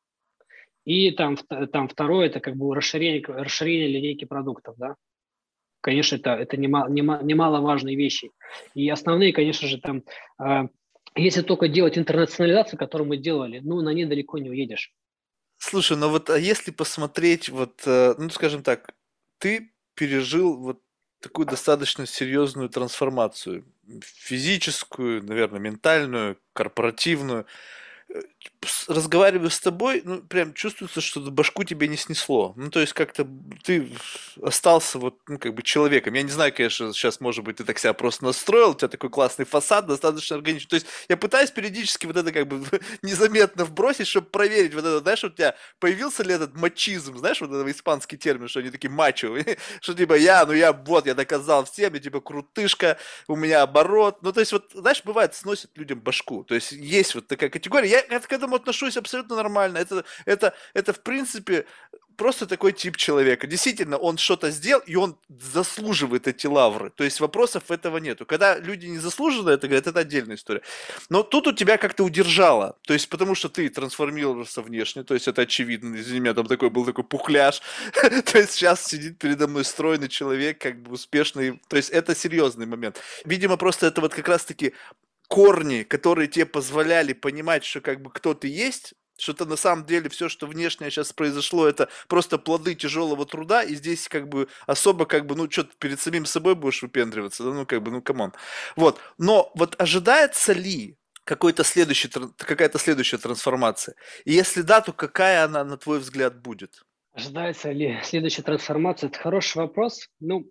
И там, там второе – это как бы расширение, расширение линейки продуктов. Да. Конечно, это, это немало, немаловажные вещи. И основные, конечно же, там, э, если только делать интернационализацию, которую мы делали, ну, на ней далеко не уедешь. Слушай, ну вот, а если посмотреть, вот, э, ну, скажем так, ты пережил вот такую достаточно серьезную трансформацию, физическую, наверное, ментальную, корпоративную. Э, с- разговариваю с тобой, ну, прям чувствуется, что башку тебе не снесло. Ну, то есть как-то ты остался вот, ну, как бы человеком. Я не знаю, конечно, сейчас, может быть, ты так себя просто настроил, у тебя такой классный фасад, достаточно органичный. То есть я пытаюсь периодически вот это как бы незаметно вбросить, чтобы проверить вот это, знаешь, у тебя появился ли этот мачизм, знаешь, вот этот испанский термин, что они такие мачо, что типа я, ну я, вот, я доказал всем, я типа крутышка, у меня оборот. Ну, то есть, вот, знаешь, бывает, сносит людям башку. То есть, есть вот такая категория. Я к этому отношусь абсолютно нормально. Это, это, это в принципе, просто такой тип человека. Действительно, он что-то сделал, и он заслуживает эти лавры. То есть, вопросов этого нету. Когда люди не заслуженно это говорят, это отдельная история. Но тут у тебя как-то удержало. То есть, потому что ты трансформировался внешне. То есть, это очевидно. Извини меня, там такой был такой пухляж. То есть, сейчас сидит передо мной стройный человек, как бы успешный. То есть, это серьезный момент. Видимо, просто это вот как раз-таки корни, которые тебе позволяли понимать, что как бы кто ты есть, что-то на самом деле все, что внешнее сейчас произошло, это просто плоды тяжелого труда, и здесь как бы особо как бы, ну, что ты перед самим собой будешь выпендриваться, да, ну, как бы, ну, камон. Вот, но вот ожидается ли какой-то следующий, какая-то следующая трансформация? И если да, то какая она, на твой взгляд, будет? Ожидается ли следующая трансформация? Это хороший вопрос. Ну,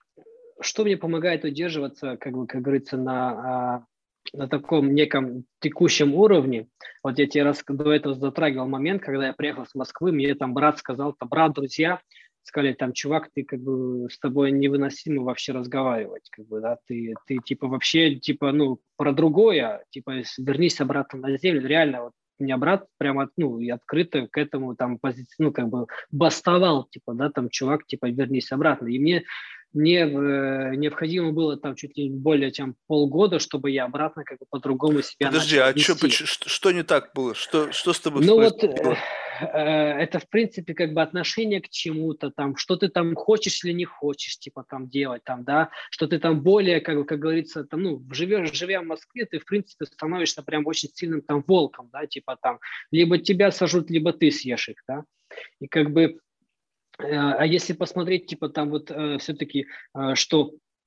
что мне помогает удерживаться, как бы, как говорится, на, а, на таком неком текущем уровне? Вот я тебе раз до этого затрагивал момент, когда я приехал с Москвы, мне там брат сказал, там брат, друзья, сказали, там, чувак, ты как бы с тобой невыносимо вообще разговаривать, как бы, да, ты, ты типа вообще, типа, ну, про другое, типа, вернись обратно на землю, реально, вот, у меня брат прямо, ну, и открыто к этому там пози... ну, как бы бастовал, типа, да, там, чувак, типа, вернись обратно. И мне мне э, необходимо было там чуть ли более чем полгода, чтобы я обратно как бы по-другому себя Подожди, начал а чё, вести. поч- что, что не так было? Что, что с тобой Ну вот э, происходило? э, это в принципе как бы отношение к чему-то там, что ты там хочешь или не хочешь, типа там делать там, да, что ты там более, как бы, как говорится, там, ну, живешь, живя в Москве, ты в принципе становишься прям очень сильным там волком, да, типа там, либо тебя сожрут, либо ты съешь их, да, и как бы а если посмотреть, типа там вот э, все-таки, э, что э,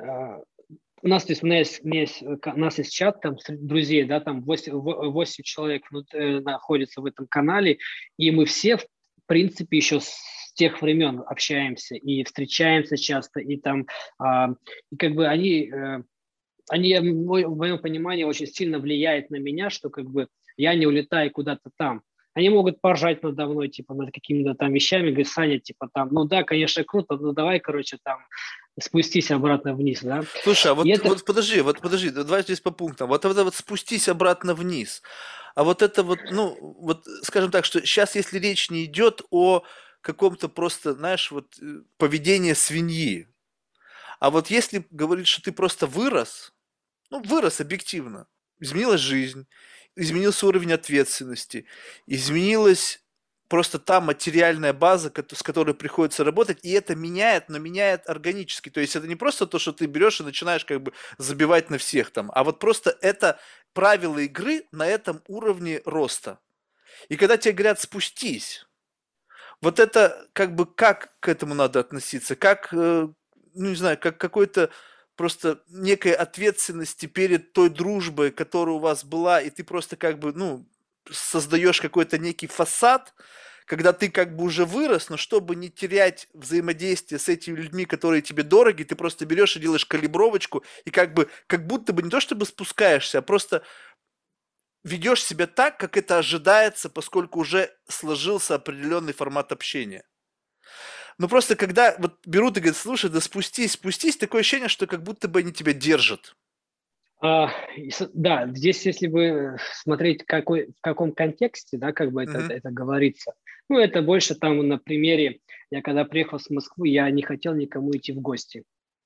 у нас, то есть, у меня есть, у меня есть, э, ка- у нас есть чат там среди друзей, да, там восемь во- восемь человек внут- э, находится в этом канале, и мы все, в принципе, еще с тех времен общаемся и встречаемся часто, и там, а, и как бы они, э, они, в мо- в моем понимании, очень сильно влияют на меня, что как бы я не улетаю куда-то там. Они могут поржать надо мной, типа, над какими-то там вещами, говорят, Саня, типа, там, ну да, конечно, круто, ну давай, короче, там, спустись обратно вниз, да. Слушай, а И вот, это, вот подожди, вот подожди, да давай здесь по пунктам. Вот это вот спустись обратно вниз. А вот это вот, ну, вот, скажем так, что сейчас, если речь не идет о каком-то просто, знаешь, вот э, поведении свиньи, а вот если говорить, что ты просто вырос, ну, вырос объективно, изменилась жизнь, изменился уровень ответственности, изменилась просто та материальная база, кото- с которой приходится работать, и это меняет, но меняет органически. То есть это не просто то, что ты берешь и начинаешь как бы забивать на всех там, а вот просто это правила игры на этом уровне роста. И когда тебе говорят спустись, вот это как бы как к этому надо относиться? Как, э, ну не знаю, как какой-то просто некой ответственности перед той дружбой, которая у вас была, и ты просто как бы, ну, создаешь какой-то некий фасад, когда ты как бы уже вырос, но чтобы не терять взаимодействие с этими людьми, которые тебе дороги, ты просто берешь и делаешь калибровочку, и как бы, как будто бы не то чтобы спускаешься, а просто ведешь себя так, как это ожидается, поскольку уже сложился определенный формат общения. Но просто когда вот берут и говорят, слушай, да спустись, спустись, такое ощущение, что как будто бы они тебя держат. А, и с- да, здесь, если бы смотреть, какой, в каком контексте, да, как бы это, Мгм. это говорится. Ну, это больше там на примере, я когда приехал в Москву, я не хотел никому идти в гости.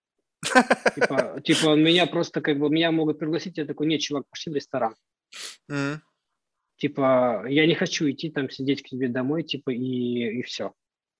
Типа, типа меня просто как бы, меня могут пригласить, я такой, нет, чувак, пошли в ресторан. Мгм. Типа, я не хочу идти там сидеть к тебе домой, типа, и, и все.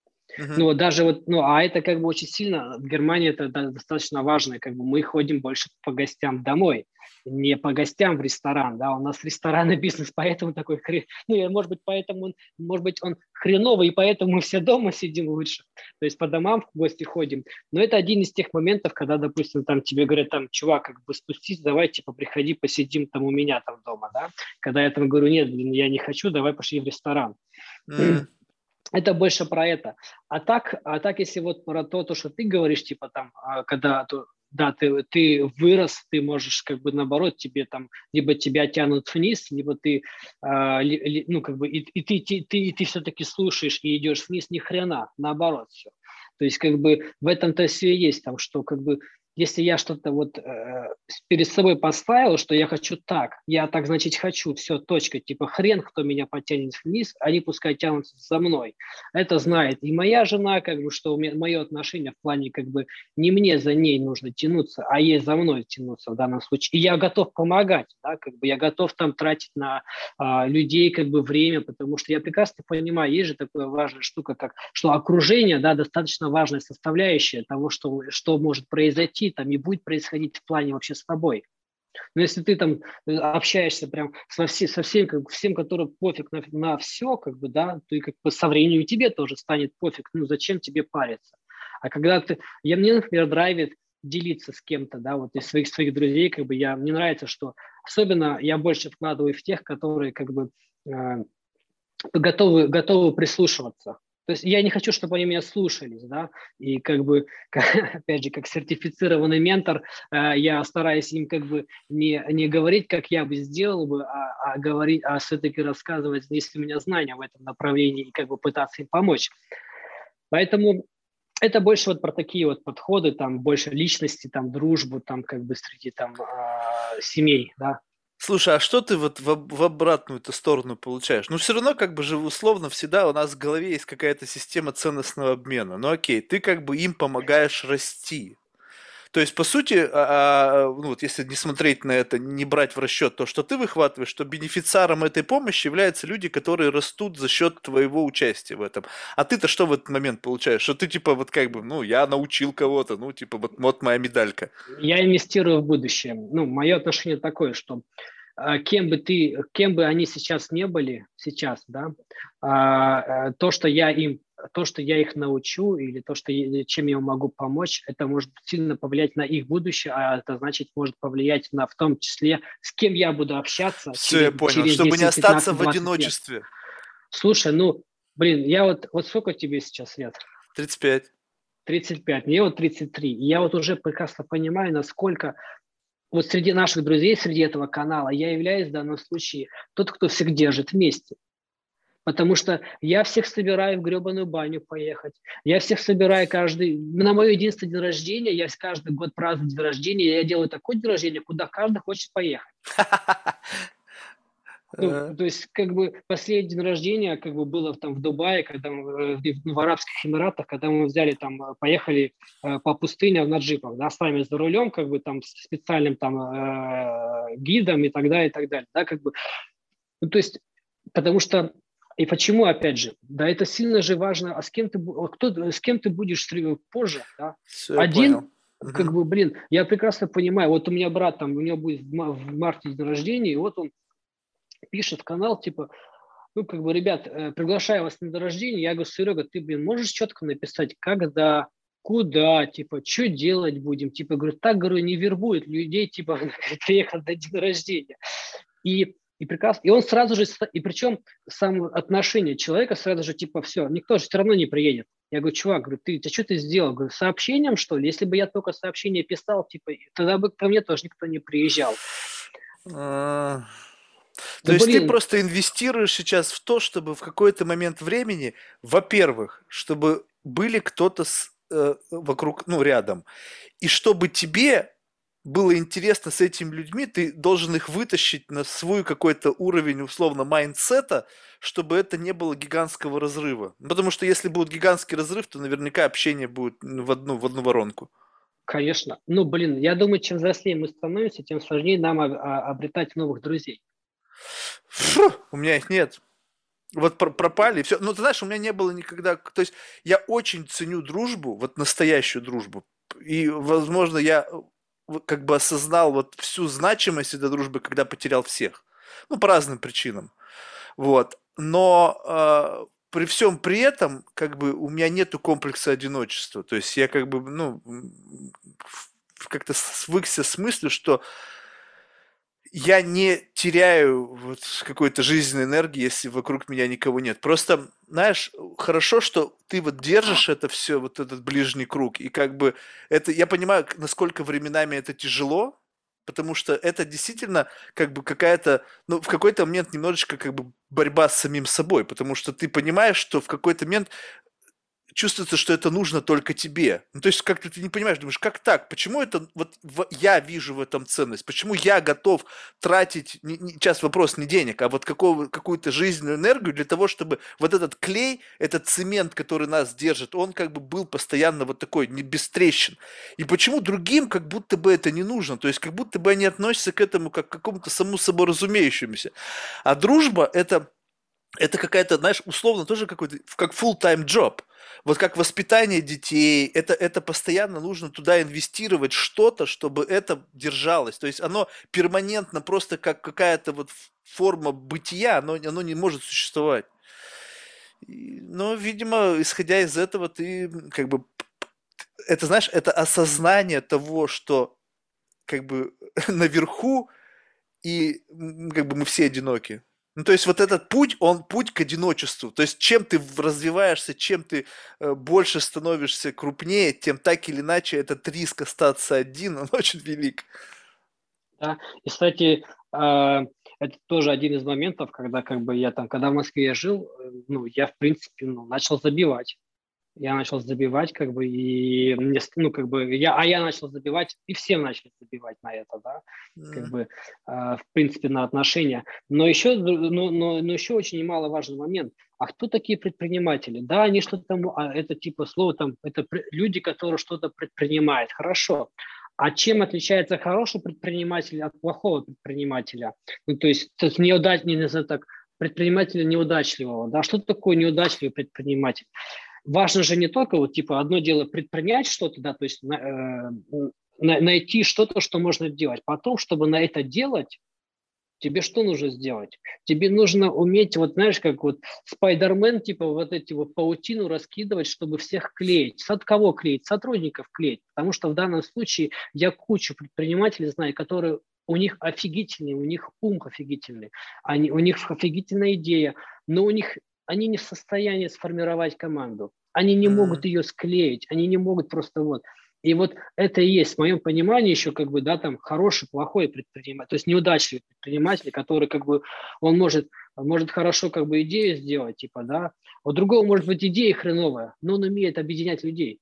Ну Мгм. вот даже вот, ну а это как бы очень сильно, в Германии это да- достаточно важно, как бы мы ходим больше по гостям домой, не по гостям в ресторан, да, у нас ресторанный бизнес, поэтому такой, хрен, ну и может быть поэтому, он, может быть он хреновый, и поэтому мы все дома сидим лучше, то есть по домам в гости ходим, но это один из тех моментов, когда, допустим, там тебе говорят, там, чувак, как бы спустись, давай, типа, приходи, посидим там у меня там дома, да, когда я там говорю, нет, блин, я не хочу, давай пошли в ресторан. М. Это больше про это. А так, а так, если вот про то, то, что ты говоришь, типа там, а, когда то, да, ты, ты вырос, ты можешь как бы наоборот, тебе там, либо тебя тянут вниз, либо ты, а, ли- ли- ну как бы, и, и ты, ты, ты, и ты все-таки слушаешь и идешь вниз, ни хрена, наоборот все. То есть как бы в этом-то все и есть, там, что как бы если я что-то вот э, перед собой поставил, что я хочу так, я так, значит, хочу, все, точка, типа хрен, кто меня потянет вниз, они пускай тянутся за мной. Это знает и моя жена, как бы, что у меня мое отношение в плане, как бы, не мне за ней нужно тянуться, а ей за мной тянуться в данном случае. И я готов помогать, да, как бы я готов там тратить на а, людей, как бы, время, потому что я прекрасно понимаю, есть же такая важная штука, как, что окружение, да, достаточно важная составляющая того, что, что может произойти там и будет происходить в плане вообще с тобой. Но если ты там э, общаешься прям со, все, со всем, как, всем, которым пофиг на, на все, как бы, да, то и как бы со временем тебе тоже станет пофиг, ну зачем тебе париться? А когда ты, я мне, например, драйвит делиться с кем-то, да, вот из своих своих друзей, как бы я, мне нравится, что особенно я больше вкладываю в тех, которые как бы э, готовы, готовы прислушиваться. То есть я не хочу, чтобы они меня слушались, да, и как бы, как, опять же, как сертифицированный ментор, э, я стараюсь им как бы не, не говорить, как я бы сделал бы, а, а говорить, а все-таки рассказывать, если у меня знания в этом направлении, и как бы пытаться им помочь. Поэтому это больше вот про такие вот подходы, там больше личности, там дружбу, там как бы среди там э, семей, да. Слушай, а что ты вот в, об- в обратную-то сторону получаешь? Ну, все равно, как бы же условно всегда у нас в голове есть какая-то система ценностного обмена. Ну, окей, ты как бы им помогаешь расти. То есть, по сути, а, а, ну, вот если не смотреть на это, не брать в расчет то, что ты выхватываешь, что бенефициаром этой помощи являются люди, которые растут за счет твоего участия в этом. А ты-то что в этот момент получаешь? Что ты типа вот как бы, ну, я научил кого-то, ну, типа вот, вот моя медалька. Я инвестирую в будущее. Ну, мое отношение такое, что а, кем бы ты, кем бы они сейчас не были, сейчас, да, а, а, то, что я им, то, что я их научу, или то, что я- чем я могу помочь, это может сильно повлиять на их будущее, а это значит может повлиять на, в том числе, с кем я буду общаться Все, я через, понял. через Чтобы не десять, остаться пятнадцать, в двадцать лет. одиночестве. Слушай, ну, блин, я вот, вот сколько тебе сейчас лет? тридцать пять. тридцать пять, мне вот тридцать три. И я вот уже прекрасно понимаю, насколько вот среди наших друзей, среди этого канала, я являюсь в данном случае тот, кто всех держит вместе. Потому что я всех собираю в гребаную баню поехать. Я всех собираю каждый... На мое единственное день рождения, я каждый год праздную день рождения, я делаю такой день рождения, куда каждый хочет поехать. Ну, Э, то есть, как бы, последний день рождения, как бы, было там в Дубае, когда мы, э, в, в Арабских Эмиратах, когда мы взяли там, э, поехали э, по пустыне на джипах, да, сами за рулем, как бы, там, с специальным там э, гидом и так далее, и так далее, да, как бы, ну, то есть, потому что, и почему, опять же, да, это сильно же важно, а с кем ты, бу- кто, с кем ты будешь встр- позже, да, Все, я понял. один, как Мгм. бы, блин, я прекрасно понимаю, вот у меня брат там, у него будет в ма- в марте день рождения, и вот он пишет в канал, типа, ну, как бы, ребят, э, приглашаю вас на день рождения, я говорю, Серега, ты, блин, можешь четко написать, когда, куда, типа, что делать будем, типа, говорю, так, говорю, не вербует людей, типа, приехать на день рождения. И И прекрасно. И он сразу же, и причем сам отношение человека сразу же типа все, никто же все равно не приедет. Я говорю, чувак, говорю, ты, ты что ты сделал? Говорю, сообщением, что ли? Если бы я только сообщение писал, типа, тогда бы ко мне тоже никто не приезжал. А, То Ну, есть ты блин, просто инвестируешь сейчас в то, чтобы в какой-то момент времени, во-первых, чтобы были кто-то с, э, вокруг, ну, рядом, и чтобы тебе было интересно с этими людьми, ты должен их вытащить на свой какой-то уровень, условно, майндсета, чтобы это не было гигантского разрыва. Ну, потому что если будет гигантский разрыв, то наверняка общение будет ну, в одну, в одну воронку. конечно. Ну, блин, я думаю, чем взрослее мы становимся, тем сложнее нам а- а- обретать новых друзей. Фу, у меня их нет. Вот пр- пропали, все. Ну, ты знаешь, у меня не было никогда... То есть я очень ценю дружбу, вот настоящую дружбу. И, возможно, я э, вот как бы осознал вот всю значимость этой дружбы, когда потерял всех. Ну, по разным причинам. Вот. Но э, при всем при этом, как бы, у меня нету комплекса одиночества. То есть я как бы, ну, м, в- как-то свыкся с мыслью, что я не теряю вот какой-то жизненной энергии, если вокруг меня никого нет. Просто, знаешь, хорошо, что ты вот держишь это все, вот этот ближний круг, и как бы это, я понимаю, к- насколько временами это тяжело, потому что это действительно как бы какая-то, ну, в какой-то момент немножечко как бы борьба с самим собой, потому что ты понимаешь, что в какой-то момент чувствуется, что это нужно только тебе. Ну, то есть как-то ты не понимаешь, думаешь, как так? Почему это вот в- я вижу в этом ценность? Почему я готов тратить, не- не- сейчас вопрос не денег, а вот какого, какую-то жизненную энергию для того, чтобы вот этот клей, этот цемент, который нас держит, он как бы был постоянно вот такой, не без трещин. И почему другим как будто бы это не нужно? То есть как будто бы они относятся к этому как к какому-то самому собой разумеющемуся. А дружба это это какая-то, знаешь, условно тоже какой-то, как full-time job. Вот как воспитание детей, это, это постоянно нужно туда инвестировать что-то, чтобы это держалось. То есть оно перманентно просто как какая-то вот форма бытия, оно, оно не может существовать. И, но, видимо, исходя из этого, ты как бы, это, знаешь, это осознание того, что как бы наверху и как бы мы все одиноки. Ну, то есть вот этот путь, он путь к одиночеству. То есть чем ты развиваешься, чем ты э, больше становишься крупнее, тем так или иначе этот риск остаться один, он очень велик. Да. И, кстати, а, это тоже один из моментов, когда как бы я там, когда в Москве я жил, э, ну, я, в принципе, ну, начал забивать. Я начал забивать, как бы, и мне, ст- ну, как бы, я, а я начал забивать, и все начали забивать на это, да, как М, бы, а, в принципе, на отношения. Но еще, но, но, но еще очень немаловажный момент. А кто такие предприниматели? Да, они что-то, мо- а, это типа слово там, это пре- люди, которые что-то предпринимают. Хорошо. А чем отличается хороший предприниматель от плохого предпринимателя? Ну, то есть, то есть неудач, не знаю так, предпринимателя неудачливого, да, что такое неудачливый предприниматель? Важно же не только вот типа одно дело предпринять что-то, да, то есть на, э, на- найти что-то, что можно делать. Потом, чтобы на это делать, тебе что нужно сделать? Тебе нужно уметь, вот знаешь, как вот Спайдермен, типа вот эти вот паутину раскидывать, чтобы всех клеить. От кого клеить? Сотрудников клеить. Потому что в данном случае я кучу предпринимателей знаю, которые у них офигительный, у них ум офигительный, они, у них офигительная идея, но у них они не в состоянии сформировать команду. Они не могут м, ее склеить, они не могут просто вот. И вот это и есть, в моем понимании, еще как бы, да, там, хороший, плохой предприниматель, то есть неудачливый предприниматель, который как бы, он может, может хорошо как бы идею сделать, типа, да, у другого может быть идея хреновая, но он умеет объединять людей.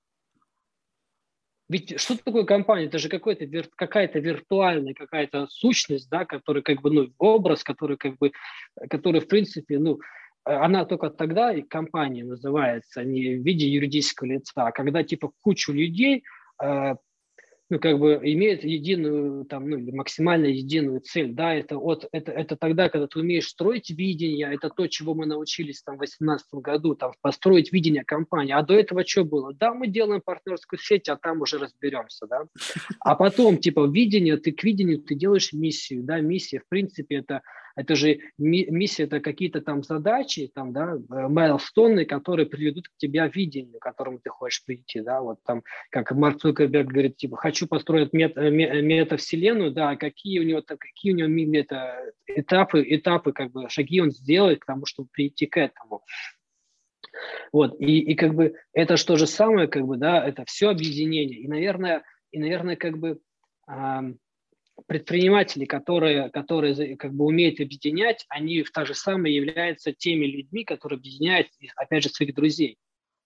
Ведь что такое компания? Это же какой-то, вир- какая-то виртуальная какая-то сущность, да, который как бы, ну, образ, который как бы, который в принципе, ну, э, она только тогда и компания называется не в виде юридического лица, а когда типа кучу людей э, ну, как бы имеет единую, там, ну, или максимально единую цель, да, это, от, это, это тогда, когда ты умеешь строить видение, это то, чего мы научились там в восемнадцатом году, там, построить видение компании, а до этого что было? Да, мы делаем партнерскую сеть, а там уже разберемся, да, а потом, типа, видение, ты к видению, ты делаешь миссию, да, миссия, в принципе, это Это же ми- миссия, это какие-то там задачи, там, да, майлстоны, которые приведут к тебе видению, к которому ты хочешь прийти, да, вот там, как Марк Цукерберг говорит, типа, хочу построить мет, ме- метавселенную, да, какие у него, там, какие у него ми- мета, этапы, этапы, как бы, шаги он сделает к тому, чтобы прийти к этому. Вот, и, и как бы это же то же самое, как бы, да, это все объединение. И, наверное, и, наверное, как бы ам, предприниматели, которые, которые за- как бы умеют объединять, они в то же самое являются теми людьми, которые объединяют, опять же, своих друзей.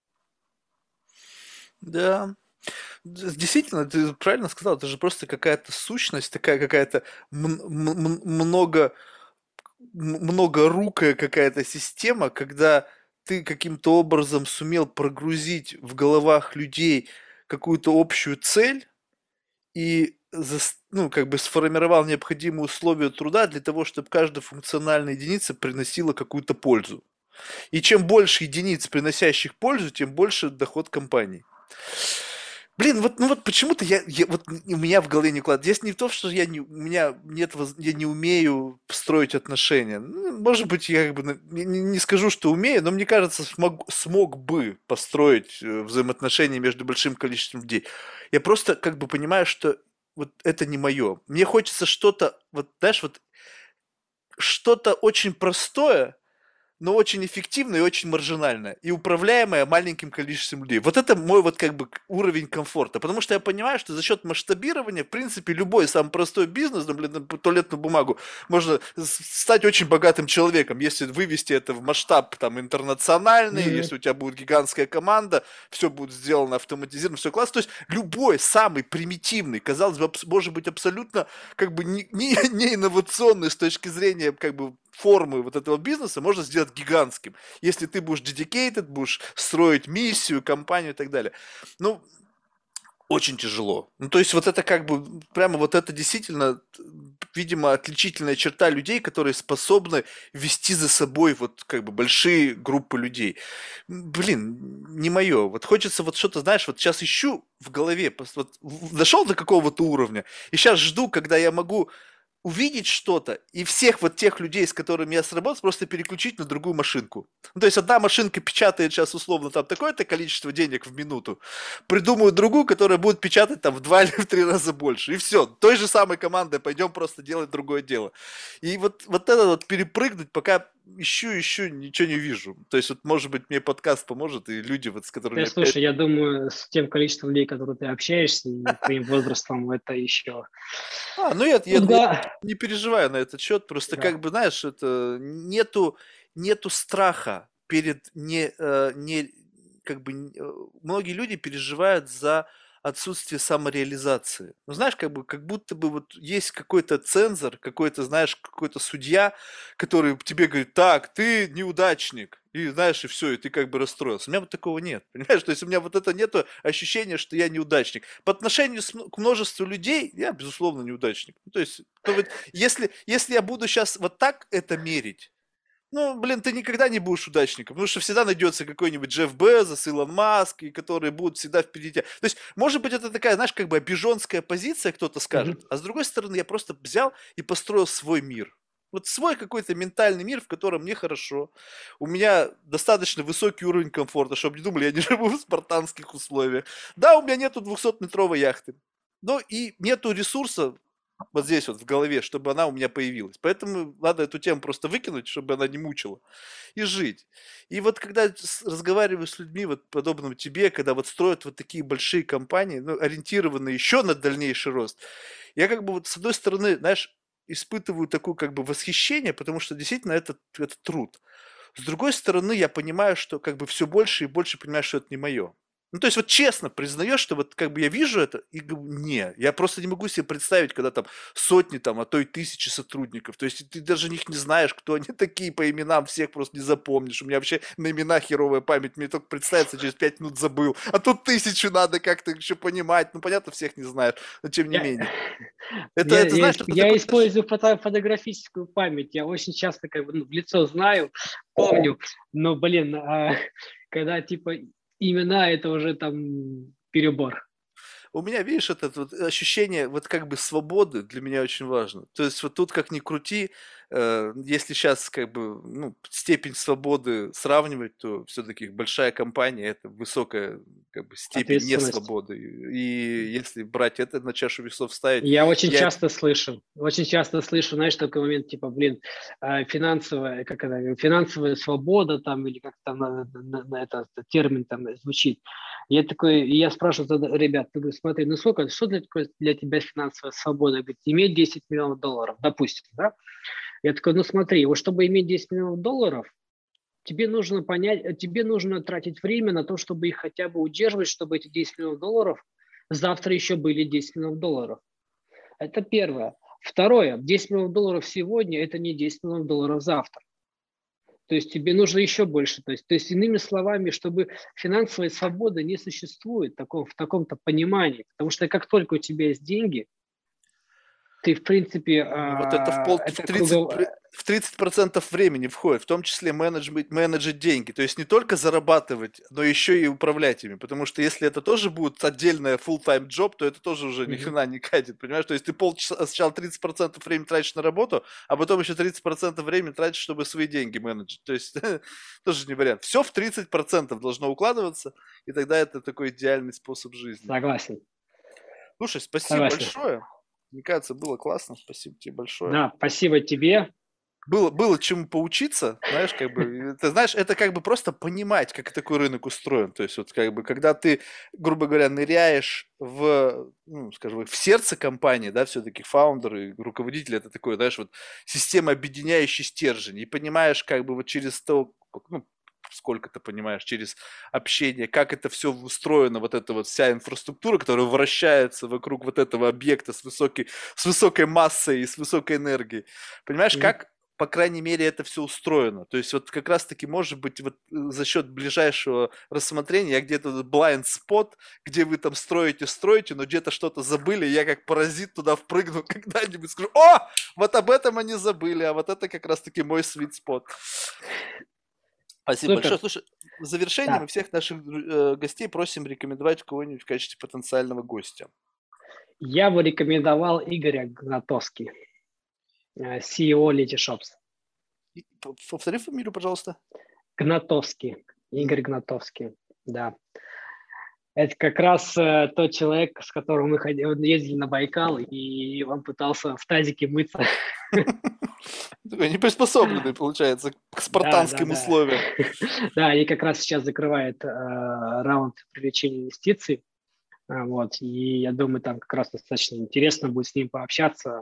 Да. Д- Действительно, ты правильно сказал, это же просто какая-то сущность, такая какая-то м- м- м- много, м- многорукая какая-то система, когда ты каким-то образом сумел прогрузить в головах людей какую-то общую цель и зас- ну, как бы сформировал необходимые условия труда для того, чтобы каждая функциональная единица приносила какую-то пользу. И чем больше единиц, приносящих пользу, тем больше доход компании. Блин, вот, ну вот почему-то я, я вот у меня в голове не укладывается. Здесь не то, что я не, у меня нет, воз- я не умею строить отношения. Ну, может быть, я как бы на- не, не- не скажу, что умею, но мне кажется, смог, смог бы построить э, взаимоотношения между большим количеством людей. Я просто как бы понимаю, что вот это не мое. Мне хочется что-то, вот знаешь, вот что-то очень простое, но очень эффективная и очень маржинальная, и управляемая маленьким количеством людей. Вот это мой вот как бы уровень комфорта, потому что я понимаю, что за счет масштабирования, в принципе, любой самый простой бизнес, например, на туалетную бумагу, можно стать очень богатым человеком, если вывести это в масштаб там интернациональный, Мгм. если у тебя будет гигантская команда, все будет сделано автоматизировано, все классно. То есть любой самый примитивный, казалось бы, может быть абсолютно как бы не, не, не инновационный с точки зрения как бы формы вот этого бизнеса можно сделать гигантским, если ты будешь dedicated, будешь строить миссию, компанию и так далее. Ну, очень тяжело. Ну, то есть вот это как бы, прямо вот это действительно, видимо, отличительная черта людей, которые способны вести за собой вот как бы большие группы людей. Блин, не мое. Вот хочется вот что-то, знаешь, вот сейчас ищу в голове, вот дошел до какого-то уровня, и сейчас жду, когда я могу увидеть что-то и всех вот тех людей, с которыми я сработал, просто переключить на другую машинку. Ну, то есть одна машинка печатает сейчас условно там такое-то количество денег в минуту, придумают другую, которая будет печатать там в два или в три раза больше. И все, той же самой командой пойдем просто делать другое дело. И вот, вот это вот перепрыгнуть, пока ищу, ищу, ничего не вижу. То есть вот, может быть, мне подкаст поможет, и люди, вот, с которыми Да, я общаюсь. слушай, я думаю, с тем количеством людей, которые ты общаешься, и твоим возрастом, это еще... А, ну я, я, Ну я да, не переживаю на этот счет, просто да. как бы, знаешь, это нету, нету страха перед не, э, не как бы н- э, многие люди переживают за отсутствие самореализации. Ну, знаешь, как бы, как будто бы вот есть какой-то цензор, какой-то, знаешь, какой-то судья, который тебе говорит, так, ты неудачник, и знаешь, и все, и ты как бы расстроился. У меня вот такого нет, понимаешь? То есть у меня вот это нету ощущения, что я неудачник. По отношению с м- к множеству людей я, безусловно, неудачник. Ну, то есть, ну, вот, если, если я буду сейчас вот так это мерить, ну, блин, ты никогда не будешь удачником, потому что всегда найдется какой-нибудь Джефф Безос, Илон Маск, и которые будут всегда впереди тебя. То есть, может быть, это такая, знаешь, как бы обиженская позиция, кто-то Мгм. скажет, а с другой стороны, я просто взял и построил свой мир. Вот свой какой-то ментальный мир, в котором мне хорошо. У меня достаточно высокий уровень комфорта, чтобы не думали, я не живу в спартанских условиях. Да, у меня нету двухсотметровой яхты. Но и нету ресурса вот здесь вот в голове, чтобы она у меня появилась. Поэтому надо эту тему просто выкинуть, чтобы она не мучила, и жить. И вот когда с- разговариваю с людьми, вот подобным тебе, когда вот строят вот такие большие компании, ну, ориентированные еще на дальнейший рост, я как бы вот с одной стороны, знаешь, испытываю такое как бы восхищение, потому что действительно это, это труд. С другой стороны, я понимаю, что как бы все больше и больше понимаю, что это не мое. Ну, то есть вот честно признаешь, что вот как бы я вижу это и говорю, не, я просто не могу себе представить, когда там сотни там, а то и тысячи сотрудников. То есть ты даже них не знаешь, кто они такие по именам, всех просто не запомнишь. У меня вообще на имена херовая память, мне только представиться через пять минут забыл. А тут тысячу надо как-то еще понимать. Ну, понятно, всех не знаешь, но тем не Я, менее. Это, я, это я, знаешь, исп- это я такой... использую фото, фотографическую память. Я очень часто как бы ну, в лицо знаю, помню, но, блин, а, когда типа имена, это уже там перебор. у меня, видишь, это вот ощущение вот как бы свободы для меня очень важно. То есть вот тут как ни крути, э, если сейчас как бы ну, степень свободы сравнивать, то все-таки большая компания это высокая как бы степень Ответственность. несвободы. И если брать это на чашу весов ставить, Я очень я часто слышу, очень часто слышу, знаешь, такой момент, типа, блин, э, финансовая, как это, финансовая свобода там, или как там на, на- на это, этот термин там звучит. Я такой, и я спрашиваю тогда, ребят, ты говоришь, смотри, ну сколько, что для, такое для тебя финансовая свобода? Говорит, иметь десять миллионов долларов, допустим, да? Я такой, ну смотри, вот чтобы иметь десять миллионов долларов, тебе нужно понять, э, тебе нужно тратить время на то, чтобы их хотя бы удерживать, чтобы эти десять миллионов долларов завтра еще были десять миллионов долларов. Это первое. Второе. десять миллионов долларов сегодня – это не десять миллионов долларов завтра. То есть тебе нужно еще больше. То есть, то есть иными словами, чтобы финансовая свобода не существует в, таком, в таком-то понимании. Потому что как только у тебя есть деньги, ты, в принципе, ну, вот это в, а, пол, в это тридцать кругом... пр- в тридцать процентов времени входит, в том числе менеджмент, менеджить деньги. То есть не только зарабатывать, но еще и управлять ими. Потому что если это тоже будет отдельная full-time job, то это тоже уже ни Мгм. хрена не катит, понимаешь? То есть ты полчаса, сначала тридцать процентов времени тратишь на работу, а потом еще тридцать процентов времени тратишь, чтобы свои деньги менеджить. То есть тоже не вариант. Все в тридцать процентов должно укладываться, и тогда это такой идеальный способ жизни. Согласен. Слушай, спасибо Согласен. большое. Мне кажется, было классно. Спасибо тебе большое. Да, спасибо тебе. Было, было чему поучиться, знаешь, как бы, ты знаешь, это как бы просто понимать, как такой рынок устроен. То есть вот как бы, когда ты, грубо говоря, ныряешь в, ну, скажем, в сердце компании, да, все-таки фаундер и руководитель, это такой, знаешь, вот система объединяющий стержень, и понимаешь как бы вот через то, ну, сколько ты понимаешь, через общение, как это все устроено, вот эта вот вся инфраструктура, которая вращается вокруг вот этого объекта с высокой, с высокой массой и с высокой энергией. Понимаешь, Мгм. как по крайней мере, это все устроено. То есть вот как раз-таки, может быть, вот э, за счет ближайшего рассмотрения я где-то blind spot, где вы там строите, строите, но где-то что-то забыли, и я как паразит туда впрыгну когда-нибудь, скажу, о, вот об этом они забыли, а вот это как раз-таки мой sweet spot. Спасибо большое. Супер. Слушай, в завершение мы Да. всех наших э, гостей просим рекомендовать кого-нибудь в качестве потенциального гостя. Я бы рекомендовал Игоря Гнатовский, э, си и о Letyshops. И п- Повтори фамилию, пожалуйста. Гнатовский, М. Игорь Гнатовский, да. Это как раз э, тот человек, с которым мы ходили, вот ездили на Байкал, и он пытался в тазике мыться. Такой неприспособленный, получается, к Да, да, спартанским да. условиям. Да, они как раз сейчас закрывают э, раунд привлечения инвестиций. А, Вот, и я думаю, там как раз достаточно интересно будет с ним пообщаться.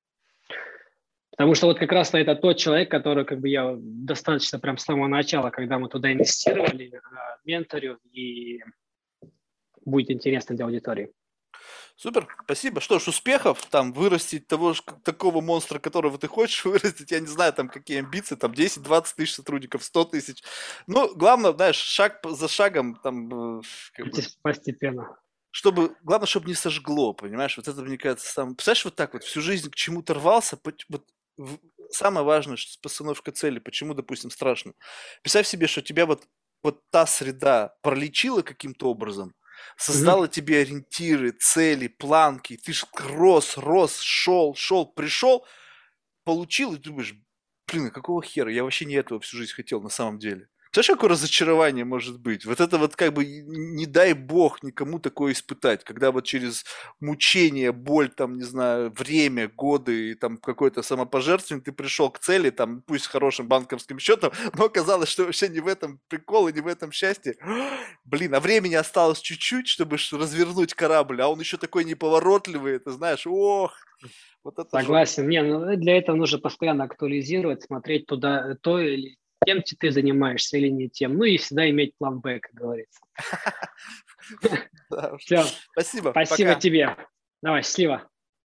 Потому что вот как раз это тот человек, который как бы я достаточно прям с самого начала, когда мы туда инвестировали, э, менторю, и будет интересно для аудитории. Супер, спасибо. Что ж, успехов, там, вырастить того ж, к- такого монстра, которого ты хочешь вырастить, я не знаю, там, какие амбиции, там, десять-двадцать тысяч сотрудников, сто тысяч. Ну, главное, знаешь, шаг по- за шагом, там, э, как бы, Постепенно. чтобы, главное, чтобы не сожгло, понимаешь, вот это, мне кажется, сам, представляешь, вот так вот, всю жизнь к чему-то рвался, пот- вот, в- самое важное, что постановка цели, почему, допустим, страшно. Представь себе, что тебя вот, вот та среда пролечила каким-то образом, Мгм. создала тебе ориентиры, цели, планки, ты ж рос, рос, шел, шел, пришел, получил, и ты думаешь, блин, а какого хера, я вообще не этого всю жизнь хотел на самом деле. Знаешь, какое разочарование может быть? Вот это вот как бы и не дай бог никому такое испытать, когда вот через мучение, боль, там, не знаю, время, годы и там какое-то самопожертвование ты пришел к цели, там, пусть с хорошим банковским счетом, но оказалось, что вообще не в этом прикол и не в этом счастье. Блин, а времени осталось чуть-чуть, чтобы ш- развернуть корабль, а он еще такой неповоротливый, ты знаешь, ох, вот это жопа. Согласен. Не, ну, для этого нужно постоянно актуализировать, смотреть туда, то или тем ты занимаешься или не тем. Ну и всегда иметь план Б, как говорится. Да уж. Все, Спасибо, спасибо пока. тебе. Давай, счастливо.